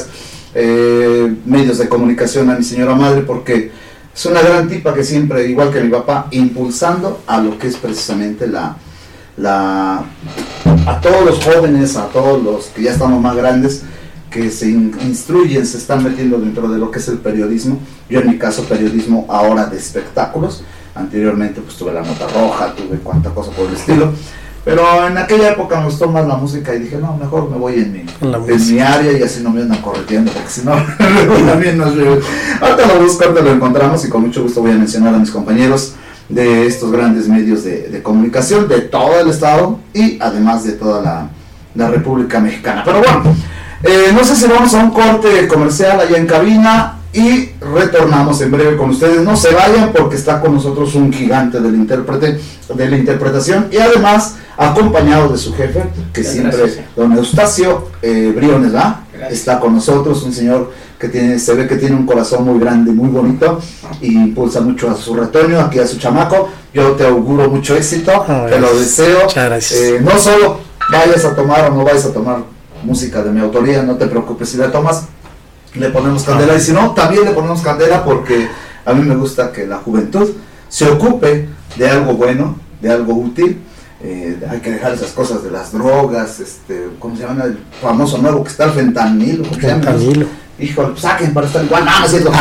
[SPEAKER 1] medios de comunicación a mi señora madre, porque es una gran tipa que siempre, igual que mi papá, impulsando a lo que es precisamente a todos los jóvenes, a todos los que ya estamos más grandes, que se instruyen, se están metiendo dentro de lo que es el periodismo. Yo en mi caso periodismo ahora de espectáculos, anteriormente pues tuve la nota roja, tuve cuanta cosa por el estilo, pero en aquella época me gustó más la música y dije no, mejor me voy en mi área y así no me andan correteando, porque si no también nos ahorita lo busco, ahorita lo encontramos y con mucho gusto voy a mencionar a mis compañeros de estos grandes medios de comunicación de todo el estado y además de toda la República Mexicana. Pero bueno, no sé si vamos a un corte comercial allá en cabina y retornamos en breve con ustedes. No se vayan porque está con nosotros un gigante del intérprete, de la interpretación y además acompañado de su jefe, que siempre, don Eustacio Briones, ¿verdad? Está con nosotros, un señor que se ve que tiene un corazón muy grande, muy bonito y impulsa mucho a su retoño, aquí a su chamaco. Yo te auguro mucho éxito, te lo deseo. No solo vayas a tomar o no vayas a tomar música de mi autoría, no te preocupes, si la tomas le ponemos candela, y si no, también le ponemos candela, porque a mí me gusta que la juventud se ocupe de algo bueno, de algo útil. Hay que dejar esas cosas de las drogas, ¿cómo se llama el famoso nuevo que está el fentanilo?
[SPEAKER 2] Fentanilo.
[SPEAKER 1] Híjole, saquen para estar igual, no es cierto.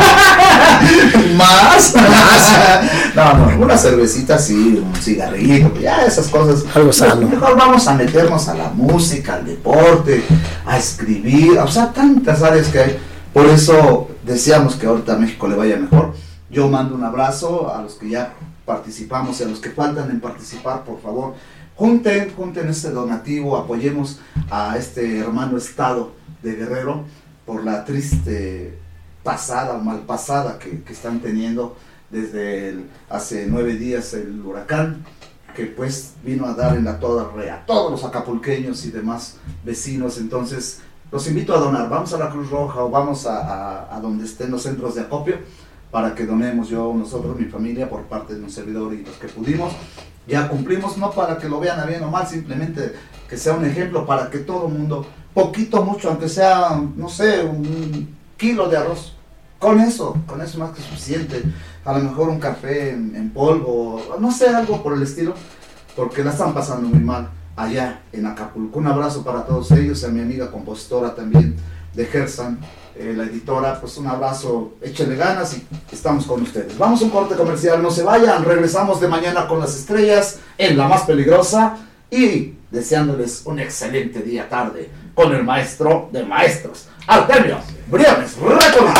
[SPEAKER 1] ¿Más? No, una cervecita sí, un cigarrito, ya esas cosas.
[SPEAKER 2] Algo sano.
[SPEAKER 1] Mejor vamos a meternos a la música, al deporte, a escribir, o sea, tantas áreas que hay. Por eso deseamos que ahorita a México le vaya mejor. Yo mando un abrazo a los que ya participamos y a los que faltan en participar, por favor. Junten este donativo, apoyemos a este hermano estado de Guerrero por la triste pasada o mal pasada que están teniendo desde hace 9 días el huracán, que pues vino a dar en la torre a todos los acapulqueños y demás vecinos. Entonces los invito a donar, vamos a la Cruz Roja o vamos a donde estén los centros de acopio para que donemos. Nosotros, mi familia, por parte de un servidor y los que pudimos, ya cumplimos, no para que lo vean a bien o mal, simplemente que sea un ejemplo para que todo el mundo, poquito, mucho, aunque sea, no sé, 1 kilo de arroz, con eso más que suficiente, a lo mejor un café en polvo, no sé, algo por el estilo, porque la están pasando muy mal allá en Acapulco. Un abrazo para todos ellos, a mi amiga compositora también de Gersan, la editora, pues un abrazo, échenle ganas y estamos con ustedes. Vamos a un corte comercial, no se vayan, regresamos de Mañana con las Estrellas en La Más Peligrosa y deseándoles un excelente día tarde con el maestro de maestros, Artemio Briones. ¡Retornamos!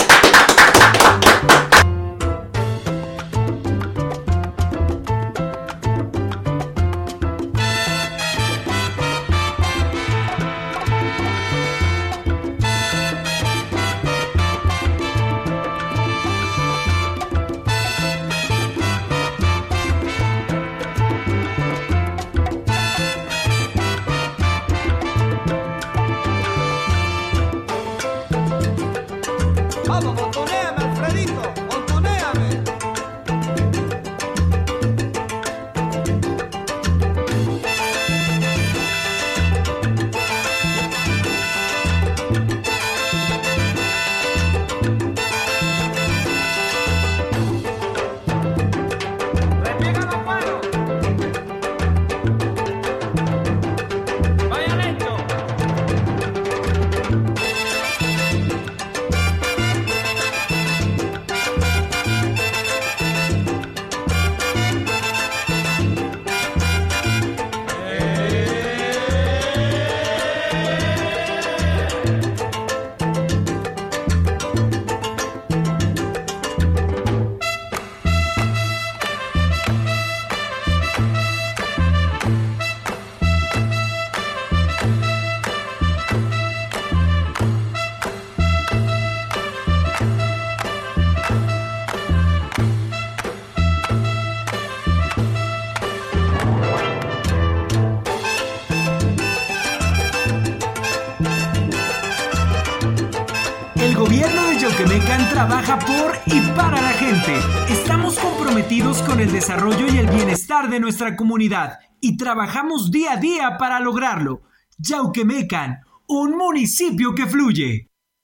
[SPEAKER 5] Trabaja por y para la gente. Estamos comprometidos con el desarrollo y el bienestar de nuestra comunidad y trabajamos día a día para lograrlo. Yauquemecan, un municipio que fluye.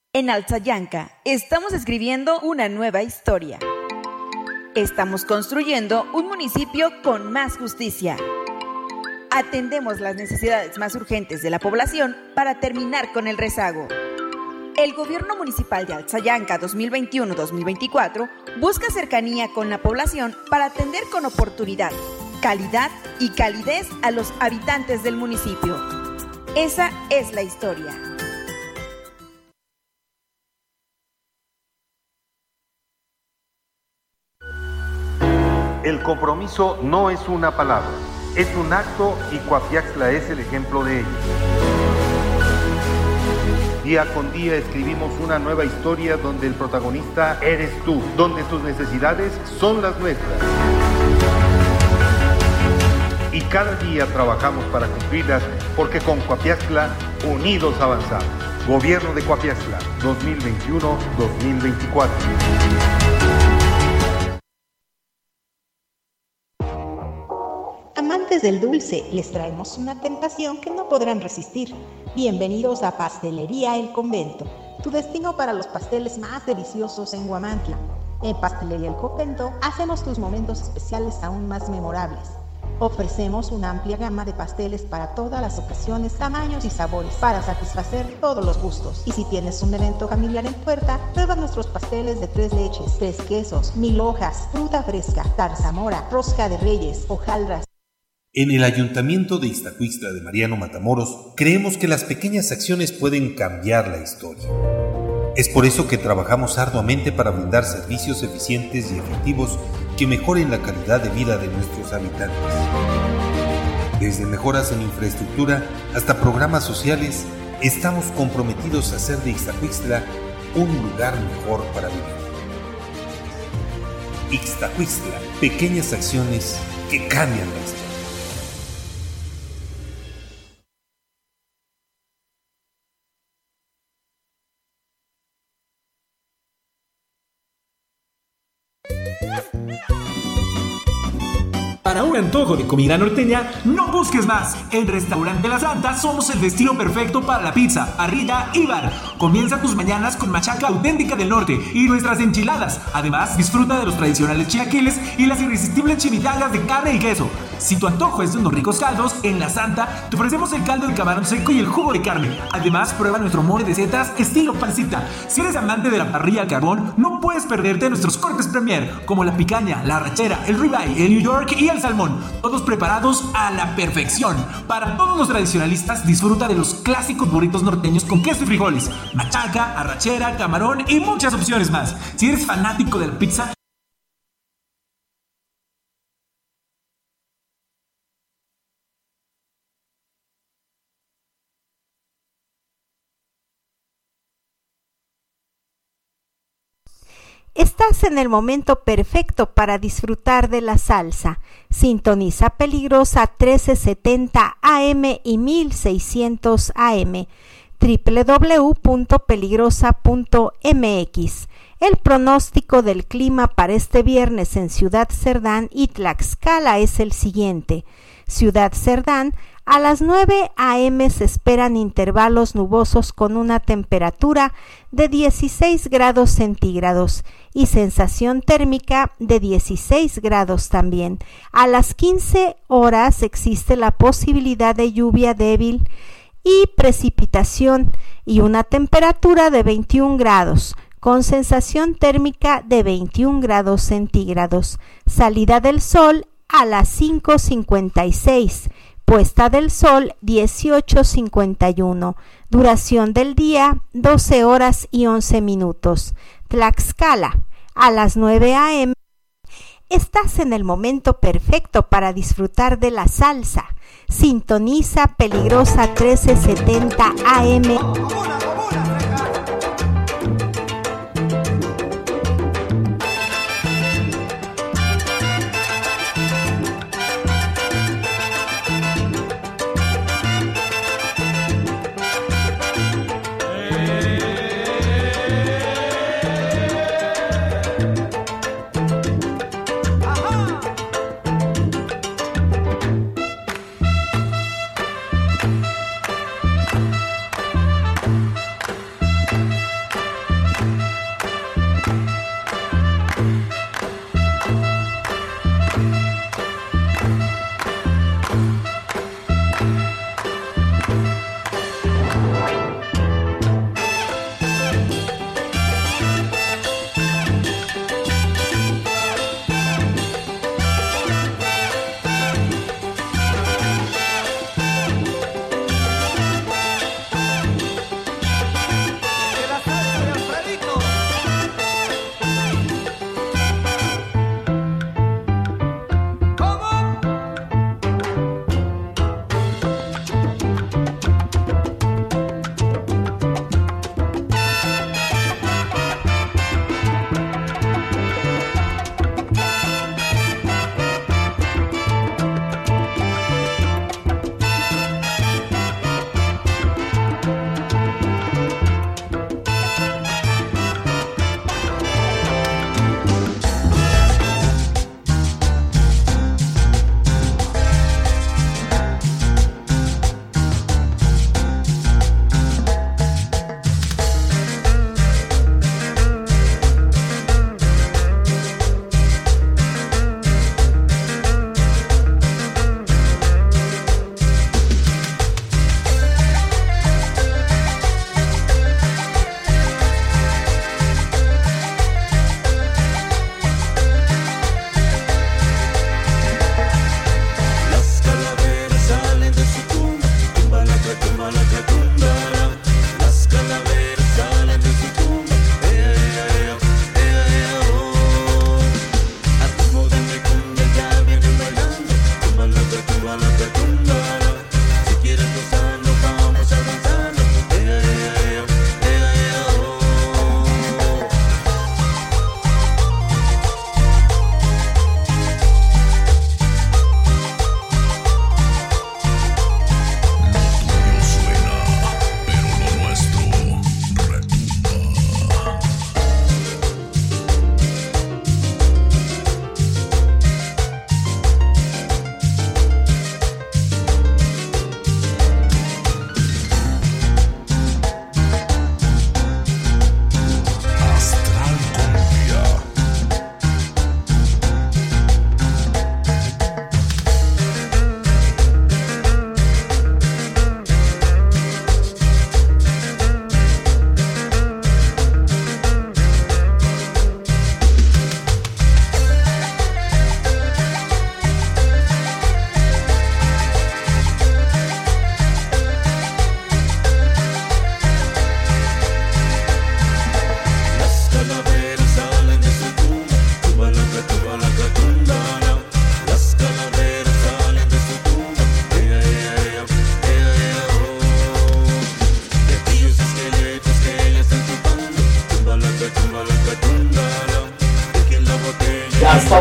[SPEAKER 11] En Alzayanca estamos escribiendo una nueva historia. Estamos construyendo un municipio con más justicia. Atendemos las necesidades más urgentes de la población para terminar con el rezago. El Gobierno Municipal de Alzayanca 2021-2024 busca cercanía con la población para atender con oportunidad, calidad y calidez a los habitantes del municipio. Esa es la historia.
[SPEAKER 12] El compromiso no es una palabra, es un acto y Coapiaxtla es el ejemplo de ello. Día con día escribimos una nueva historia donde el protagonista eres tú, donde tus necesidades son las nuestras. Y cada día trabajamos para cumplirlas porque con Coapiaxtla unidos avanzamos. Gobierno de Coapiaxtla 2021-2024.
[SPEAKER 4] Amantes del dulce, les traemos una tentación que no podrán resistir. Bienvenidos a Pastelería El Convento, tu destino para los pasteles más deliciosos en Huamantla. En Pastelería El Convento hacemos tus momentos especiales aún más memorables. Ofrecemos una amplia gama de pasteles para todas las ocasiones, tamaños y sabores, para satisfacer todos los gustos. Y si tienes un evento familiar en puerta, prueba nuestros pasteles de 3 leches, 3 quesos, 1000 hojas, fruta fresca, zarzamora, rosca de reyes, hojaldras.
[SPEAKER 13] En el Ayuntamiento de Ixtacuixtla de Mariano Matamoros, creemos que las pequeñas acciones pueden cambiar la historia. Es por eso que trabajamos arduamente para brindar servicios eficientes y efectivos que mejoren la calidad de vida de nuestros habitantes. Desde mejoras en infraestructura hasta programas sociales, estamos comprometidos a hacer de Ixtacuixtla un lugar mejor para vivir. Ixtacuixtla, pequeñas acciones que cambian la historia.
[SPEAKER 5] Para un antojo de comida norteña, no busques más. En Restaurante La Santa somos el destino perfecto para la pizza, parrilla y bar. Comienza tus mañanas con machaca auténtica del norte y nuestras enchiladas. Además, disfruta de los tradicionales chilaquiles y las irresistibles chimichangas de carne y queso. Si tu antojo es de unos ricos caldos, en La Santa te ofrecemos el caldo de camarón seco y el jugo de carne. Además, prueba nuestro mole de setas estilo pancita. Si eres amante de la parrilla al carbón, no puedes perderte nuestros cortes premier, como la picaña, la arrachera, el ribeye, el New York y el salmón, todos preparados a la perfección. Para todos los tradicionalistas, disfruta de los clásicos burritos norteños con queso y frijoles, machaca, arrachera, camarón y muchas opciones más. Si eres fanático de la pizza,
[SPEAKER 14] Estás en el momento perfecto para disfrutar de la salsa. Sintoniza Peligrosa 1370 AM y 1600 AM. www.peligrosa.mx. El pronóstico del clima para este viernes en Ciudad Cerdán y Tlaxcala es el siguiente. Ciudad Cerdán, a las 9 a.m. se esperan intervalos nubosos con una temperatura de 16 grados centígrados y sensación térmica de 16 grados también. A las 15 horas existe la posibilidad de lluvia débil y precipitación y una temperatura de 21 grados con sensación térmica de 21 grados centígrados. Salida del sol a las 5:56. Puesta del sol 18:51, duración del día 12 horas y 11 minutos. Tlaxcala, a las 9 a.m. Estás en el momento perfecto para disfrutar de la salsa. Sintoniza Peligrosa 1370 AM.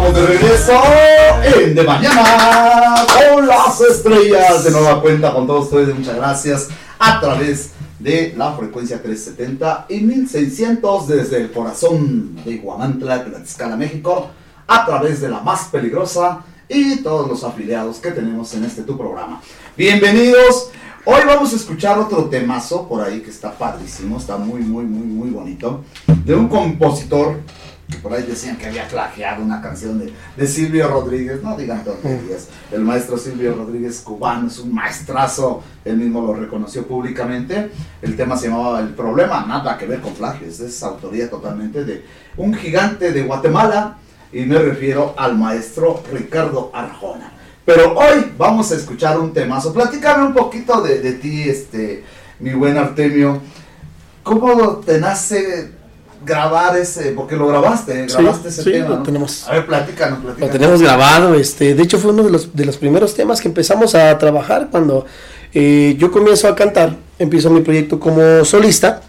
[SPEAKER 1] estamos de regreso en De Mañana con las Estrellas. De nueva cuenta con todos ustedes, muchas gracias. A través de la frecuencia 370 y 1600 desde el corazón de Huamantla, Tlaxcala, México. A través de la más peligrosa y todos los afiliados que tenemos en este tu programa. Bienvenidos. Hoy vamos a escuchar otro temazo por ahí que está padrísimo, está muy bonito, de un compositor que por ahí decían que había plagiado una canción de Silvio Rodríguez. No digan tonterías, el maestro Silvio Rodríguez, cubano, es un maestrazo, él mismo lo reconoció públicamente. El tema se llamaba El Problema, nada que ver con plagios, es autoría totalmente de un gigante de Guatemala, y me refiero al maestro Ricardo Arjona. Pero hoy vamos a escuchar un temazo. Platícame un poquito de ti, mi buen Artemio. ¿Cómo te nace grabar ese? Porque lo grabaste ese tema,
[SPEAKER 2] lo
[SPEAKER 1] ¿no?
[SPEAKER 2] tenemos.
[SPEAKER 1] A ver, platícanos.
[SPEAKER 2] Lo tenemos grabado. De hecho, fue uno de los primeros temas que empezamos a trabajar cuando yo comienzo a cantar. Empiezo mi proyecto como solista.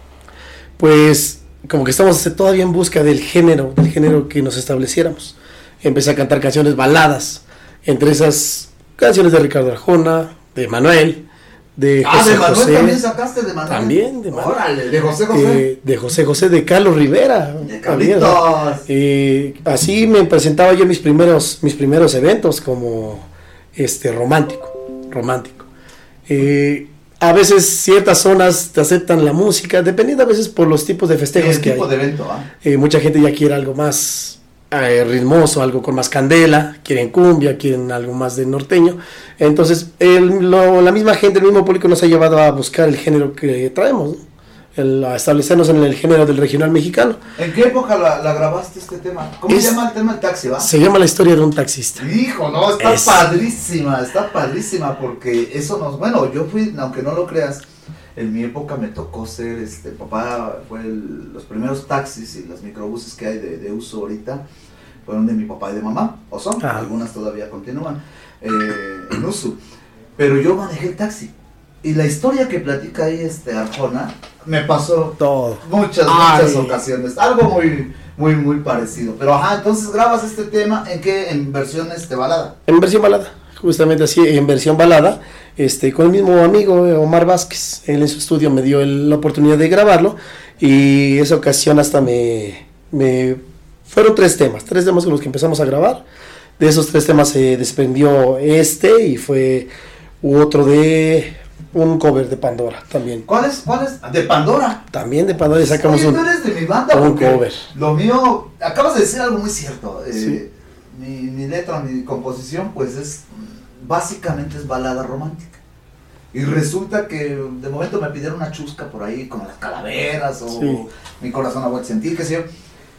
[SPEAKER 2] Pues como que estamos todavía en busca del género que nos estableciéramos. Empecé a cantar canciones baladas, entre esas canciones de Ricardo Arjona, de Manuel, de José
[SPEAKER 1] de Manuel
[SPEAKER 2] José.
[SPEAKER 1] También sacaste de Manuel.
[SPEAKER 2] También de Manuel.
[SPEAKER 1] Órale, de José José.
[SPEAKER 2] De José José, de Carlos Rivera.
[SPEAKER 1] De Carlitos.
[SPEAKER 2] Así me presentaba yo en mis primeros eventos como romántico. A veces ciertas zonas te aceptan la música, dependiendo a veces por los tipos de festejos que hay.
[SPEAKER 1] El tipo de evento,
[SPEAKER 2] mucha gente ya quiere algo más ritmoso, algo con más candela, quieren cumbia, quieren algo más de norteño. Entonces, la misma gente, el mismo público nos ha llevado a buscar el género que traemos, ¿no? A establecernos en el género del regional mexicano.
[SPEAKER 1] ¿En qué época la grabaste este tema? ¿Cómo se llama el tema del taxi, va?
[SPEAKER 2] Se llama La Historia de un Taxista.
[SPEAKER 1] Hijo, no, está padrísima, porque eso bueno, yo fui, aunque no lo creas, en mi época me tocó ser, papá fue los primeros taxis y los microbuses que hay de uso ahorita, fueron de mi papá y de mamá, o son, algunas todavía continúan en uso, pero yo manejé el taxi, y la historia que platica ahí Arjona, me pasó muchas ocasiones, algo muy parecido, pero entonces grabas este tema, ¿en qué? ¿En versión balada?
[SPEAKER 2] En versión balada, justamente así, en versión balada, con el mismo amigo Omar Vázquez. Él en su estudio me dio la oportunidad de grabarlo, y esa ocasión hasta fueron tres temas con los que empezamos a grabar. De esos tres temas se desprendió y fue otro de un cover de Pandora también.
[SPEAKER 1] ¿Cuál es? ¿De Pandora?
[SPEAKER 2] También de Pandora, y sacamos
[SPEAKER 1] tú eres de mi banda,
[SPEAKER 2] un cover.
[SPEAKER 1] Lo mío, acabas de decir algo muy cierto.
[SPEAKER 2] Sí.
[SPEAKER 1] Mi letra, mi composición, pues básicamente es balada romántica. Y resulta que de momento me pidieron una chusca por ahí, como las calaveras, o Mi corazón a buen sentir, qué sé yo.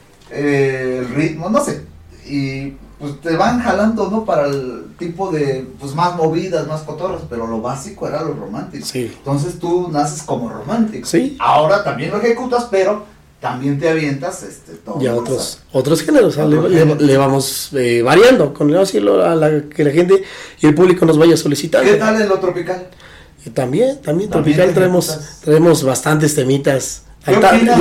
[SPEAKER 1] El ritmo, no sé. Y pues te van jalando, ¿no? Para el tipo de, pues más movidas, más cotorras, pero lo básico era lo romántico.
[SPEAKER 2] Sí.
[SPEAKER 1] Entonces tú naces como romántico.
[SPEAKER 2] Sí.
[SPEAKER 1] Ahora también lo ejecutas, pero también te avientas todo.
[SPEAKER 2] Y a otros géneros, le vamos variando, con decirlo a que la gente y el público nos vaya solicitando.
[SPEAKER 1] ¿Qué tal en lo tropical?
[SPEAKER 2] También tropical traemos bastantes temitas.
[SPEAKER 1] ¿Qué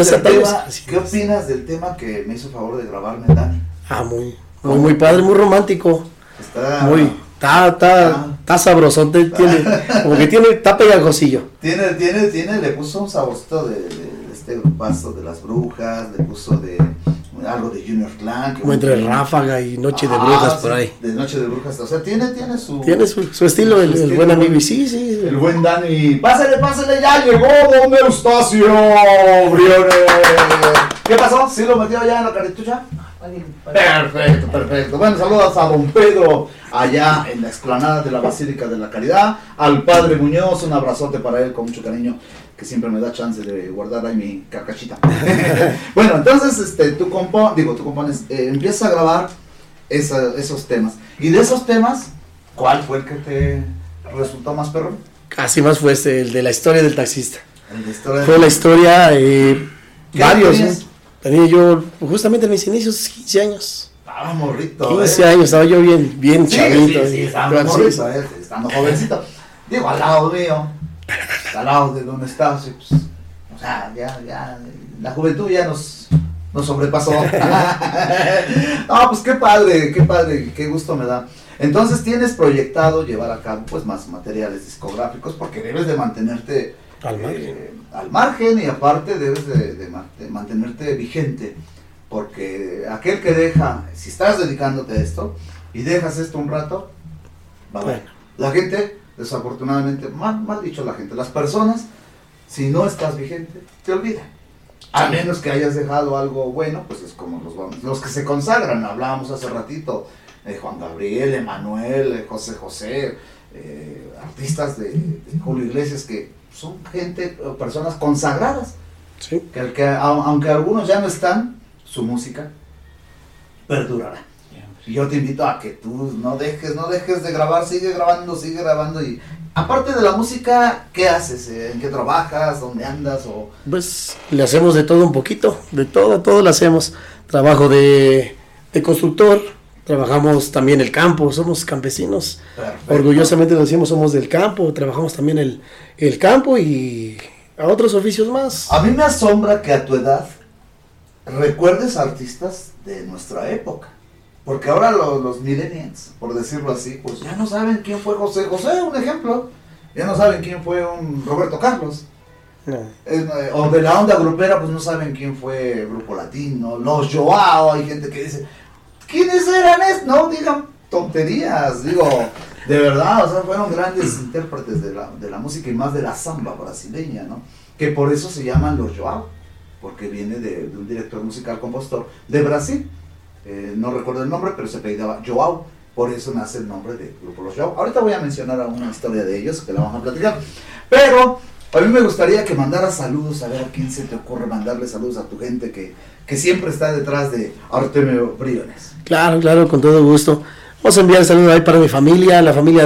[SPEAKER 1] opinas del tema que me hizo favor de grabarme, Dani?
[SPEAKER 2] Muy padre, muy romántico. Está sabroso, como que está pegajosillo.
[SPEAKER 1] Le puso un saborcito de este grupazo de Las Brujas, le puso de algo de Junior Clan.
[SPEAKER 2] Como entre Ráfaga y Noche de Brujas, por ahí.
[SPEAKER 1] De Noche de Brujas, o sea, tiene su...
[SPEAKER 2] Tiene su estilo, el buen amigo, y sí.
[SPEAKER 1] El buen Dani. Pásale, ya llegó don Eustacio Briones. ¿Qué pasó? ¿Sí lo metió ya en la caritucha? Perfecto. Bueno, saludos a don Pedro, allá en la explanada de la Basílica de la Caridad. Al padre Muñoz, un abrazote para él con mucho cariño, que siempre me da chance de guardar ahí mi carcachita. Bueno, entonces tú compones, empiezas a grabar esos temas. Y de esos temas, ¿cuál fue el que te resultó más perro?
[SPEAKER 2] Casi más fue el de La Historia del Taxista.
[SPEAKER 1] Fue
[SPEAKER 2] la historia, varios. Tenía yo justamente en mis inicios 15 años.
[SPEAKER 1] Estaba morrito.
[SPEAKER 2] 15 años, estaba yo bien chavito.
[SPEAKER 1] Sí, estaba morrito, estando jovencito. Digo, al lado mío, al lado de donde estás, pues, o sea, ya, la juventud ya nos nos sobrepasó. Pues qué padre, qué gusto me da. Entonces tienes proyectado llevar a cabo pues más materiales discográficos porque debes de mantenerte al margen y aparte debes de mantenerte vigente, porque aquel que deja, si estás dedicándote a esto y dejas esto un rato, va bueno. La gente, desafortunadamente, mal dicho la gente, las personas, si no estás vigente, te olvidan. A menos que hayas dejado algo bueno, pues es como los que se consagran, hablábamos hace ratito, Juan Gabriel, Emanuel, José, artistas de Julio Iglesias, que son gente, personas consagradas, sí. que aunque algunos ya no están, su música perdurará. Y yo te invito a que tú no dejes de grabar, sigue grabando y aparte de la música, ¿qué haces? ¿En qué trabajas? ¿Dónde andas?
[SPEAKER 2] Pues le hacemos de todo un poquito, de todo le hacemos. Trabajo de constructor, trabajamos también el campo, somos campesinos. Perfecto. Orgullosamente lo decimos, somos del campo, trabajamos también el campo y a otros oficios más.
[SPEAKER 1] A mí me asombra que a tu edad recuerdes artistas de nuestra época. Porque ahora los millennials, por decirlo así, pues ya no saben quién fue José, un ejemplo. Ya no saben quién fue un Roberto Carlos. No. O de la onda grupera, pues no saben quién fue Grupo Latino, los Joao. Hay gente que dice, ¿quiénes eran estos? No digan tonterías, digo, de verdad, o sea, fueron grandes intérpretes de la música y más de la samba brasileña, ¿no? Que por eso se llaman los Joao, porque viene de un director musical compositor de Brasil. No recuerdo el nombre, pero se apellidaba Joao, por eso nace el nombre del grupo Los Joao. Ahorita voy a mencionar una historia de ellos que la vamos a platicar, pero a mí me gustaría que mandaras saludos, a ver a quién se te ocurre mandarle saludos a tu gente que siempre está detrás de Artemio Briones.
[SPEAKER 2] Claro, con todo gusto. Vamos a enviar saludos ahí para mi familia, la familia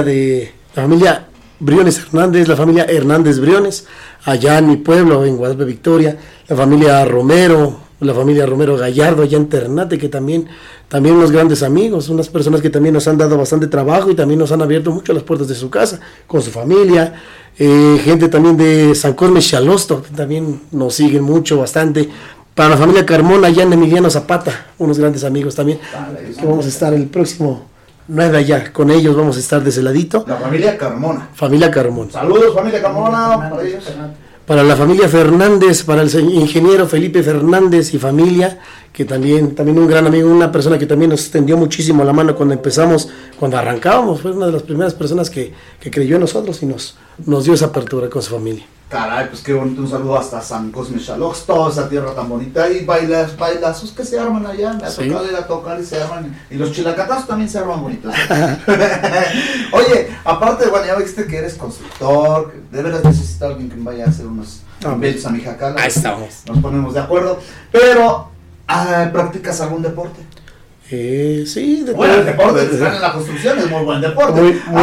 [SPEAKER 2] Briones Hernández, la familia Hernández Briones, allá en mi pueblo, en Guadalupe Victoria, la familia Romero Gallardo allá en Ternate, que también unos grandes amigos, unas personas que también nos han dado bastante trabajo y también nos han abierto mucho las puertas de su casa, con su familia, gente también de San Cosme Xalosto, que también nos siguen mucho, bastante, para la familia Carmona allá en Emiliano Zapata, unos grandes amigos también, que vamos a estar el próximo 9 allá, con ellos vamos a estar de ese ladito.
[SPEAKER 1] La familia Carmona.
[SPEAKER 2] Saludos
[SPEAKER 1] familia Carmona, para ellos.
[SPEAKER 2] Para la familia Fernández, para el ingeniero Felipe Fernández y familia, que también un gran amigo, una persona que también nos extendió muchísimo la mano cuando arrancábamos, fue una de las primeras personas que creyó en nosotros y nos dio esa apertura con su familia.
[SPEAKER 1] Caray, pues qué bonito, un saludo hasta San Cosme Xalox, toda esa tierra tan bonita, y bailazos que se arman allá, me ha tocado ir a tocar y se arman, y los chilacatazos también se arman bonitos. Oye, aparte, bueno, ya viste que eres constructor, de veras necesito a alguien que me vaya a hacer unos inventos a mi jacala.
[SPEAKER 2] Ahí estamos.
[SPEAKER 1] Nos ponemos de acuerdo, pero, ¿practicas algún deporte?
[SPEAKER 2] Sí,
[SPEAKER 1] el deporte están en la construcción, es muy buen deporte.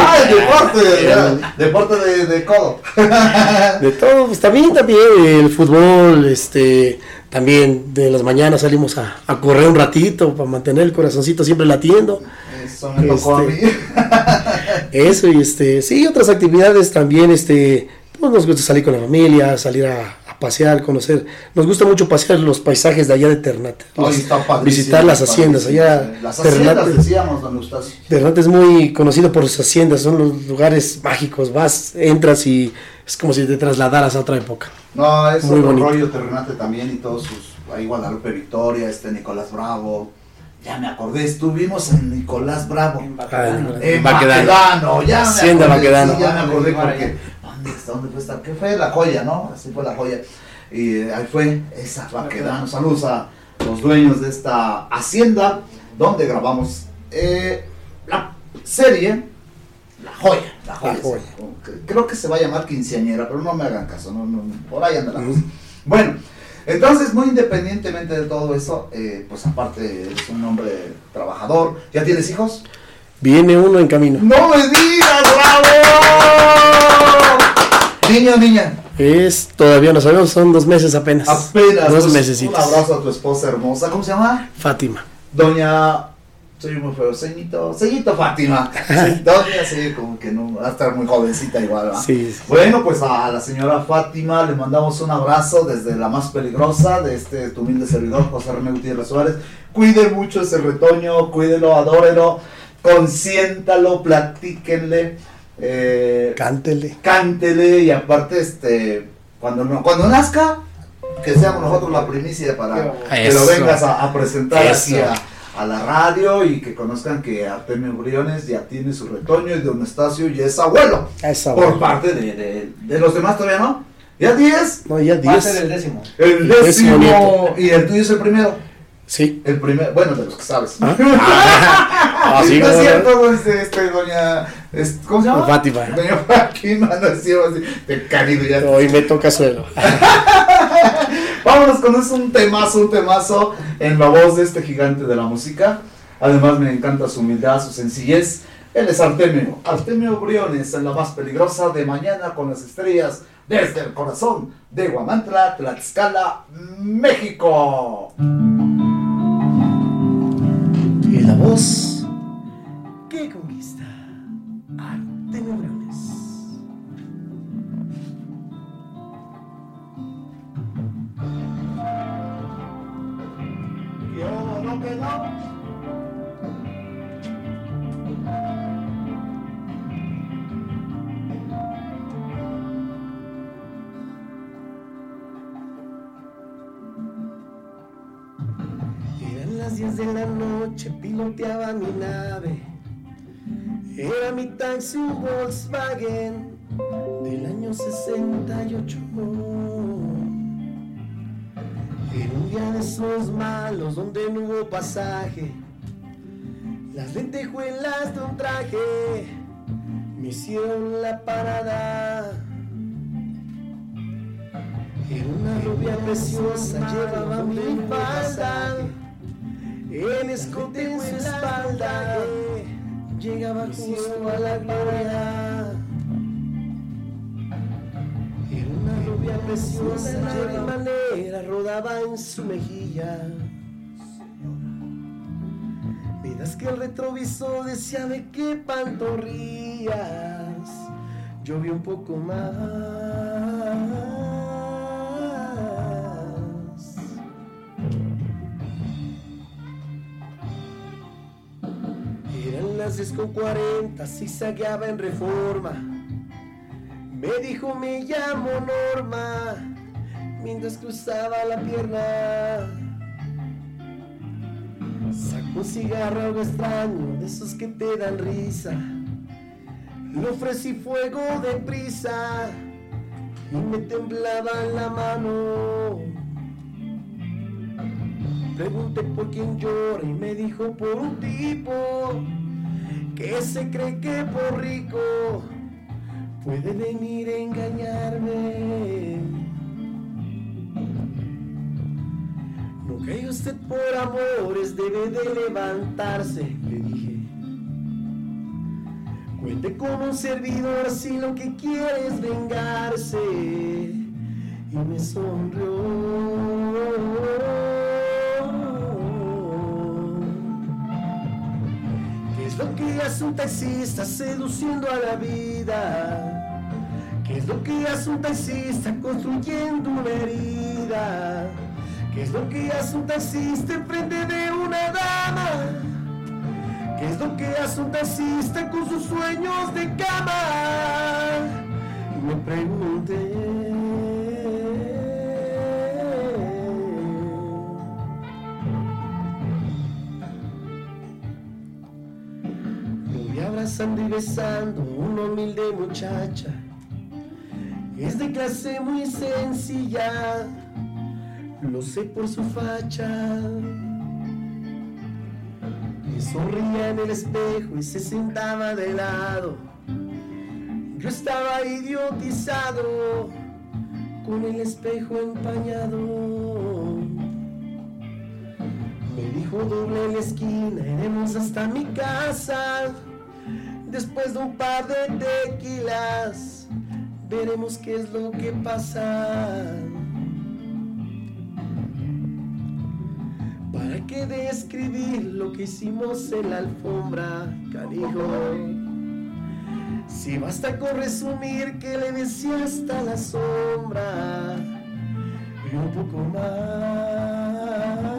[SPEAKER 1] Deporte de codo.
[SPEAKER 2] De todo, pues también el fútbol, también de las mañanas salimos a correr un ratito para mantener el corazoncito siempre latiendo.
[SPEAKER 1] Eso me tocó a mí.
[SPEAKER 2] Eso y sí, otras actividades también, pues nos gusta salir con la familia, salir a pasear, conocer, nos gusta mucho pasear los paisajes de allá de Ternate, visitar las haciendas, allá
[SPEAKER 1] las haciendas decíamos, don Eustacio.
[SPEAKER 2] Ternate es muy conocido por sus haciendas, son los lugares mágicos, vas, entras y es como si te trasladaras a otra época.
[SPEAKER 1] No, es muy bonito. Rollo Ternate también y todos sus, ahí Guadalupe Victoria, Nicolás Bravo, ya me acordé, estuvimos en Nicolás Bravo, en Baquedano, ya me acordé porque ¿dónde fue esta? ¿Qué fue? La Joya, ¿no? Así fue La Joya. Y ahí fue esa Baquedano. Saludos a los dueños de esta hacienda donde grabamos la serie La Joya. Creo que se va a llamar Quinceañera, pero no me hagan caso, no, por ahí anda la cosa. Bueno, entonces, muy independientemente de todo eso, pues aparte es un hombre trabajador. ¿Ya tienes hijos?
[SPEAKER 2] Viene uno en camino.
[SPEAKER 1] ¡No me digas! ¡Bravo! ¿Niño o niña?
[SPEAKER 2] Todavía no sabemos, son 2 meses apenas.
[SPEAKER 1] 2 mesecitos. Un abrazo a tu esposa hermosa, ¿cómo se llama?
[SPEAKER 2] Fátima.
[SPEAKER 1] Doña Soy muy feo, ceñito Fátima. Doña, sí, como que no, va a estar muy jovencita igual, ¿va?
[SPEAKER 2] Sí.
[SPEAKER 1] Bueno, pues a la señora Fátima le mandamos un abrazo desde la más peligrosa de tu humilde servidor, José René Gutiérrez Suárez. Cuide mucho ese retoño, cuídelo, adórelo, consiéntalo, platíquenle, cántele y aparte, cuando nazca, que seamos nosotros la primicia para que lo vengas a presentar aquí a la radio y que conozcan que Artemio Briones ya tiene su retoño y don Estacio ya es abuelo. Por parte de los demás todavía no. ¿Ya 10?
[SPEAKER 2] No, ya 10.
[SPEAKER 10] Va a ser el 10º.
[SPEAKER 1] El 10º. ¿Y el tuyo es el primero?
[SPEAKER 2] Sí.
[SPEAKER 1] El primero, bueno, de los que sabes.
[SPEAKER 2] Sí,
[SPEAKER 1] no es cierto, doña, ¿cómo se llama?
[SPEAKER 2] Fátima.
[SPEAKER 1] Doña Fátima, no es cierto, así, de cariño ya.
[SPEAKER 2] Hoy me toca suelo.
[SPEAKER 1] Vámonos con un temazo en la voz de este gigante de la música. Además me encanta su humildad, su sencillez. Él es Artemio Briones, en la más peligrosa de Mañana con las Estrellas, desde el corazón de Huamantla, Tlaxcala, México.
[SPEAKER 2] Y la voz que conquista Artemio Briones.
[SPEAKER 1] Yo no que no.
[SPEAKER 2] Eran las 10 de la noche, piloteaba mi nave. Era mi taxi, un Volkswagen del año 68. Era un día de esos malos donde no hubo pasaje. Las lentejuelas de un traje me hicieron la parada. Era una rubia preciosa, llevaba mi falda, el escote en su espalda, llegaba justo a la gloria. Era una rubia preciosa, de manera rodaba en su mejilla. Miras que el retrovisor decía de qué pantorrillas, yo vi un poco más. Eran las 10:40, zigzagueaba en Reforma. Me dijo me llamo Norma, mientras cruzaba la pierna. Sacó un cigarro algo extraño, de esos que te dan risa. Le ofrecí fuego deprisa y me temblaba la mano. Pregunté por quién llora y me dijo por un tipo que se cree que por rico puede venir a engañarme. No caiga usted por amores, debe de levantarse, le dije. Cuente con un servidor si lo que quiere es vengarse. Y me sonrió. ¿Qué es lo que hace un taxista seduciendo a la vida? ¿Qué es lo que hace un taxista construyendo una herida? ¿Qué es lo que hace un taxista enfrente de una dama? ¿Qué es lo que hace un taxista con sus sueños de cama? Y me pregunté. Lo vi abrazando y besando una humilde muchacha. Es de clase muy sencilla, lo sé por su facha. Me sonría en el espejo y se sentaba de lado. Yo estaba idiotizado, con el espejo empañado. Me dijo doble en la esquina, iremos hasta mi casa. Después de un par de tequilas, veremos qué es lo que pasa. ¿Para que describir lo que hicimos en la alfombra, canijo. Si basta con resumir que le decía hasta la sombra y un poco más.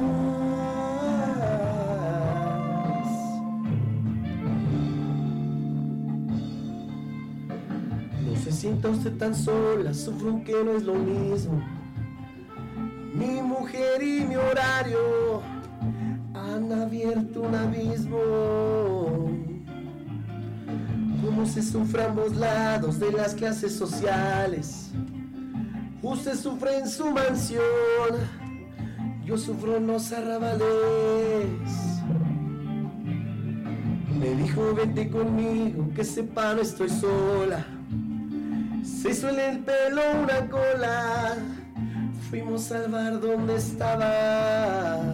[SPEAKER 2] No se sienta usted tan sola, sufro que no es lo mismo. Mi mujer y mi horario han abierto un abismo. Cómo se sufre a ambos lados de las clases sociales. Usted sufre en su mansión, yo sufro en los arrabales. Me dijo vente conmigo, que sepa no estoy sola. Se hizo en el pelo una cola. Fuimos al bar donde estaba.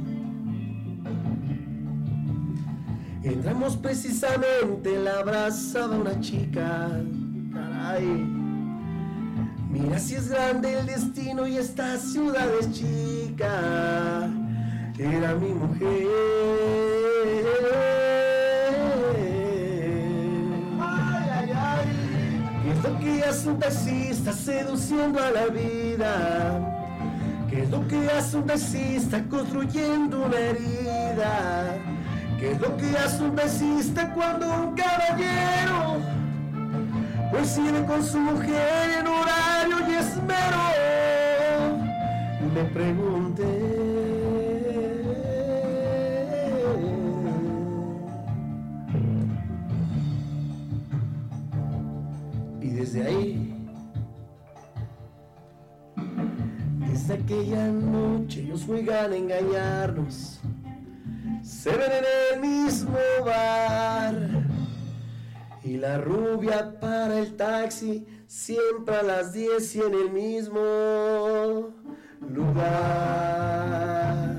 [SPEAKER 2] Entramos precisamente, la abrazaba una chica. Caray. Mira si es grande el destino y esta ciudad es chica. Era mi mujer. Ay, ay, ay. ¿Qué es lo que hace un taxista seduciendo a la vida? ¿Qué es lo que hace un taxista construyendo una herida? ¿Qué es lo que hace un taxista cuando un caballero coincide con su mujer en horario y esmero? Me pregunté. Y desde ahí, desde aquella noche ellos juegan a engañarnos. Se ven en el mismo bar y la rubia para el taxi siempre a las 10 y en el mismo lugar.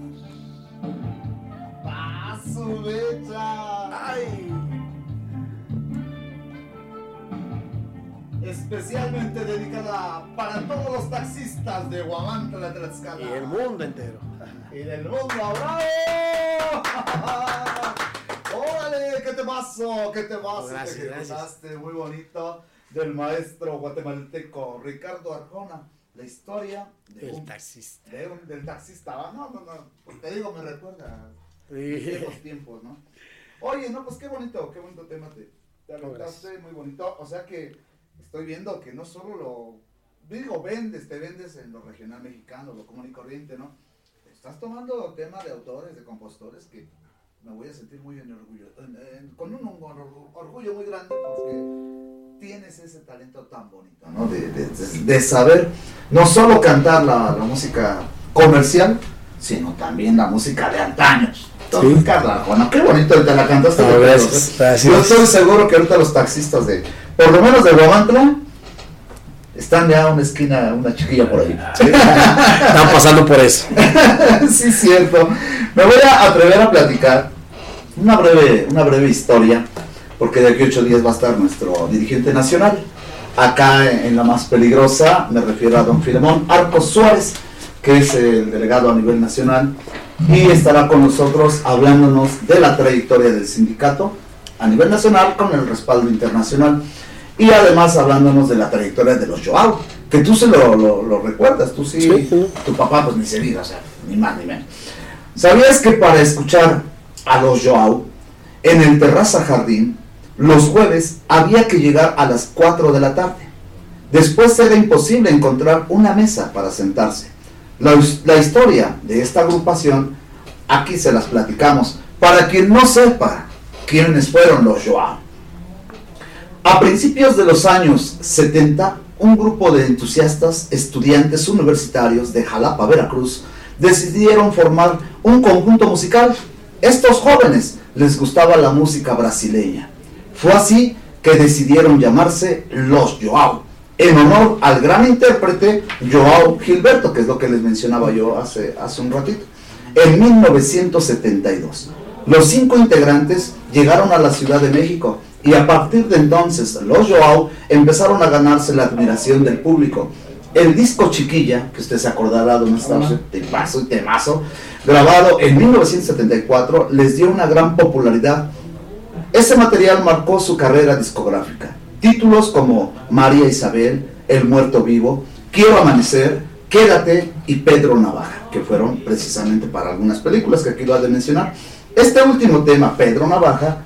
[SPEAKER 1] ¡Paso, becha! ¡Ay! Especialmente dedicada para todos los taxistas de Huamantla, Tlaxcala.
[SPEAKER 2] Y el mundo entero.
[SPEAKER 1] Y del mundo, ¡bravo! ¡Órale! ¿Qué te pasó? ¿Qué te pasó?
[SPEAKER 2] Gracias,
[SPEAKER 1] te ejecutaste muy bonito del maestro guatemalteco Ricardo Arjona. La historia
[SPEAKER 2] del taxista.
[SPEAKER 1] Del taxista. No. Te digo, me recuerda viejos tiempos, ¿no? Oye, no, pues qué bonito tema te aventaste, muy bonito. O sea que estoy viendo que no solo te vendes en lo regional mexicano, lo común y corriente, ¿no? Estás tomando temas de autores, de compositores que me voy a sentir muy con un orgullo muy grande porque tienes ese talento tan bonito, ¿no? De saber no solo cantar la música comercial, sino también la música de antaños. Entonces, sí. Carla Arjona, qué bonito te la cantaste.
[SPEAKER 2] Gracias.
[SPEAKER 1] Yo estoy seguro que ahorita los taxistas por lo menos de Huamantla, están ya a una esquina, una chiquilla por ahí.
[SPEAKER 2] Sí. Están pasando por eso.
[SPEAKER 1] Sí, cierto. Me voy a atrever a platicar una breve historia, porque de aquí 8 días va a estar nuestro dirigente nacional. Acá en la más peligrosa, me refiero a don Filemón Arcos Suárez, que es el delegado a nivel nacional, y estará con nosotros hablándonos de la trayectoria del sindicato a nivel nacional con el respaldo internacional. Y además hablándonos de la trayectoria de los Joao, que tú se lo recuerdas, tú sí, tu papá pues ni se diga, o sea, ni más ni menos. ¿Sabías que para escuchar a los Joao en el Terraza Jardín, los jueves había que llegar a las 4 de la tarde? Después era imposible encontrar una mesa para sentarse. La historia de esta agrupación, aquí se las platicamos, para quien no sepa quiénes fueron los Joao. A principios de los años 70, un grupo de entusiastas estudiantes universitarios de Jalapa, Veracruz, decidieron formar un conjunto musical. Estos jóvenes les gustaba la música brasileña. Fue así que decidieron llamarse Los Joao, en honor al gran intérprete Joao Gilberto, que es lo que les mencionaba yo hace un ratito. En 1972, los 5 integrantes llegaron a la Ciudad de México, y a partir de entonces los Joao empezaron a ganarse la admiración del público. El disco Chiquilla, que usted se acordará de un temazo, grabado en 1974, les dio una gran popularidad. Ese material marcó su carrera discográfica. Títulos como María Isabel, El Muerto Vivo, Quiero Amanecer, Quédate y Pedro Navaja, que fueron precisamente para algunas películas que aquí lo ha de mencionar. Este último tema, Pedro Navaja,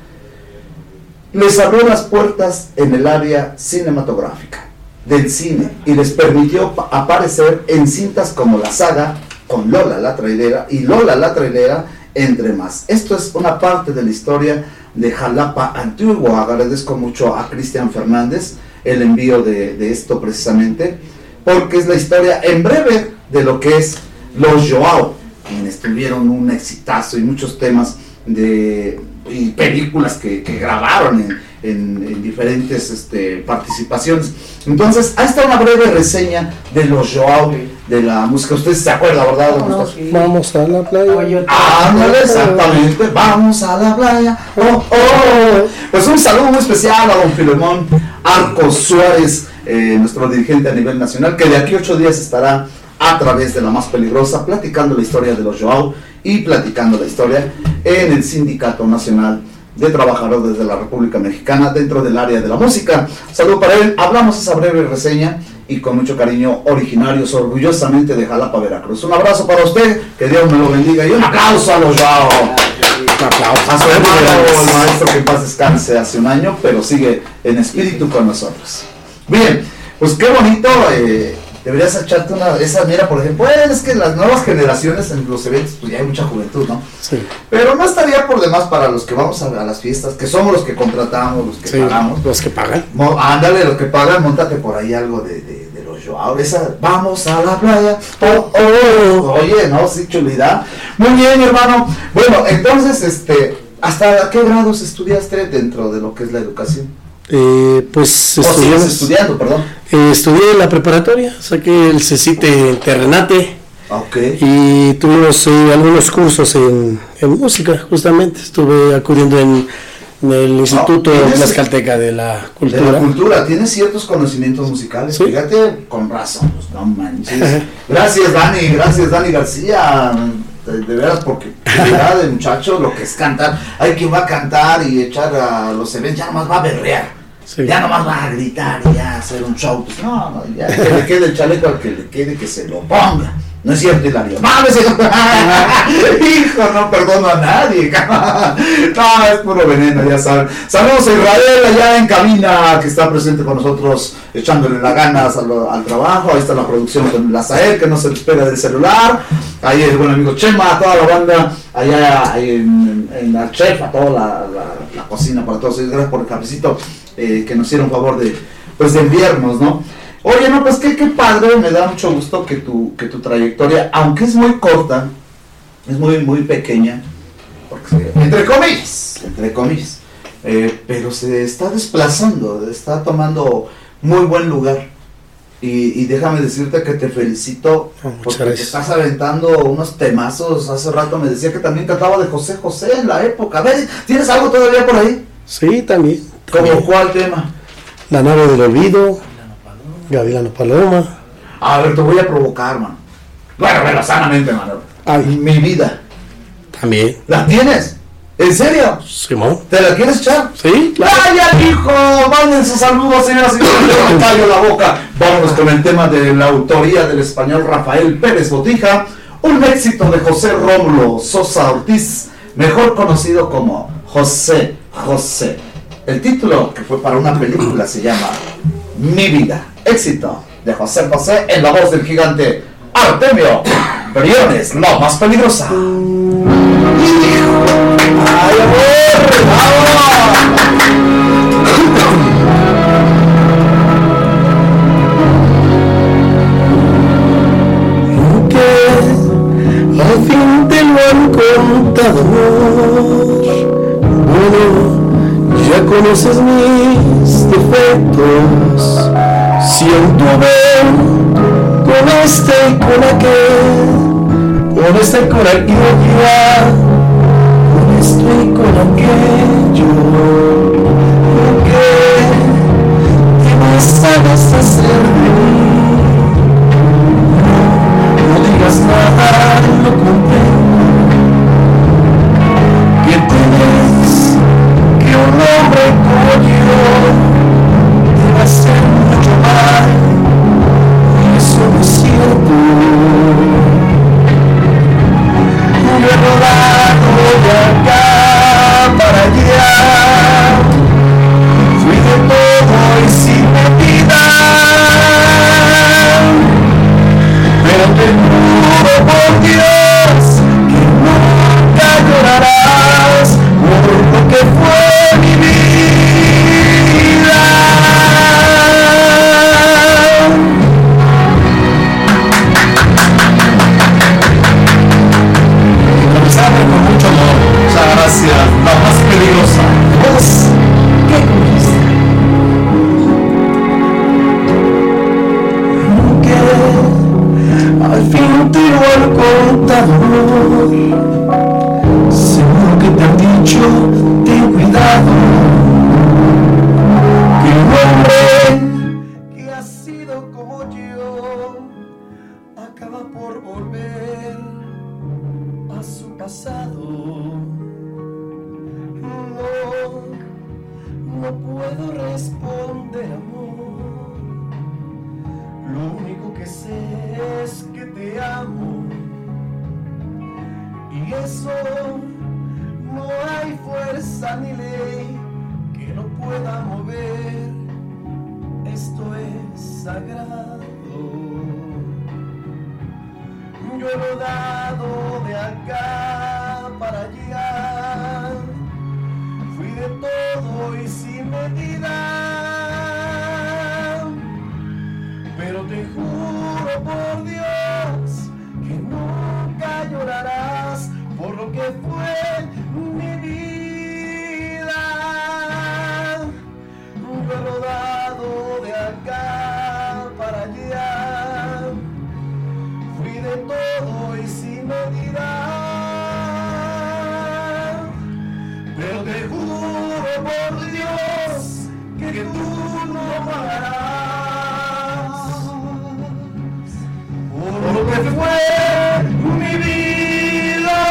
[SPEAKER 1] les abrió las puertas en el área cinematográfica del cine y les permitió aparecer en cintas como La Saga, con Lola la Trailera y Lola la Trailera, entre más. Esto es una parte de la historia de Jalapa Antiguo. Agradezco mucho a Cristian Fernández el envío de esto precisamente, porque es la historia en breve de lo que es Los Joao, quienes tuvieron un exitazo y muchos temas y películas que grabaron en diferentes participaciones. Entonces, ahí está una breve reseña de Los Joao, de la música. Ustedes se acuerdan, ¿verdad?
[SPEAKER 2] No, sí. Vamos a la playa.
[SPEAKER 1] Ándale, exactamente, vamos a la playa. Oh, oh. Pues un saludo muy especial a don Filemón Arcos Suárez, nuestro dirigente a nivel nacional, que de aquí 8 días estará a través de La Más Peligrosa, platicando la historia de Los Joao y platicando la historia en el Sindicato Nacional de Trabajadores de la República Mexicana dentro del área de la música. Saludo para él. Hablamos esa breve reseña y con mucho cariño, originarios orgullosamente de Jalapa, Veracruz. Un abrazo para usted, que Dios me lo bendiga, y un aplauso a Los Joao. Un aplauso a su hermano, el maestro, que en paz descanse hace un año, pero sigue en espíritu con nosotros. Bien, pues qué bonito. Deberías echarte esa, mira, por ejemplo, es que las nuevas generaciones en los eventos, pues ya hay mucha juventud, ¿no?
[SPEAKER 2] Sí.
[SPEAKER 1] Pero no estaría por demás para los que vamos a las fiestas, que somos los que contratamos, los que
[SPEAKER 2] sí,
[SPEAKER 1] pagamos.
[SPEAKER 2] Los que pagan.
[SPEAKER 1] Ándale, los que pagan, móntate por ahí algo de Los Joao, esa, vamos a la playa, oh, oh, oye, no, sí, chulidad. Muy bien, mi hermano. Bueno, entonces, ¿hasta qué grados estudiaste dentro de lo que es la educación?
[SPEAKER 2] Pues
[SPEAKER 1] estudiando, perdón.
[SPEAKER 2] Estudié en la preparatoria, saqué el CECITE en Terrenate.
[SPEAKER 1] Okay.
[SPEAKER 2] Y tuvimos algunos cursos en música, justamente. Estuve acudiendo en el Instituto Tlaxcalteca de la Cultura.
[SPEAKER 1] De la Cultura, tienes ciertos conocimientos musicales, ¿sí? Fíjate, con razón, pues, no manches. Gracias Dani García. De veras, porque de muchacho, lo que es cantar, hay quien va a cantar y echar a los eventos, ya nomás va a berrear, sí. Ya nomás va a gritar y ya hacer un show, pues no, ya que le quede el chaleco al que le quede, que se lo ponga. No es cierto, Hilario. No, no es cierto. Hijo, no perdono a nadie. No, es puro veneno, ya saben. Saludos a Israel allá en cabina, que está presente con nosotros, echándole las ganas al trabajo. Ahí está la producción con la Sael, que no se despega del celular. Ahí el buen amigo Chema, a toda la banda, allá en la chef, a toda la cocina, para todos ellos. Gracias por el cafecito que nos hicieron favor de enviarnos, ¿no? Oye, no, pues qué padre, me da mucho gusto que tu trayectoria, aunque es muy corta, es muy pequeña, porque, entre comillas, pero se está desplazando, está tomando muy buen lugar. Y déjame decirte que te felicito, porque te estás aventando unos temazos. Hace rato me decía que también cantaba de José José en la época. A ver, ¿tienes algo todavía por ahí?
[SPEAKER 2] Sí, también.
[SPEAKER 1] ¿Cómo cuál tema?
[SPEAKER 2] La nave del olvido. Gavilano Paloma.
[SPEAKER 1] A ver, te voy a provocar, mano. Bueno, sanamente, mano. Mi vida.
[SPEAKER 2] También.
[SPEAKER 1] ¿La tienes? ¿En serio?
[SPEAKER 2] Simón.
[SPEAKER 1] ¿Te la quieres echar?
[SPEAKER 2] Sí, claro.
[SPEAKER 1] ¡Vaya, hijo! Mándense saludos, señoras y señores. Me callo la boca. Vámonos con el tema de la autoría del español Rafael Pérez Botija. Un éxito de José Rómulo Sosa Ortiz, mejor conocido como José José. El título, que fue para una película, se llama Mi Vida. Éxito de José José en la voz del gigante Artemio Briones, la más peligrosa. ¡Ay, amor!
[SPEAKER 2] Que al fin te lo han contado, bueno, ya conoces mis defectos. Siento ver con este y con aquel, con este y con aquella, con esto y con aquello, ¿qué más hagas hacer de mí? No digas nada, lo comprendo, puedo responder, amor. Lo único que sé es que te amo. Y eso no hay fuerza ni ley que lo pueda mover. Esto es sagrado. Yo lo he dado de acá para allá. Fui de todo y sin medida. Pero te juro por Dios que nunca llorarás por lo que fue mi vida. Yo lo he dado de acá para allá. Fui de todo y sin medida. Pero te juro por Dios que tú no pagarás por lo que fue mi vida.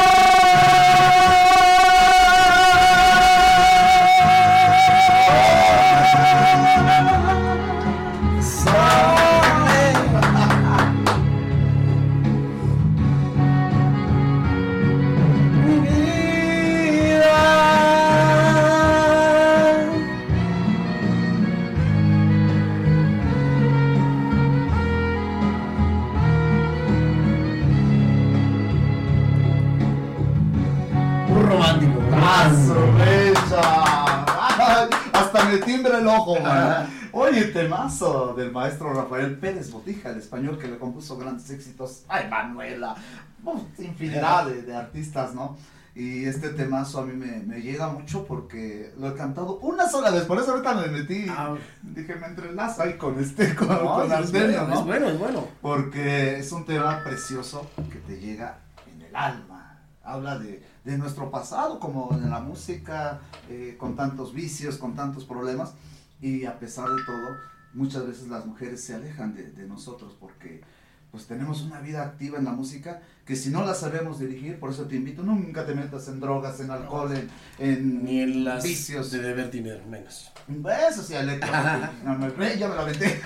[SPEAKER 1] Hasta me timbra el ojo, man. Oye, temazo del maestro Rafael Pérez Botija, el español que le compuso grandes éxitos a Emanuela, infinidad de artistas, ¿no? Y este temazo a mí me llega mucho porque lo he cantado una sola vez, por eso ahorita me metí, dije, me entrelazo ahí con Arsenio, ¿no?
[SPEAKER 2] Es bueno.
[SPEAKER 1] Porque es un tema precioso que te llega en el alma. Habla de nuestro pasado, como en la música, con tantos vicios, con tantos problemas, y a pesar de todo, muchas veces las mujeres se alejan de nosotros porque pues tenemos una vida activa en la música que si no la sabemos dirigir, por eso te invito, nunca te metas en drogas, en alcohol,
[SPEAKER 2] ni en las
[SPEAKER 1] vicios.
[SPEAKER 2] De beber dinero, menos.
[SPEAKER 1] Eso sí, Alex, ya me la aventé.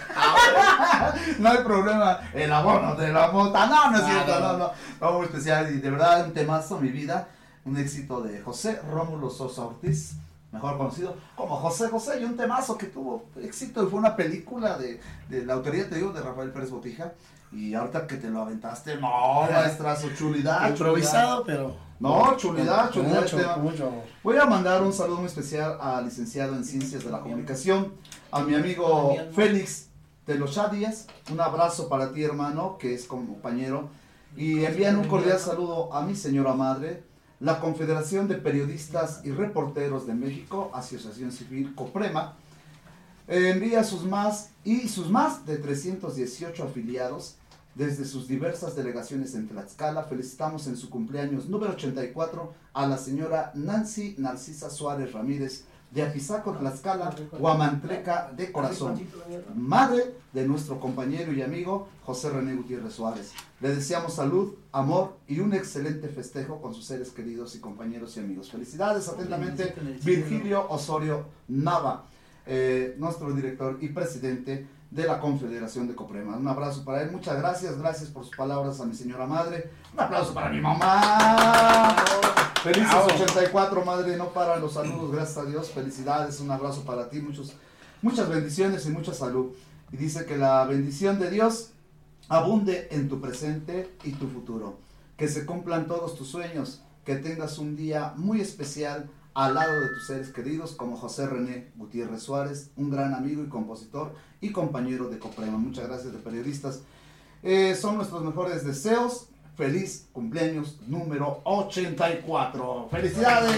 [SPEAKER 1] No hay problema, el abono de la mota, no es cierto, no, muy especial, y de verdad un temazo, mi vida, un éxito de José Rómulo Sosa Ortiz, mejor conocido como José José, y un temazo que tuvo éxito y fue una película de la autoría, te digo, de Rafael Pérez Botija. Y ahorita que te lo aventaste, no, maestrazo, chulidad.
[SPEAKER 2] Improvisado, pero...
[SPEAKER 1] No, chulidad.
[SPEAKER 2] Mucho amor.
[SPEAKER 1] Voy a mandar un saludo muy especial al licenciado en Ciencias de la Comunicación, a mi amigo Félix Telochá Díaz. Un abrazo para ti, hermano, que es compañero. Y envían un cordial saludo a mi señora madre, la Confederación de Periodistas y Reporteros de México, Asociación Civil Coprema. Envía sus más de 318 afiliados desde sus diversas delegaciones en Tlaxcala. Felicitamos en su cumpleaños número 84 a la señora Nancy Narcisa Suárez Ramírez de Apizaco, Tlaxcala, Huamantleca de corazón, madre de nuestro compañero y amigo José René Gutiérrez Suárez. Le deseamos salud, amor y un excelente festejo con sus seres queridos y compañeros y amigos. Felicidades, atentamente, Virgilio Osorio Nava, nuestro director y presidente de la Confederación de Coprema. Un abrazo para él, muchas gracias por sus palabras a mi señora madre. Un aplauso para mi mamá. Felices 84, madre, no paran los saludos, gracias a Dios. Felicidades, un abrazo para ti, muchas bendiciones y mucha salud. Y dice que la bendición de Dios abunde en tu presente y tu futuro. Que se cumplan todos tus sueños, que tengas un día muy especial al lado de tus seres queridos como José René Gutiérrez Suárez, un gran amigo y compositor y compañero de Coprema. Muchas gracias, de periodistas. Son nuestros mejores deseos. Feliz cumpleaños número 84. ¡Felicidades!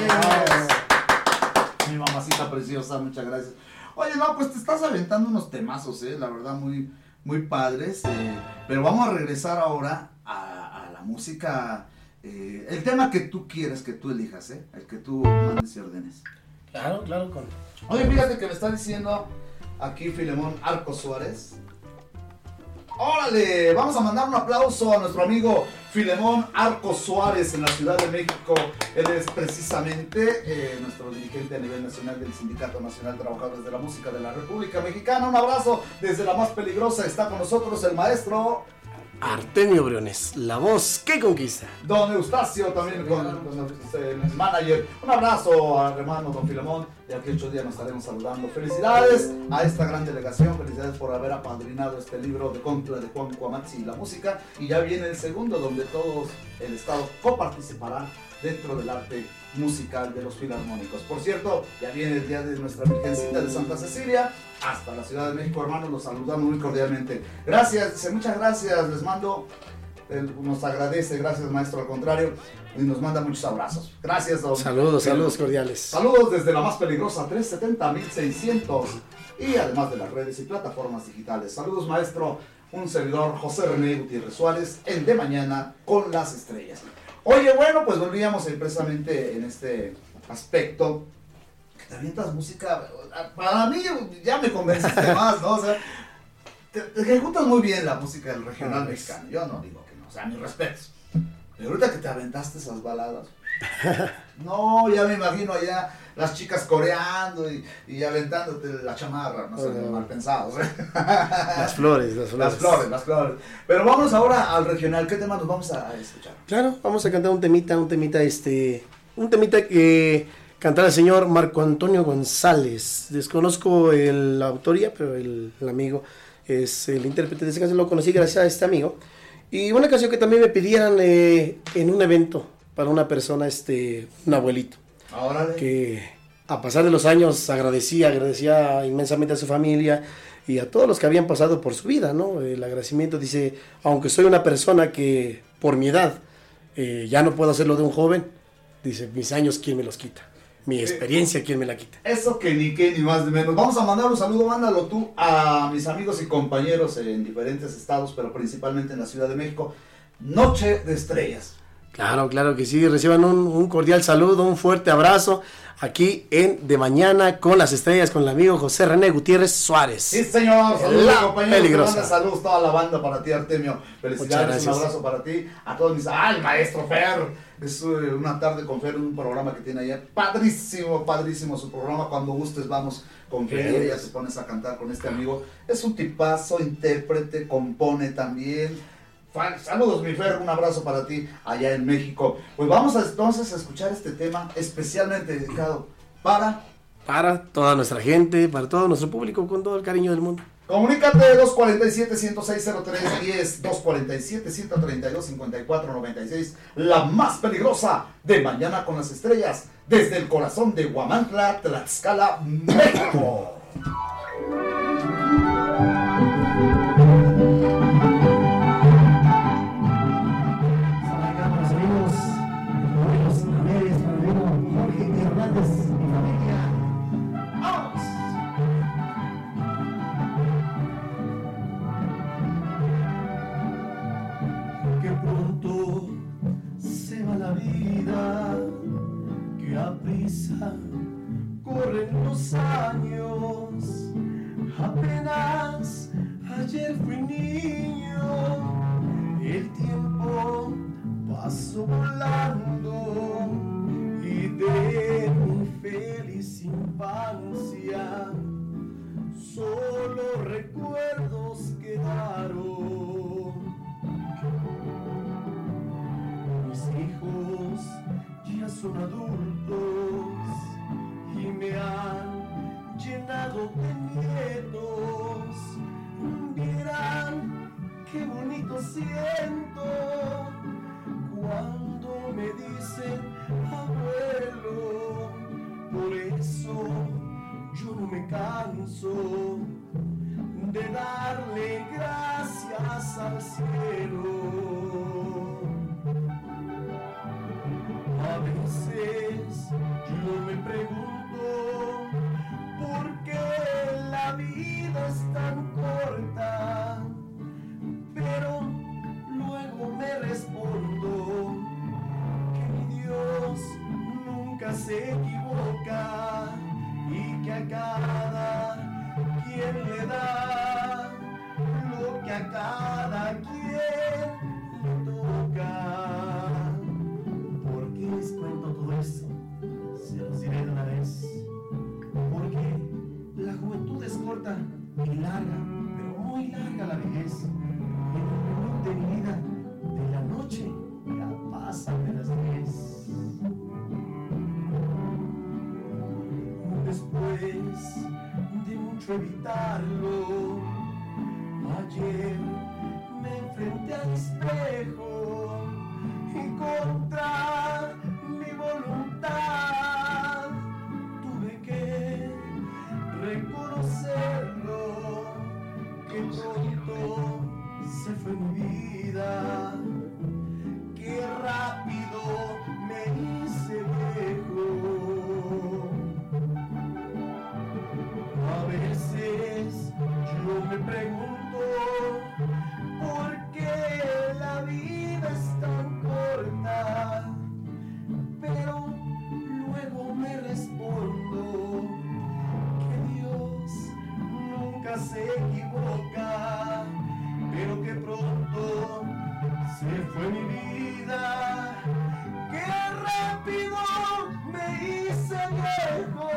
[SPEAKER 1] Mi mamacita preciosa, muchas gracias. Oye, no, pues te estás aventando unos temazos, la verdad, muy, muy padres. Pero vamos a regresar ahora a la música. El tema que tú quieras, que tú elijas, el que tú mandes y ordenes.
[SPEAKER 2] Claro.
[SPEAKER 1] Oye, fíjate que me está diciendo aquí Filemón Arco Suárez ¡Órale! Vamos a mandar un aplauso a nuestro amigo Filemón Arcos Suárez en la Ciudad de México. Él es precisamente nuestro dirigente a nivel nacional del Sindicato Nacional de Trabajadores de la Música de la República Mexicana. Un abrazo desde la más peligrosa. Está con nosotros el maestro
[SPEAKER 2] Artemio Briones, la voz que conquista.
[SPEAKER 1] Don Eustacio también con el manager. Un abrazo al hermano Don Filemón. De aquí 8 días nos estaremos saludando. Felicidades a esta gran delegación. Felicidades por haber apadrinado este libro de Contra de Juan Cuamatzi y la música. Y ya viene el segundo, donde todos el Estado coparticipará dentro del arte musical de los filarmónicos. Por cierto, ya viene el día de nuestra Virgencita de Santa Cecilia. Hasta la Ciudad de México, hermanos, los saludamos muy cordialmente. Gracias, dice, muchas gracias, les mando, nos agradece, gracias maestro, al contrario, y nos manda muchos abrazos. Gracias, don.
[SPEAKER 2] Saludos cordiales.
[SPEAKER 1] Saludos desde la más peligrosa 370-1600 y además de las redes y plataformas digitales. Saludos, maestro, un servidor, José René Gutiérrez Suárez, en De Mañana con las Estrellas. Oye, bueno, pues volvíamos precisamente en este aspecto. Te avientas música, para mí ya me convenciste más, ¿no? O sea, te ejecutas muy bien la música del regional mexicano. Yo no digo que no, o sea, mis respetos. Pero ahorita que te aventaste esas baladas, no, ya me imagino allá las chicas coreando y aventándote la chamarra, no sé, mal pensados.
[SPEAKER 2] Las flores.
[SPEAKER 1] Las flores. Pero vamos ahora al regional. ¿Qué tema nos vamos a escuchar?
[SPEAKER 2] Claro, vamos a cantar un temita que cantara el señor Marco Antonio González. Desconozco la autoría, pero el amigo es el intérprete de esa canción. Lo conocí gracias a este amigo. Y una canción que también me pidieran en un evento para una persona, un abuelito.
[SPEAKER 1] Órale.
[SPEAKER 2] Que a pasar de los años agradecía inmensamente a su familia y a todos los que habían pasado por su vida, ¿no? El agradecimiento dice, aunque soy una persona que por mi edad ya no puedo hacerlo de un joven, dice, mis años, ¿quién me los quita? Mi experiencia, ¿quién me la quita?
[SPEAKER 1] Eso que ni qué, ni más ni menos. Vamos a mandar un saludo, mándalo tú, a mis amigos y compañeros en diferentes estados, pero principalmente en la Ciudad de México. Noche de Estrellas.
[SPEAKER 2] Claro que sí. Reciban un cordial saludo, un fuerte abrazo aquí en De Mañana con las Estrellas con el amigo José René Gutiérrez Suárez.
[SPEAKER 1] Sí, señor. Saludos, compañeros.
[SPEAKER 2] Peligrosa.
[SPEAKER 1] Saludos toda la banda para ti, Artemio. Felicidades, un abrazo para ti. A todos mis... el maestro Fer. Es una tarde con Fer, un programa que tiene allá. Padrísimo su programa. Cuando gustes vamos con Fer y ya te pones a cantar con este amigo. Es un tipazo, intérprete, compone también. Saludos, mi Fer, un abrazo para ti allá en México. Pues vamos entonces a escuchar este tema especialmente dedicado para
[SPEAKER 2] toda nuestra gente, para todo nuestro público, con todo el cariño del mundo.
[SPEAKER 1] Comunícate 247-106-0310, 247-132-5496, la más peligrosa de Mañana con las Estrellas, desde el corazón de Huamantla, Tlaxcala, México.
[SPEAKER 15] Corren los años, apenas ayer fui niño, el tiempo pasó volando y de mi feliz infancia solo recuerdos quedaron. Mis hijos ya son adultos y me han llenado de nietos. Vieran qué bonito siento cuando me dicen abuelo. Por eso yo no me canso de darle gracias al cielo. A veces yo me pregunto por qué la vida es tan corta, pero luego me respondo que mi Dios nunca se equivoca y que a cada quien le da lo que a cada corta y larga, pero muy larga la vejez. Y en el reloj de mi vida, de la noche, ya pasan de las 10. Después de mucho evitarlo, ayer me enfrenté al espejo y contra mi voluntad tuve que reconocerlo, que pronto se fue mi vida, que rápido me hice viejo. A veces yo me pregunto por qué la vida es tan corta, pero luego me respondo que Dios nunca se equivoca, pero que pronto se fue mi vida, que rápido me hice viejo.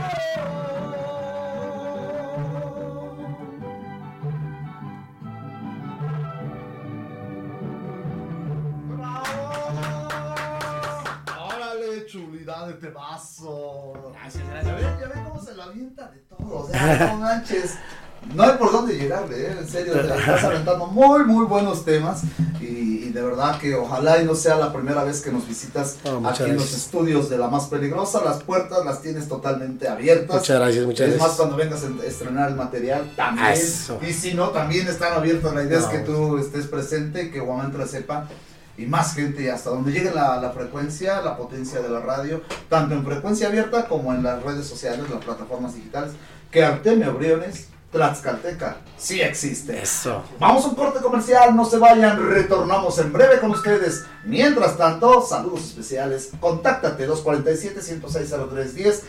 [SPEAKER 1] Chulidad de temazo.
[SPEAKER 15] Gracias.
[SPEAKER 1] Ya ven cómo se lo avienta de todo. O sea, no manches. No hay por dónde llegarle, en serio. Te estás aventando muy, muy buenos temas. Y de verdad que ojalá y no sea la primera vez que nos visitas aquí en los estudios de La Más Peligrosa. Las puertas las tienes totalmente abiertas.
[SPEAKER 2] Muchas gracias, muchas gracias.
[SPEAKER 1] Es más, cuando vengas a estrenar el material, también.
[SPEAKER 2] Eso.
[SPEAKER 1] Y si no, también están abiertas. La idea es que tú estés presente, que Guamantra sepa. Y más gente, hasta donde llegue la frecuencia, la potencia de la radio, tanto en frecuencia abierta como en las redes sociales, las plataformas digitales, que Artemio Briones, Tlaxcalteca, sí existe.
[SPEAKER 2] Eso.
[SPEAKER 1] Vamos a un corte comercial, no se vayan, retornamos en breve con ustedes. Mientras tanto, saludos especiales, contáctate 247-106-0310,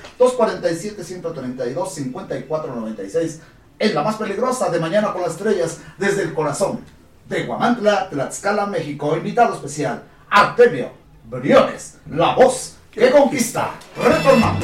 [SPEAKER 1] 247-132-5496, en La Más Peligrosa de Mañana con las Estrellas, desde el corazón de Huamantla, Tlaxcala, México. Invitado especial, Artemio Briones, la voz que conquista. Retornamos.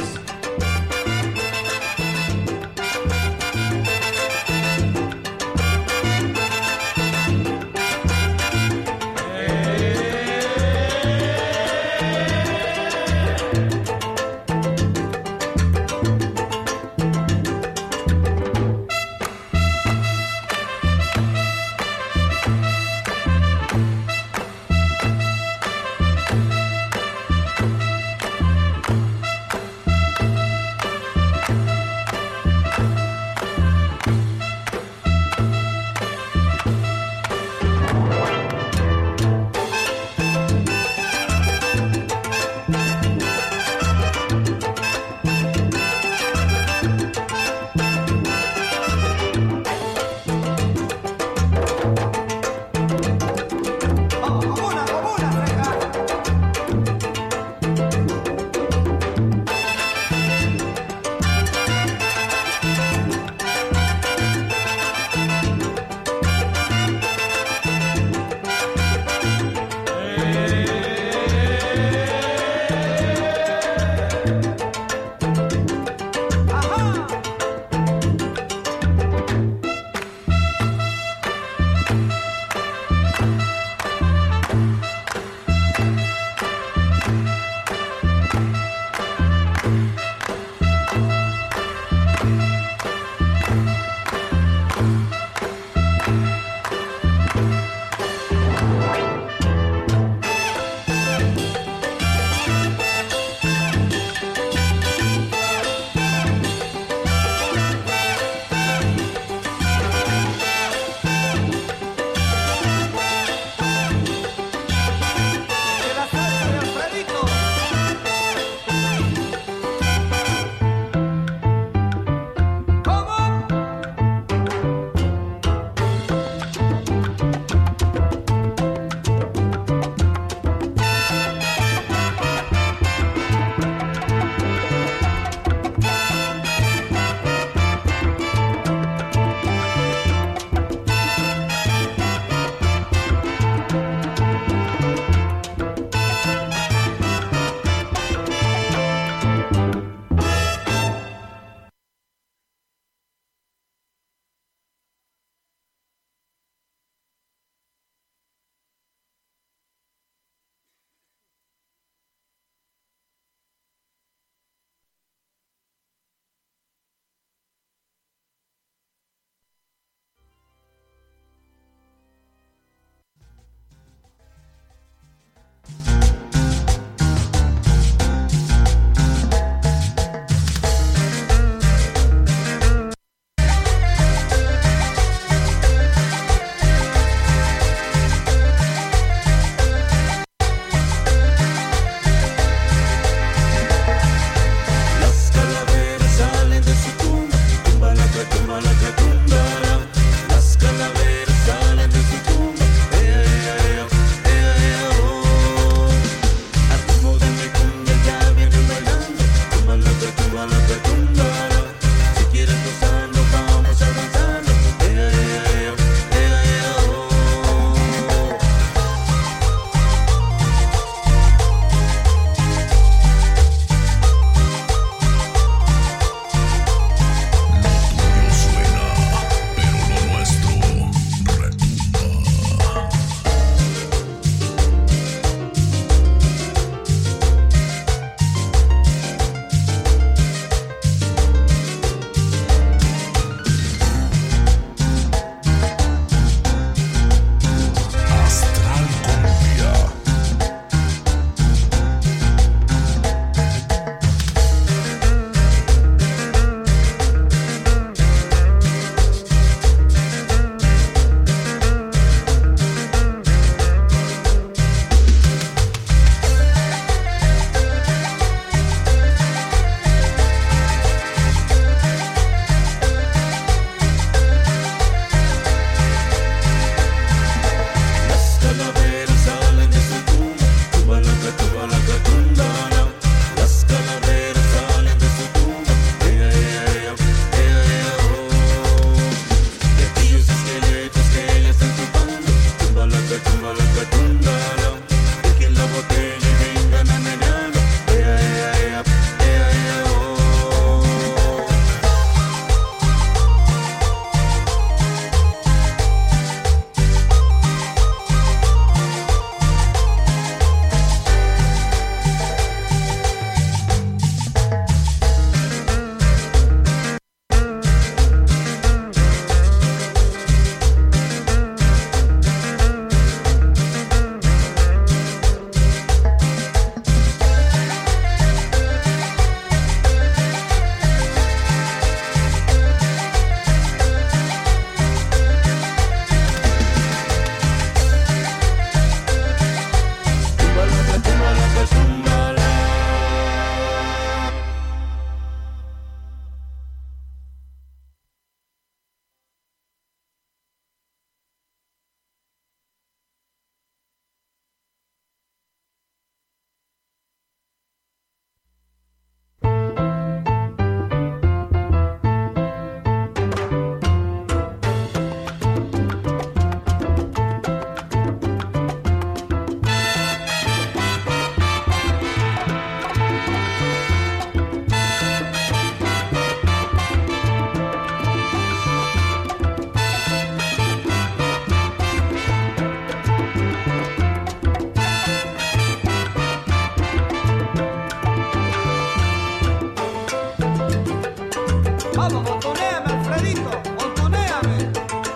[SPEAKER 16] Vamos, montonéame, Alfredito, montonéame.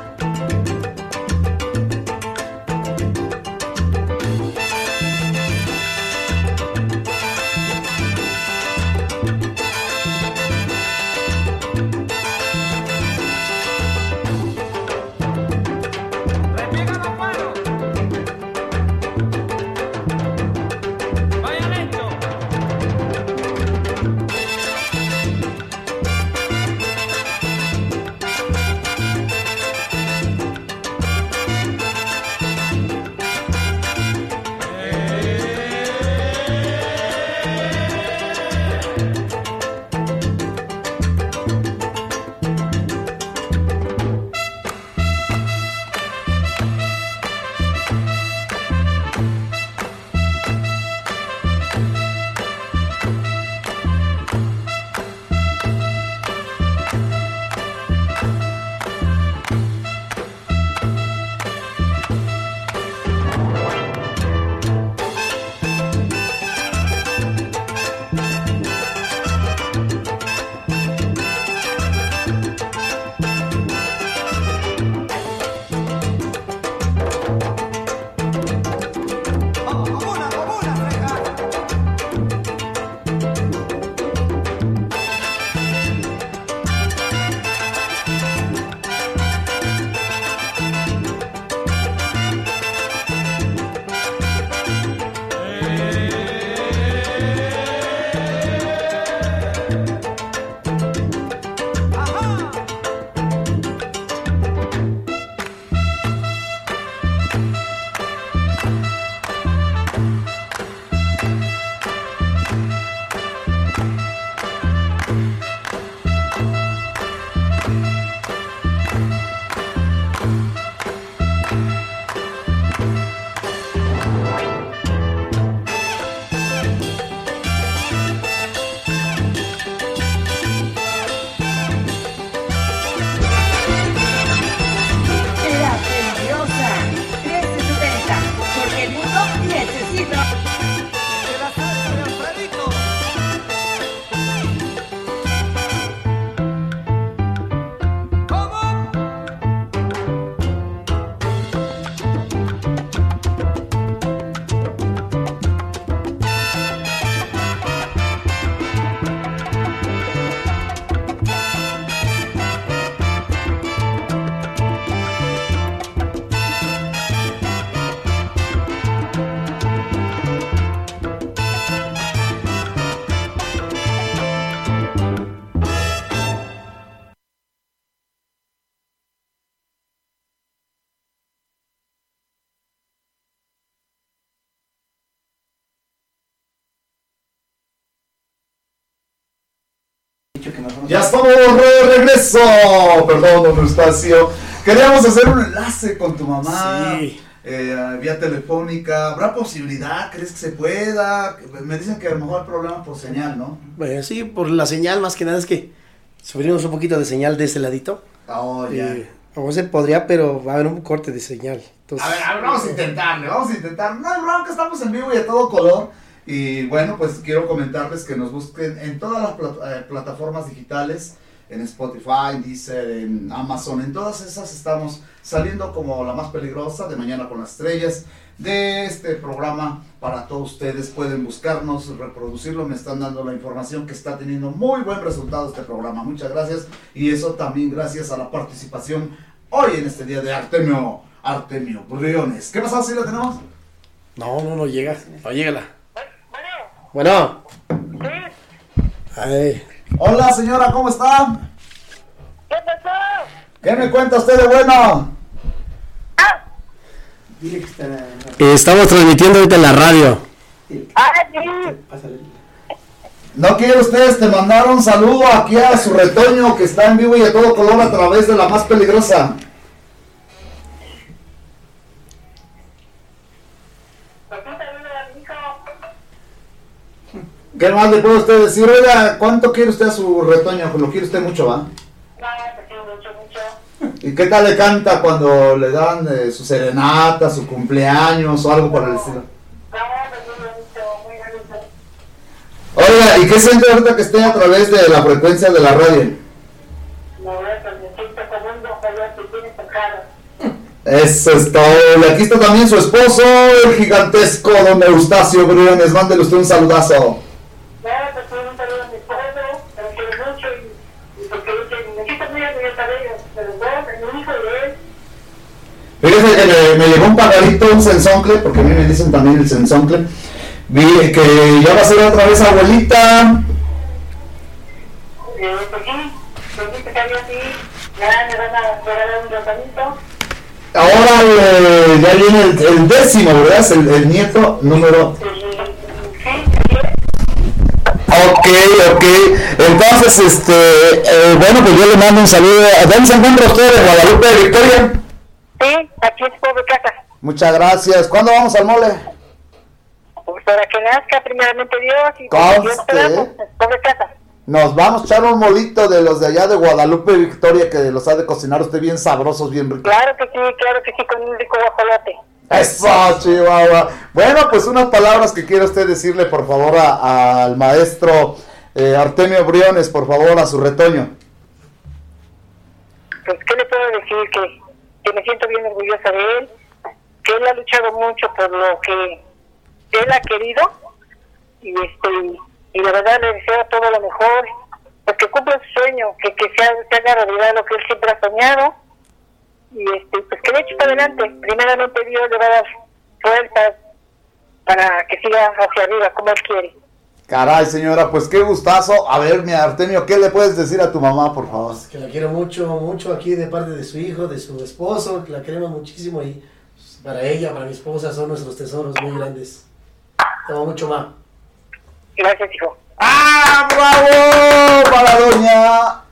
[SPEAKER 1] Ya estamos de regreso. Perdón, un espacio. Queríamos hacer un enlace con tu mamá.
[SPEAKER 2] Sí.
[SPEAKER 1] Vía telefónica. ¿Habrá posibilidad? ¿Crees que se pueda? Me dicen que a lo mejor hay problema por señal, ¿no?
[SPEAKER 2] Bueno, sí, por la señal, más que nada es que sufrimos un poquito de señal de ese ladito.
[SPEAKER 1] Oh, ya.
[SPEAKER 2] O se podría, pero va a haber un corte de señal. Entonces,
[SPEAKER 1] a ver, vamos a intentarle, vamos a intentar. No hay bronca, estamos en vivo y a todo color. Y bueno, pues quiero comentarles que nos busquen en todas las plataformas digitales, en Spotify, en Deezer, en Amazon, en todas esas estamos saliendo como La Más Peligrosa, de Mañana con las Estrellas, de este programa para todos ustedes. Pueden buscarnos, reproducirlo, me están dando la información que está teniendo muy buen resultado este programa. Muchas gracias, y eso también gracias a la participación hoy en este día de Artemio Briones. ¿Qué pasa si la tenemos?
[SPEAKER 2] No llega, no llega. Bueno. Ay.
[SPEAKER 1] Hola señora, ¿cómo está?
[SPEAKER 17] ¿Qué pasó?
[SPEAKER 1] ¿Qué me cuenta usted de bueno?
[SPEAKER 2] Estamos transmitiendo ahorita en la radio.
[SPEAKER 1] ¿No quiere usted mandar un saludo aquí a su retoño que está en vivo y a todo color a través de La Más Peligrosa? ¿Qué más le puede usted decir? Oiga, ¿cuánto quiere usted a su retoño? Lo quiere usted mucho, ¿va?
[SPEAKER 17] No, te quiero mucho.
[SPEAKER 1] ¿Y qué tal le canta cuando le dan su serenata, su cumpleaños o algo por el estilo?
[SPEAKER 17] Muy bonito.
[SPEAKER 1] Oiga, ¿y qué siente ahorita que esté a través de la frecuencia de la radio?
[SPEAKER 17] me siento como un guajolote bien tocado.
[SPEAKER 1] Eso es todo. Y aquí está también su esposo, el gigantesco don Eustacio Briones. Mándele usted un saludazo.
[SPEAKER 17] Nada, pues un saludo a mi esposo, que lo quiero mucho y porque me siento muy orgullosa de ellos, de los dos, de mi hijo y de él.
[SPEAKER 1] Fíjese que me llegó un pajarito, un censoncle, porque a mí me dicen también el censoncle. Vi que ya va a ser otra vez abuelita.
[SPEAKER 17] Pues sí, pues que salió así, ya me van a regalar un tratamiento.
[SPEAKER 1] Ahora ya viene el décimo, ¿verdad? Es el nieto número. Ok. Entonces, bueno, pues yo le mando un saludo. ¿Dónde se encuentra usted? ¿En Guadalupe de Victoria?
[SPEAKER 17] Sí, aquí es pobre casa.
[SPEAKER 1] Muchas gracias. ¿Cuándo vamos al mole?
[SPEAKER 17] Pues para que nazca primeramente Dios y
[SPEAKER 1] Conste.
[SPEAKER 17] esperamos, pobre casa.
[SPEAKER 1] Nos vamos a echar un molito de los de allá de Guadalupe Victoria que los ha de cocinar usted bien sabrosos, bien ricos.
[SPEAKER 17] Claro que sí, con un rico guajolote.
[SPEAKER 1] Eso, Chihuahua. Bueno, pues unas palabras que quiere usted decirle, por favor, al maestro Artemio Briones, por favor, a su retoño.
[SPEAKER 17] Pues, ¿qué le puedo decir? Que me siento bien orgullosa de él, que él ha luchado mucho por lo que él ha querido y la verdad le deseo todo lo mejor, pues que cumpla su sueño, que se haga realidad lo que él siempre ha soñado y pues que le eche para adelante. Primeramente Dios le va a dar fuerzas para que siga hacia arriba como él quiere.
[SPEAKER 1] Caray, señora, pues qué gustazo. A ver, mi Artemio, ¿qué le puedes decir a tu mamá, por favor?
[SPEAKER 2] Que la quiero mucho aquí de parte de su hijo, de su esposo, que la queremos muchísimo y pues, para ella, para mi esposa, son nuestros tesoros muy grandes. Te amo mucho, ma.
[SPEAKER 17] Gracias, hijo.
[SPEAKER 1] ¡Ah, bravo! Para doña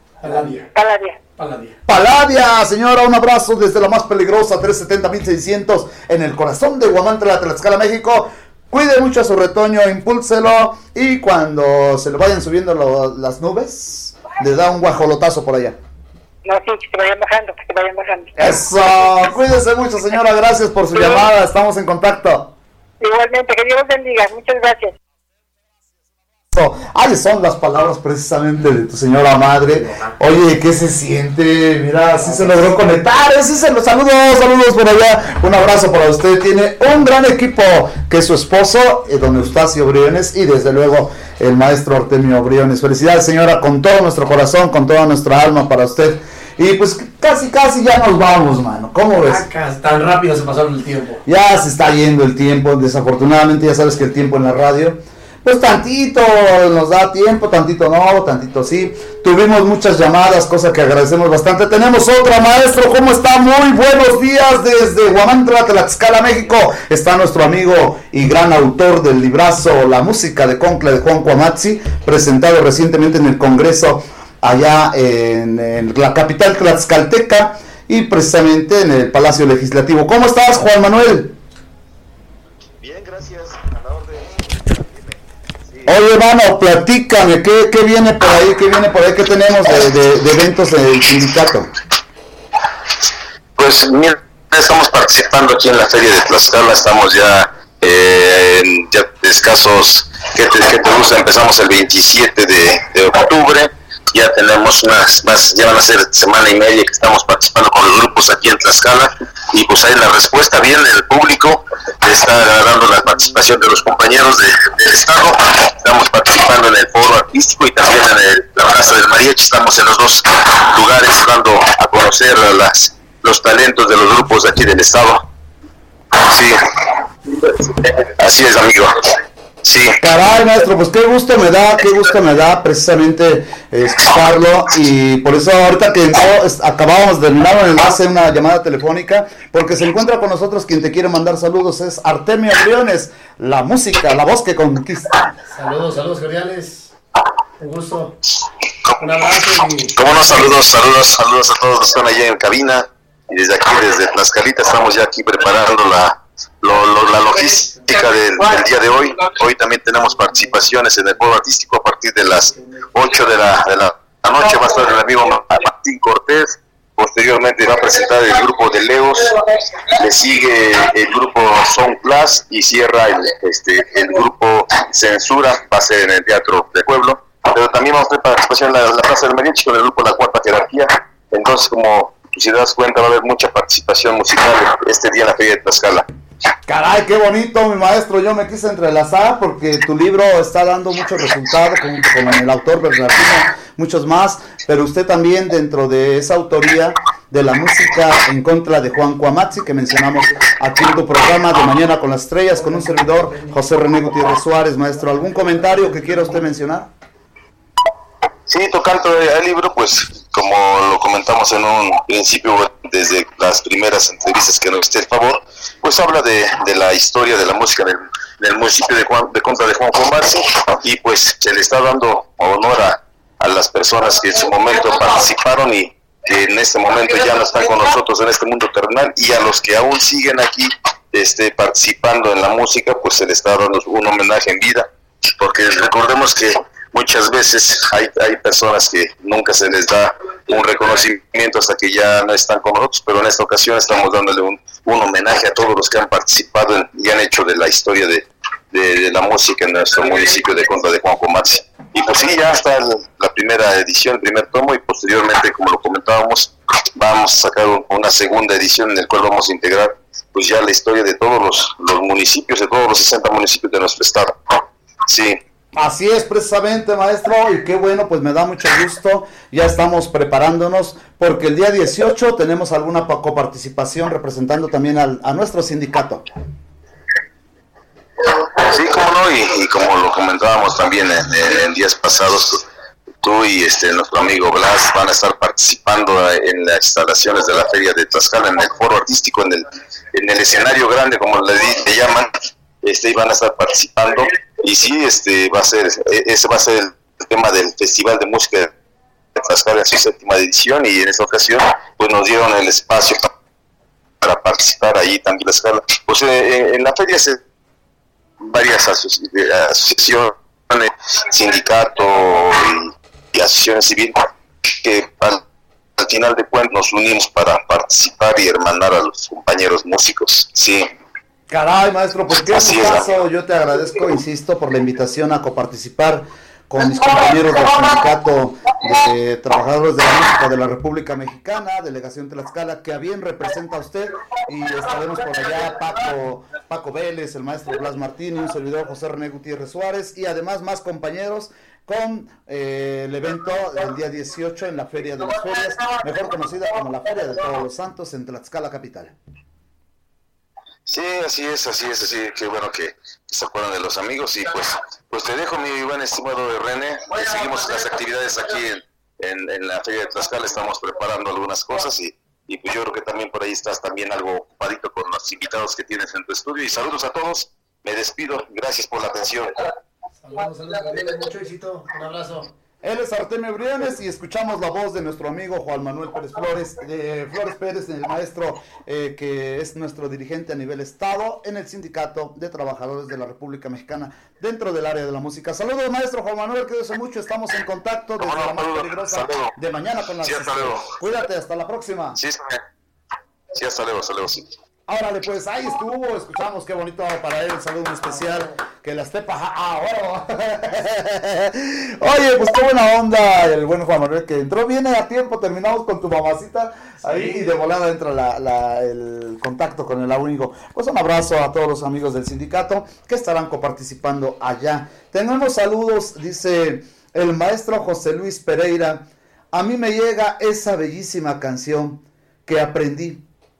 [SPEAKER 1] Paladia, señora, un abrazo desde la más peligrosa, 370-1600, en el corazón de Huamantla, Tlaxcala, México. Cuide mucho a su retoño, impúlselo y cuando se le vayan subiendo las nubes, le da un guajolotazo por allá.
[SPEAKER 17] No, sí, que se vayan bajando,
[SPEAKER 1] Eso, cuídese mucho, señora, gracias por su llamada, estamos en contacto.
[SPEAKER 17] Igualmente, que Dios bendiga, muchas gracias.
[SPEAKER 1] Ahí son las palabras precisamente de tu señora madre. Oye, ¿qué se siente? Mira, sí se logró conectar. Sí se los saludos por allá. Un abrazo para usted. Tiene un gran equipo que es su esposo, don Eustacio Briones, y desde luego el maestro Artemio Briones. Felicidades, señora, con todo nuestro corazón, con toda nuestra alma para usted. Y pues casi ya nos vamos, mano. ¿Cómo ves?
[SPEAKER 2] Tan rápido se pasó el tiempo.
[SPEAKER 1] Ya se está yendo el tiempo. Desafortunadamente ya sabes que el tiempo en la radio, pues tantito nos da tiempo, tantito no, tantito sí. Tuvimos muchas llamadas, cosa que agradecemos bastante. Tenemos otra, maestro, ¿cómo está? Muy buenos días desde Huamantla, Tlaxcala, México. Está nuestro amigo y gran autor del librazo La música de Concla de Juan Cuamatzi, presentado recientemente en el Congreso allá en la capital tlaxcalteca y precisamente en el Palacio Legislativo. ¿Cómo estás, Juan Manuel?
[SPEAKER 18] Bien, gracias.
[SPEAKER 1] Oye, hermano, platícame, ¿qué viene por ahí? ¿Qué tenemos de eventos del sindicato?
[SPEAKER 18] Pues mira, estamos participando aquí en la Feria de Tlaxcala, estamos ya ya escasos, ¿qué te gusta? Empezamos el 27 de octubre, ya tenemos ya van a ser semana y media que estamos participando con los grupos aquí en Tlaxcala, y pues ahí la respuesta bien del público está dando la participación de los compañeros del estado. Estamos participando en el foro artístico y también en la Plaza del Mariachi. Estamos en los dos lugares dando a conocer los talentos de los grupos de aquí del estado. Sí, así es, amigo. Sí.
[SPEAKER 1] Caray, maestro, pues qué gusto me da precisamente escucharlo, y por eso ahorita que acabamos de terminar el enlace, una llamada telefónica, porque se encuentra con nosotros quien te quiere mandar saludos, es Artemio Briones, la música, la voz que conquista.
[SPEAKER 2] Saludos cordiales, un gusto, un abrazo.
[SPEAKER 18] ¿Cómo no? Saludos a todos los que están allá en cabina, y desde aquí, desde Tlaxcalita, estamos ya aquí preparando la logística del día de hoy. Hoy también tenemos participaciones en el foro artístico a partir de las 8 de la noche. Va a estar el amigo Martín Cortés. Posteriormente va a presentar el grupo de Leos, le sigue el grupo Son Class y cierra el grupo Censura. Va a ser en el Teatro del Pueblo. pero también vamos a tener participación en la Plaza del Mariachi con el grupo La Cuarta Jerarquía. Entonces, como si te das cuenta, va a haber mucha participación musical este día en la Feria de Tlaxcala.
[SPEAKER 1] Caray, qué bonito, mi maestro. Yo me quise entrelazar porque tu libro está dando muchos resultados con el autor Bernardino, muchos más, pero usted también dentro de esa autoría de la música en contra de Juan Cuamatzi, que mencionamos aquí en tu programa de Mañana con las Estrellas, con un servidor, José René Gutiérrez Suárez. Maestro, ¿algún comentario que quiera usted mencionar?
[SPEAKER 18] Sí, tocando el libro, pues como lo comentamos en un principio, desde las primeras entrevistas que nos esté el favor, pues habla de la historia de la música del municipio de contra de Juan Cuamatzi, y pues se le está dando honor a las personas que en su momento participaron y que en este momento ya no están con nosotros en este mundo terrenal, y a los que aún siguen aquí participando en la música, pues se les está dando un homenaje en vida, porque recordemos que muchas veces hay personas que nunca se les da un reconocimiento hasta que ya no están con nosotros, pero en esta ocasión estamos dándole un homenaje a todos los que han participado y han hecho de la historia de la música en nuestro municipio de Contra de Juan Cuamatzi. Y pues sí, ya está la primera edición, el primer tomo, y posteriormente, como lo comentábamos, vamos a sacar una segunda edición en la cual vamos a integrar pues ya la historia de todos los municipios, de todos los 60 municipios de nuestro estado. Sí.
[SPEAKER 1] Así es, precisamente, maestro, y qué bueno, pues me da mucho gusto. Ya estamos preparándonos porque el día 18 tenemos alguna coparticipación representando también a nuestro sindicato.
[SPEAKER 18] Sí, cómo no, y como lo comentábamos también en días pasados, tú y nuestro amigo Blas van a estar participando en las instalaciones de la Feria de Tlaxcala, en el foro artístico, en el escenario grande, como le llaman, y van a estar participando. Y sí, ese va a ser el tema del Festival de Música de Tlaxcala en su 7ª edición, y en esta ocasión pues nos dieron el espacio para participar ahí también en Tlaxcala. Pues en la feria se varias asociaciones, sindicatos y asociaciones civiles que al final de cuentas nos unimos para participar y hermanar a los compañeros músicos. Sí.
[SPEAKER 1] Caray, maestro, pues qué gustazo. Yo te agradezco, insisto, por la invitación a coparticipar con mis compañeros del Sindicato de Trabajadores de la Música de la República Mexicana, Delegación Tlaxcala, que a bien representa a usted, y estaremos por allá Paco Vélez, el maestro Blas Martín y un servidor José René Gutiérrez Suárez, y además más compañeros con el evento del día 18 en la Feria de las Ferias, mejor conocida como la Feria de Todos los Santos en Tlaxcala capital.
[SPEAKER 18] Sí, así es, qué bueno que se acuerdan de los amigos, y pues te dejo, mi buen estimado René, seguimos las actividades aquí en la Feria de Tlaxcala, estamos preparando algunas cosas, y pues yo creo que también por ahí estás también algo ocupadito con los invitados que tienes en tu estudio, y saludos a todos, me despido, gracias por la atención.
[SPEAKER 2] Saludos, mucho éxito, un abrazo.
[SPEAKER 1] Él es Artemio Briones y escuchamos la voz de nuestro amigo Juan Manuel Pérez Flores Pérez, el maestro que es nuestro dirigente a nivel estado en el Sindicato de Trabajadores de la República Mexicana dentro del área de la música. Saludos, maestro Juan Manuel, quédese mucho, estamos en contacto desde la más peligrosa de Mañana con las Estrellas. Cuídate, hasta la próxima.
[SPEAKER 18] Sí, hasta luego, sí.
[SPEAKER 1] Órale, pues ahí estuvo, escuchamos, qué bonito para él, saludo muy especial, que la esté ahora. Oye, pues qué buena onda el buen Juan Manuel que entró, viene a tiempo, terminamos con tu mamacita ahí y de volada entra el contacto con el amigo. Pues un abrazo a todos los amigos del sindicato que estarán coparticipando allá. Tenemos saludos, dice el maestro José Luis Pereira, a mí me llega esa bellísima canción que aprendí.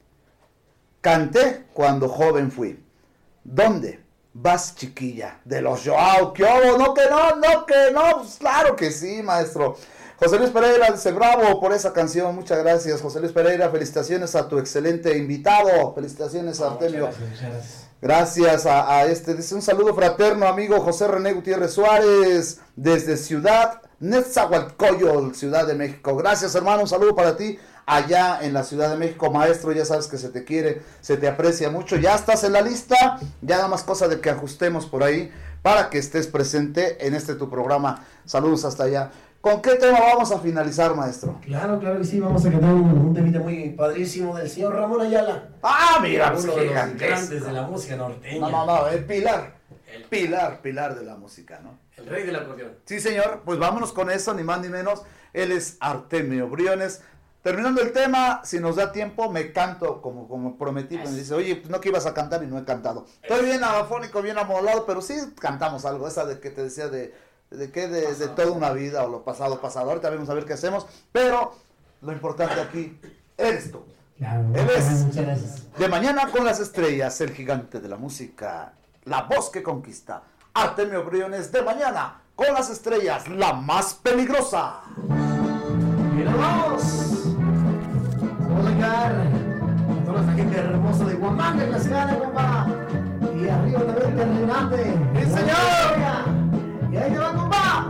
[SPEAKER 1] Canté cuando joven fui. ¿Dónde vas, chiquilla? De los Joao. ¿Qué hago? No, que no. Pues claro que sí, maestro. José Luis Pereira dice, bravo por esa canción. Muchas gracias, José Luis Pereira. Felicitaciones a tu excelente invitado. Felicitaciones a Artemio. Gracias a dice un saludo fraterno, amigo José René Gutiérrez Suárez, desde Ciudad Nezahualcóyotl, Ciudad de México. Gracias, hermano. Un saludo para ti. Allá en la Ciudad de México, maestro, ya sabes que se te quiere, se te aprecia mucho, ya estás en la lista, ya nada más cosa de que ajustemos por ahí para que estés presente en tu programa. Saludos hasta allá. ¿Con qué tema vamos a finalizar, maestro?
[SPEAKER 2] Claro que sí, vamos a cantar un temita muy padrísimo del señor Ramón Ayala.
[SPEAKER 1] Ah, mira,
[SPEAKER 2] uno de los grandes de la música norteña.
[SPEAKER 1] No, el Pilar. pilar de la música, ¿no?
[SPEAKER 2] El rey del acordeón.
[SPEAKER 1] Sí, señor, pues vámonos con eso, ni más ni menos. Él es Artemio Briones. Terminando el tema, si nos da tiempo, me canto como prometí. Me dice, oye, no que ibas a cantar y no he cantado. Estoy bien afónico, bien amolado, pero sí cantamos algo. Esa de que te decía de toda una vida o lo pasado. Ahorita vamos a ver qué hacemos. Pero lo importante aquí eres tú.
[SPEAKER 15] Claro,
[SPEAKER 1] Él es
[SPEAKER 15] muchas gracias.
[SPEAKER 1] De Mañana con las Estrellas, el gigante de la música, la voz que conquista. Artemio Briones, De Mañana con las Estrellas, la más peligrosa.
[SPEAKER 15] ¡Mira, vamos! Vamos a llegar a toda esta gente hermosa de Huamanga en la escala, compa. Y arriba también de Renate.
[SPEAKER 1] ¡Sí,
[SPEAKER 15] señor! Y ahí te va, compa.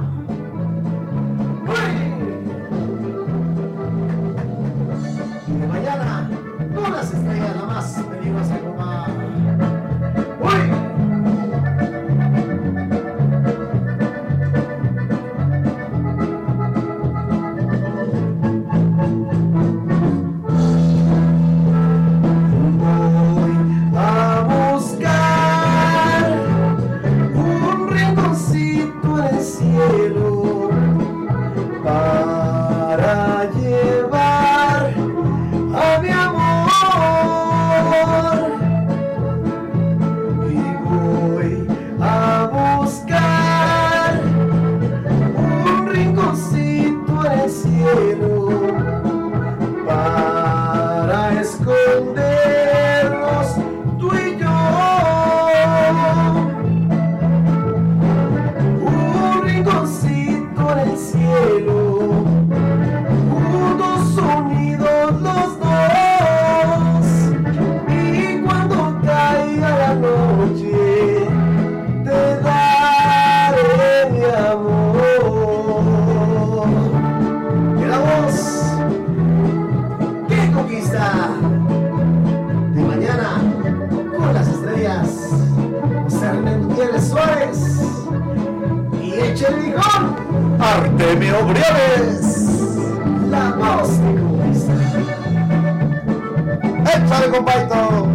[SPEAKER 15] ¡Uy! Y de mañana, con las estrellas, la más peligrosa, compa. ¡Uy!
[SPEAKER 19] Para llevar a mi amor y voy a buscar un rinconcito en el cielo para escondernos tú y yo. Un rinconcito en el cielo, juntos unidos los dos, y cuando caiga la noche te daré mi amor. Que la voz que conquista De Mañana con las Estrellas, José Armando Gutiérrez Suárez y Eche el Lijón,
[SPEAKER 1] Artemio Briones,
[SPEAKER 19] la voz que conquista.
[SPEAKER 1] ¡Échale, compaito!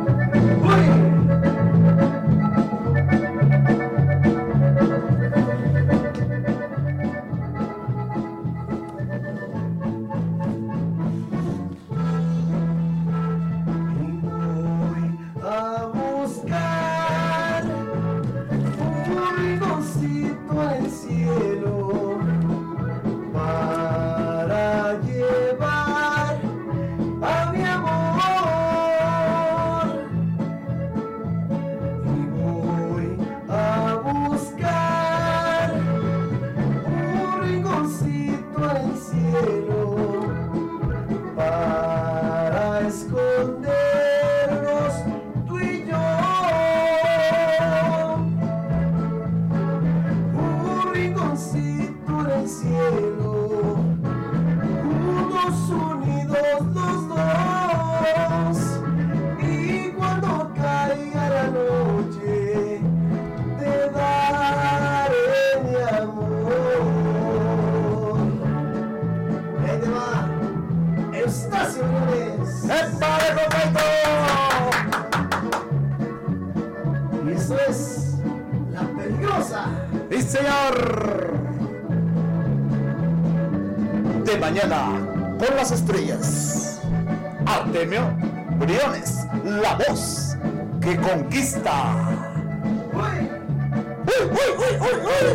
[SPEAKER 19] A buscar un rinconcito en el cielo para llevar a mi amor, y voy a buscar un rinconcito en el cielo para escondernos tú y yo. Un rinconcito en el cielo, juntos unidos los dos, y cuando caiga la noche te daré mi amor. Ahí te va Eustacio Briones.
[SPEAKER 1] ¡Épale, compaito!
[SPEAKER 19] Y eso es La Peligrosa.
[SPEAKER 1] ¡Sí, señor! De Mañana con las Estrellas, Artemio Briones, la voz que conquista.
[SPEAKER 19] ¡Uy!
[SPEAKER 1] ¡Uy, uy, uy, uy, uy!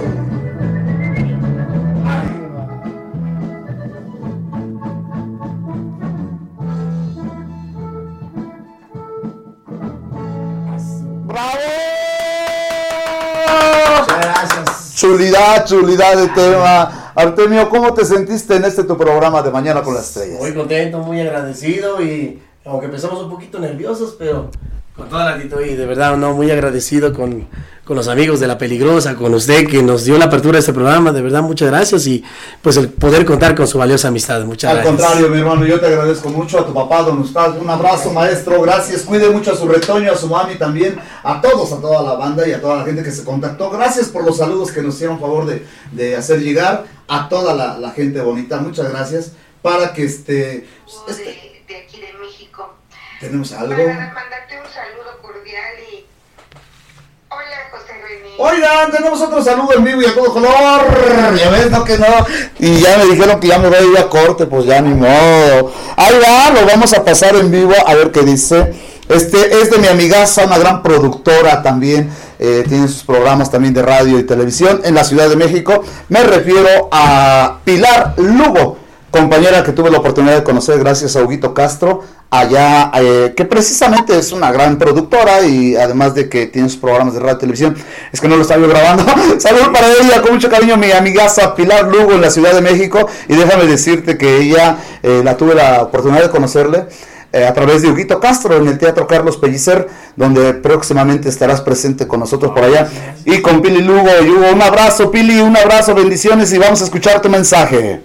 [SPEAKER 19] Muchas gracias.
[SPEAKER 1] Chulidad de tema. Artemio, ¿cómo te sentiste en tu programa de Mañana con las Estrellas?
[SPEAKER 2] Muy contento, muy agradecido y aunque empezamos un poquito nerviosos, pero con toda la actitud y de verdad muy agradecido con los amigos de La Peligrosa, con usted que nos dio la apertura de este programa, de verdad muchas gracias y pues el poder contar con su valiosa amistad, muchas gracias.
[SPEAKER 1] Al contrario, mi hermano, yo te agradezco mucho, a tu papá, don Eustacio, un abrazo, maestro, gracias, cuide mucho a su retoño, a su mami también, a todos, a toda la banda y a toda la gente que se contactó, gracias por los saludos que nos hicieron favor de hacer llegar a toda la gente bonita, muchas gracias, para que
[SPEAKER 20] de aquí de México.
[SPEAKER 1] ¿Tenemos algo?
[SPEAKER 20] Para mandarte un saludo cordial y... Hola,
[SPEAKER 1] Oigan, tenemos otro saludo en vivo y a todo color. Ya ves, no que no. Y ya me dijeron que ya me voy a ir a corte, pues ya ni modo. Ahí va, lo vamos a pasar en vivo a ver qué dice. Este es de mi amigaza, una gran productora también. Tiene sus programas también de radio y televisión en la Ciudad de México. Me refiero a Pilar Lugo, compañera que tuve la oportunidad de conocer gracias a Huguito Castro, allá, que precisamente es una gran productora y además de que tiene sus programas de radio y televisión, es que no lo estaba yo grabando. Saludos para ella, con mucho cariño, mi amigaza Pilar Lugo en la Ciudad de México, y déjame decirte que ella, la tuve la oportunidad de conocerle a través de Huguito Castro en el Teatro Carlos Pellicer, donde próximamente estarás presente con nosotros por allá, y con Pili Lugo. Y Hugo, un abrazo, Pili, un abrazo, bendiciones, y vamos a escuchar tu mensaje.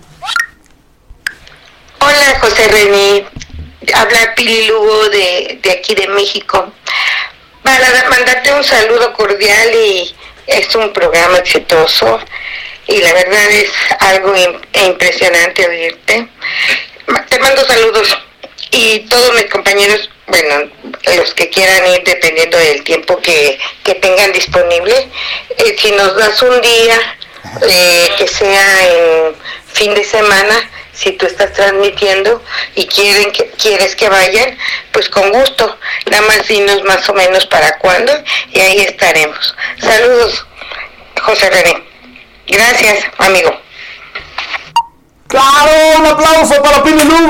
[SPEAKER 20] Hola, José René, habla Pili Lugo de aquí de México, para mandarte un saludo cordial. Y es un programa exitoso y la verdad es algo impresionante oírte. Te mando saludos. Y todos mis compañeros, bueno, los que quieran ir dependiendo del tiempo que tengan disponible, si nos das un día, que sea en fin de semana, si tú estás transmitiendo y quieres que vayan, pues con gusto, nada más dinos más o menos para cuándo y ahí estaremos. Saludos, José René. Gracias, amigo.
[SPEAKER 1] ¡Claro! ¡Un aplauso para Pili Lugo!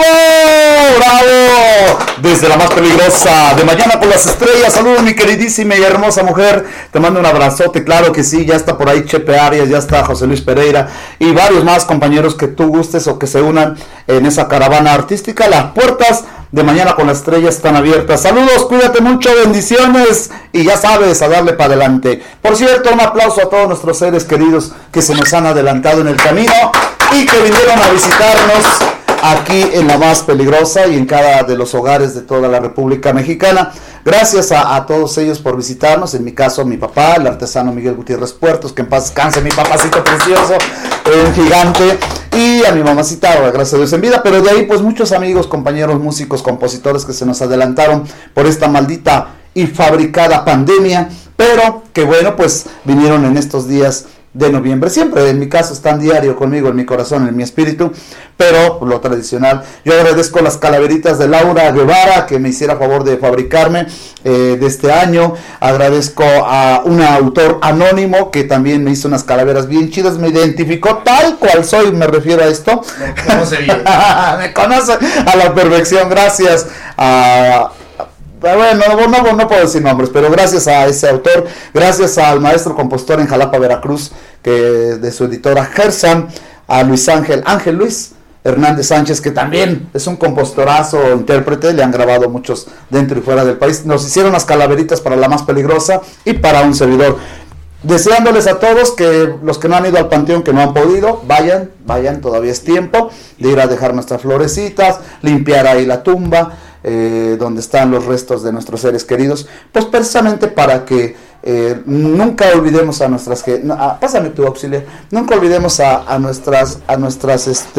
[SPEAKER 1] ¡Bravo! Desde la más peligrosa de Mañana con las Estrellas. Saludos, mi queridísima y hermosa mujer. Te mando un abrazote. Claro que sí, ya está por ahí Chepe Arias, ya está José Luis Pereira y varios más compañeros que tú gustes o que se unan en esa caravana artística. Las puertas de Mañana con las Estrellas están abiertas. Saludos, cuídate mucho, bendiciones y ya sabes, a darle para adelante. Por cierto, un aplauso a todos nuestros seres queridos que se nos han adelantado en el camino y que vinieron a visitarnos aquí en la más peligrosa y en cada de los hogares de toda la República Mexicana. Gracias a todos ellos por visitarnos, en mi caso a mi papá, el artesano Miguel Gutiérrez Puertos, que en paz descanse, mi papacito precioso, el gigante, y a mi mamacita, gracias a Dios en vida, pero de ahí pues muchos amigos, compañeros, músicos, compositores que se nos adelantaron por esta maldita y fabricada pandemia, pero que bueno, pues vinieron en estos días de noviembre. Siempre en mi caso están diario conmigo, en mi corazón, en mi espíritu, pero lo tradicional. Yo agradezco las calaveritas de Laura Guevara que me hiciera favor de fabricarme de este año. Agradezco a un autor anónimo que también me hizo unas calaveras bien chidas, me identificó tal cual soy, me refiero a esto. Me conoce bien. Me conoce a la perfección. Gracias a... Bueno, no puedo decir nombres, pero gracias a ese autor, gracias al maestro compositor en Jalapa, Veracruz, que de su editora Gersan, a Ángel Luis Hernández Sánchez, que también es un compositorazo, intérprete, le han grabado muchos dentro y fuera del país. Nos hicieron las calaveritas para la más peligrosa y para un servidor. Deseándoles a todos que los que no han ido al panteón, que no han podido, vayan, todavía es tiempo de ir a dejar nuestras florecitas, limpiar ahí la tumba, donde están los restos de nuestros seres queridos, pues precisamente para que nunca olvidemos a nuestras pásame tu auxiliar, nunca olvidemos a nuestros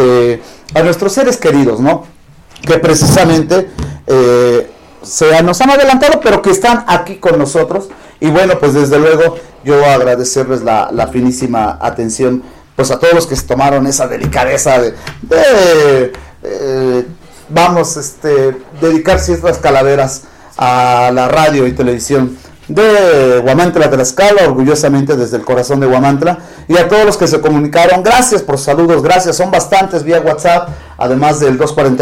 [SPEAKER 1] seres queridos, ¿no? Que precisamente nos han adelantado, pero que están aquí con nosotros. Y bueno, pues desde luego yo agradecerles la finísima atención, pues a todos los que se tomaron esa delicadeza de dedicar ciertas calaveras a la radio y televisión de Huamantla, Tlaxcala, orgullosamente desde el corazón de Huamantla, y a todos los que se comunicaron, gracias por sus saludos, gracias, son bastantes vía WhatsApp, además del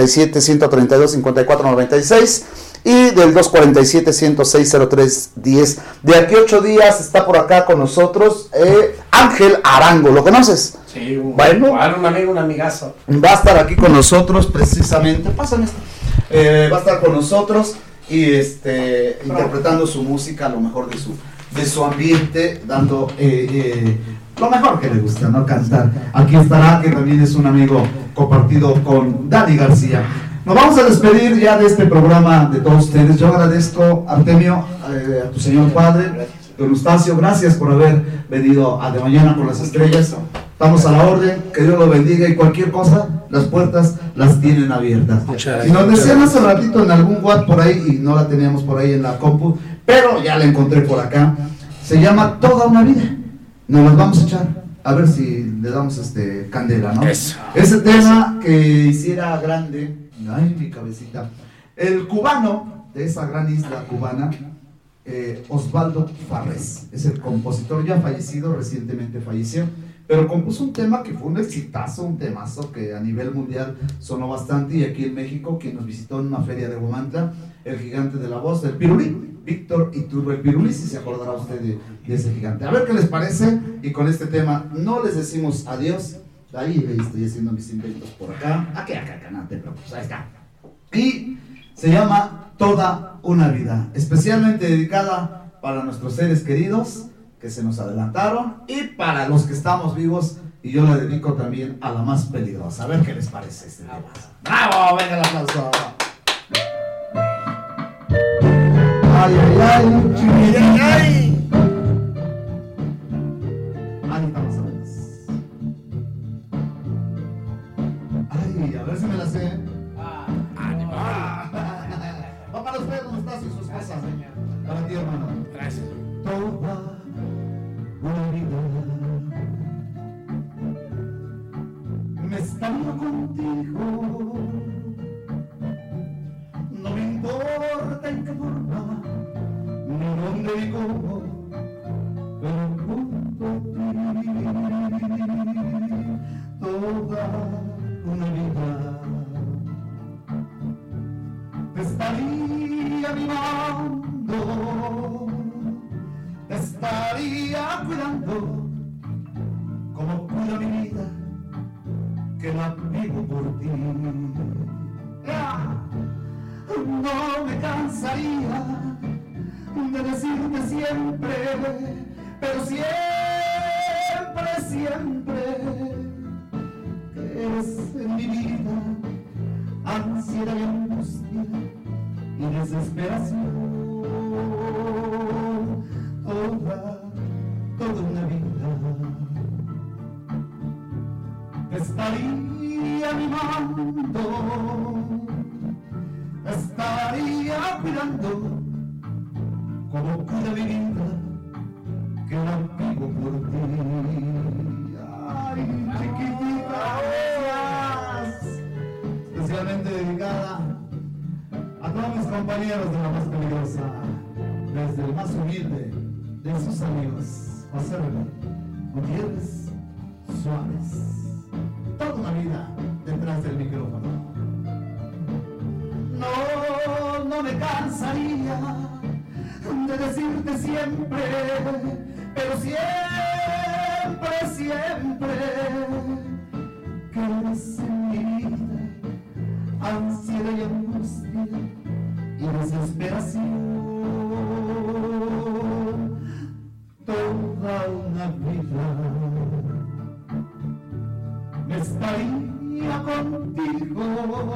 [SPEAKER 1] 247-132-5496 y del 247-106-0310. De aquí 8 días está por acá con nosotros Ángel Arango, ¿lo conoces?
[SPEAKER 2] Sí,
[SPEAKER 1] bueno,
[SPEAKER 2] un amigo, un amigazo.
[SPEAKER 1] Va a estar aquí con nosotros precisamente, pásame esto, va a estar con nosotros y interpretando su música, lo mejor de su ambiente, dando lo mejor que le gusta, ¿no? Cantar. Aquí estará, que también es un amigo compartido con Dani García. Nos vamos a despedir ya de este programa de todos ustedes. Yo agradezco, Artemio, a tu señor padre, don Eustacio, gracias por haber venido a De Mañana con las Estrellas. Estamos a la orden, que Dios lo bendiga, y cualquier cosa, las puertas las tienen abiertas. Y nos decían hace ratito en algún WhatsApp por ahí, y no la teníamos por ahí en la compu, pero ya la encontré por acá. Se llama Toda una vida. Nos las vamos a echar. A ver si le damos candela, ¿no?
[SPEAKER 2] Eso.
[SPEAKER 1] Ese tema que hiciera grande, ay, mi cabecita, el cubano de esa gran isla cubana, Osvaldo Farrés, es el compositor ya fallecido, recientemente falleció, pero compuso un tema que fue un exitazo, un temazo que a nivel mundial sonó bastante, y aquí en México, quien nos visitó en una feria de Huamantla, el gigante de la voz, el Pirulí, Víctor Iturbe Pirulí, si se acordará usted de ese gigante. A ver qué les parece, y con este tema no les decimos adiós. Ahí estoy haciendo mis inventos por acá, acá, no te preocupes, ahí está. Y se llama Toda una vida, especialmente dedicada para nuestros seres queridos que se nos adelantaron y para los que estamos vivos, y yo la dedico también a la más peligrosa. A ver qué les parece este tema. ¡Bravo! Venga el aplauso. Ay, ay, ay, ay, ay, ay. Ahí estamos, amigos. Ay, a ver si me la sé. Va para usted, ¿dónde estás y sus cosas? Para ti, hermano. Gracias. Toda una vida me estaría contigo. No me importa en qué forma, ni dónde ni cómo, pero junto a ti, toda una vida, te estaría mimando, te estaría cuidando, como cuida mi vida, que la vivo por ti. No me cansaría de decirte siempre, pero siempre, siempre, que eres en mi vida ansiedad y angustia y desesperación. Toda una vida te estaría mimando, estaría cuidando, como cuida mi vida, que la vivo por ti. Ay, chiquitita, especialmente dedicada a todos mis compañeros de la más peligrosa, desde el más humilde de sus amigos, José René Gutiérrez Suárez. Toda una vida detrás del micrófono. No me cansaría de decirte siempre, pero siempre, siempre, que eres en mi vida ansiedad y angustia y desesperación. Toda una vida me estaría contigo.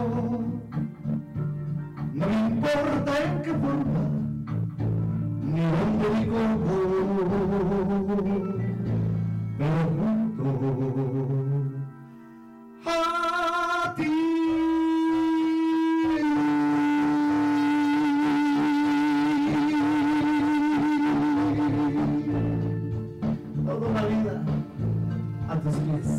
[SPEAKER 1] No me importa en qué forma, ni dónde ni cómo, pero junto a ti. Toda una vida a tus pies,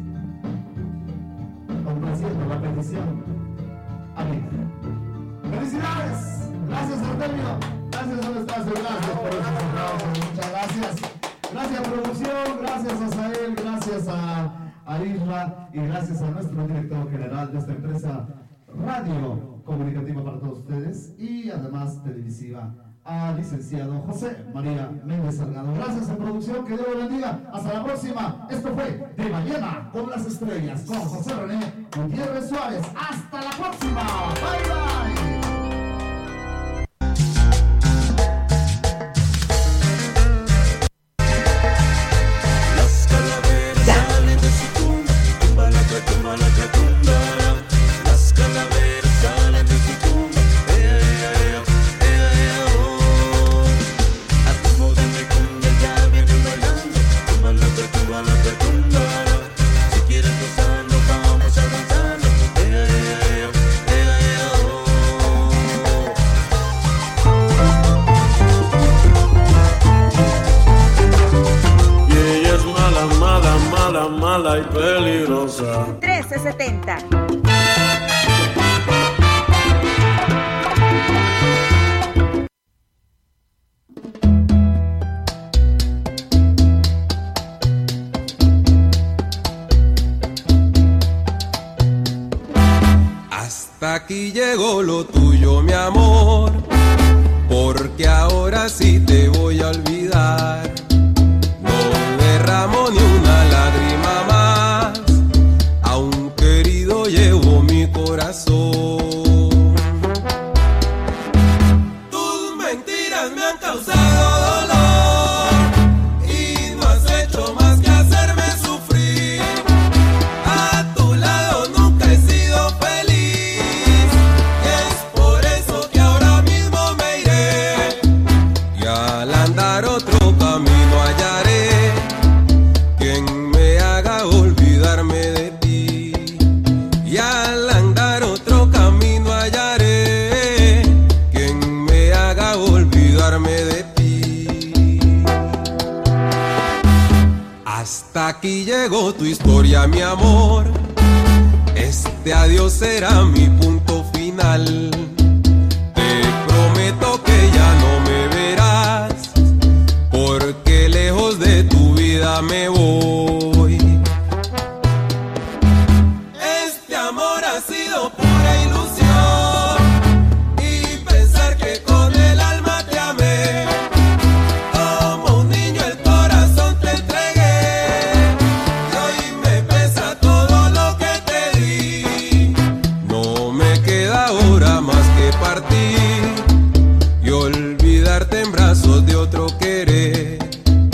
[SPEAKER 1] complaciendo la petición a mí. ¡Felicidades! Gracias, Artemio. Gracias, Anastasio. Gracias por esos aplausos. Muchas gracias. Gracias, producción. Gracias a Sael. Gracias a Isla. Y gracias a nuestro director general de esta empresa radio comunicativa para todos ustedes. Y además televisiva, al licenciado José María Méndez Salgado. Gracias a producción. Que Dios lo bendiga. Hasta la próxima. Esto fue De Mañana con las Estrellas con José René Gutiérrez Suárez. Hasta la próxima. Bye, bye.
[SPEAKER 21] Si quieres gozarlo, vamos avanzando.
[SPEAKER 11] vuelta.
[SPEAKER 21] Hasta aquí llegó lo tuyo, mi amor, porque ahora sí te voy a olvidar. No derramo ni una lágrima más, aunque herido llevo mi corazón. Tus mentiras me han causado dolor y no has hecho más que hacerme sufrir. A tu lado nunca he sido feliz y es por eso que ahora mismo me iré. Y al andar otro camino hallaré quien me haga olvidarme de ti. Y al andar otro camino hallaré quien me haga olvidarme de ti. Hasta aquí llegó tu historia, mi amor. Este adiós será mi punto final.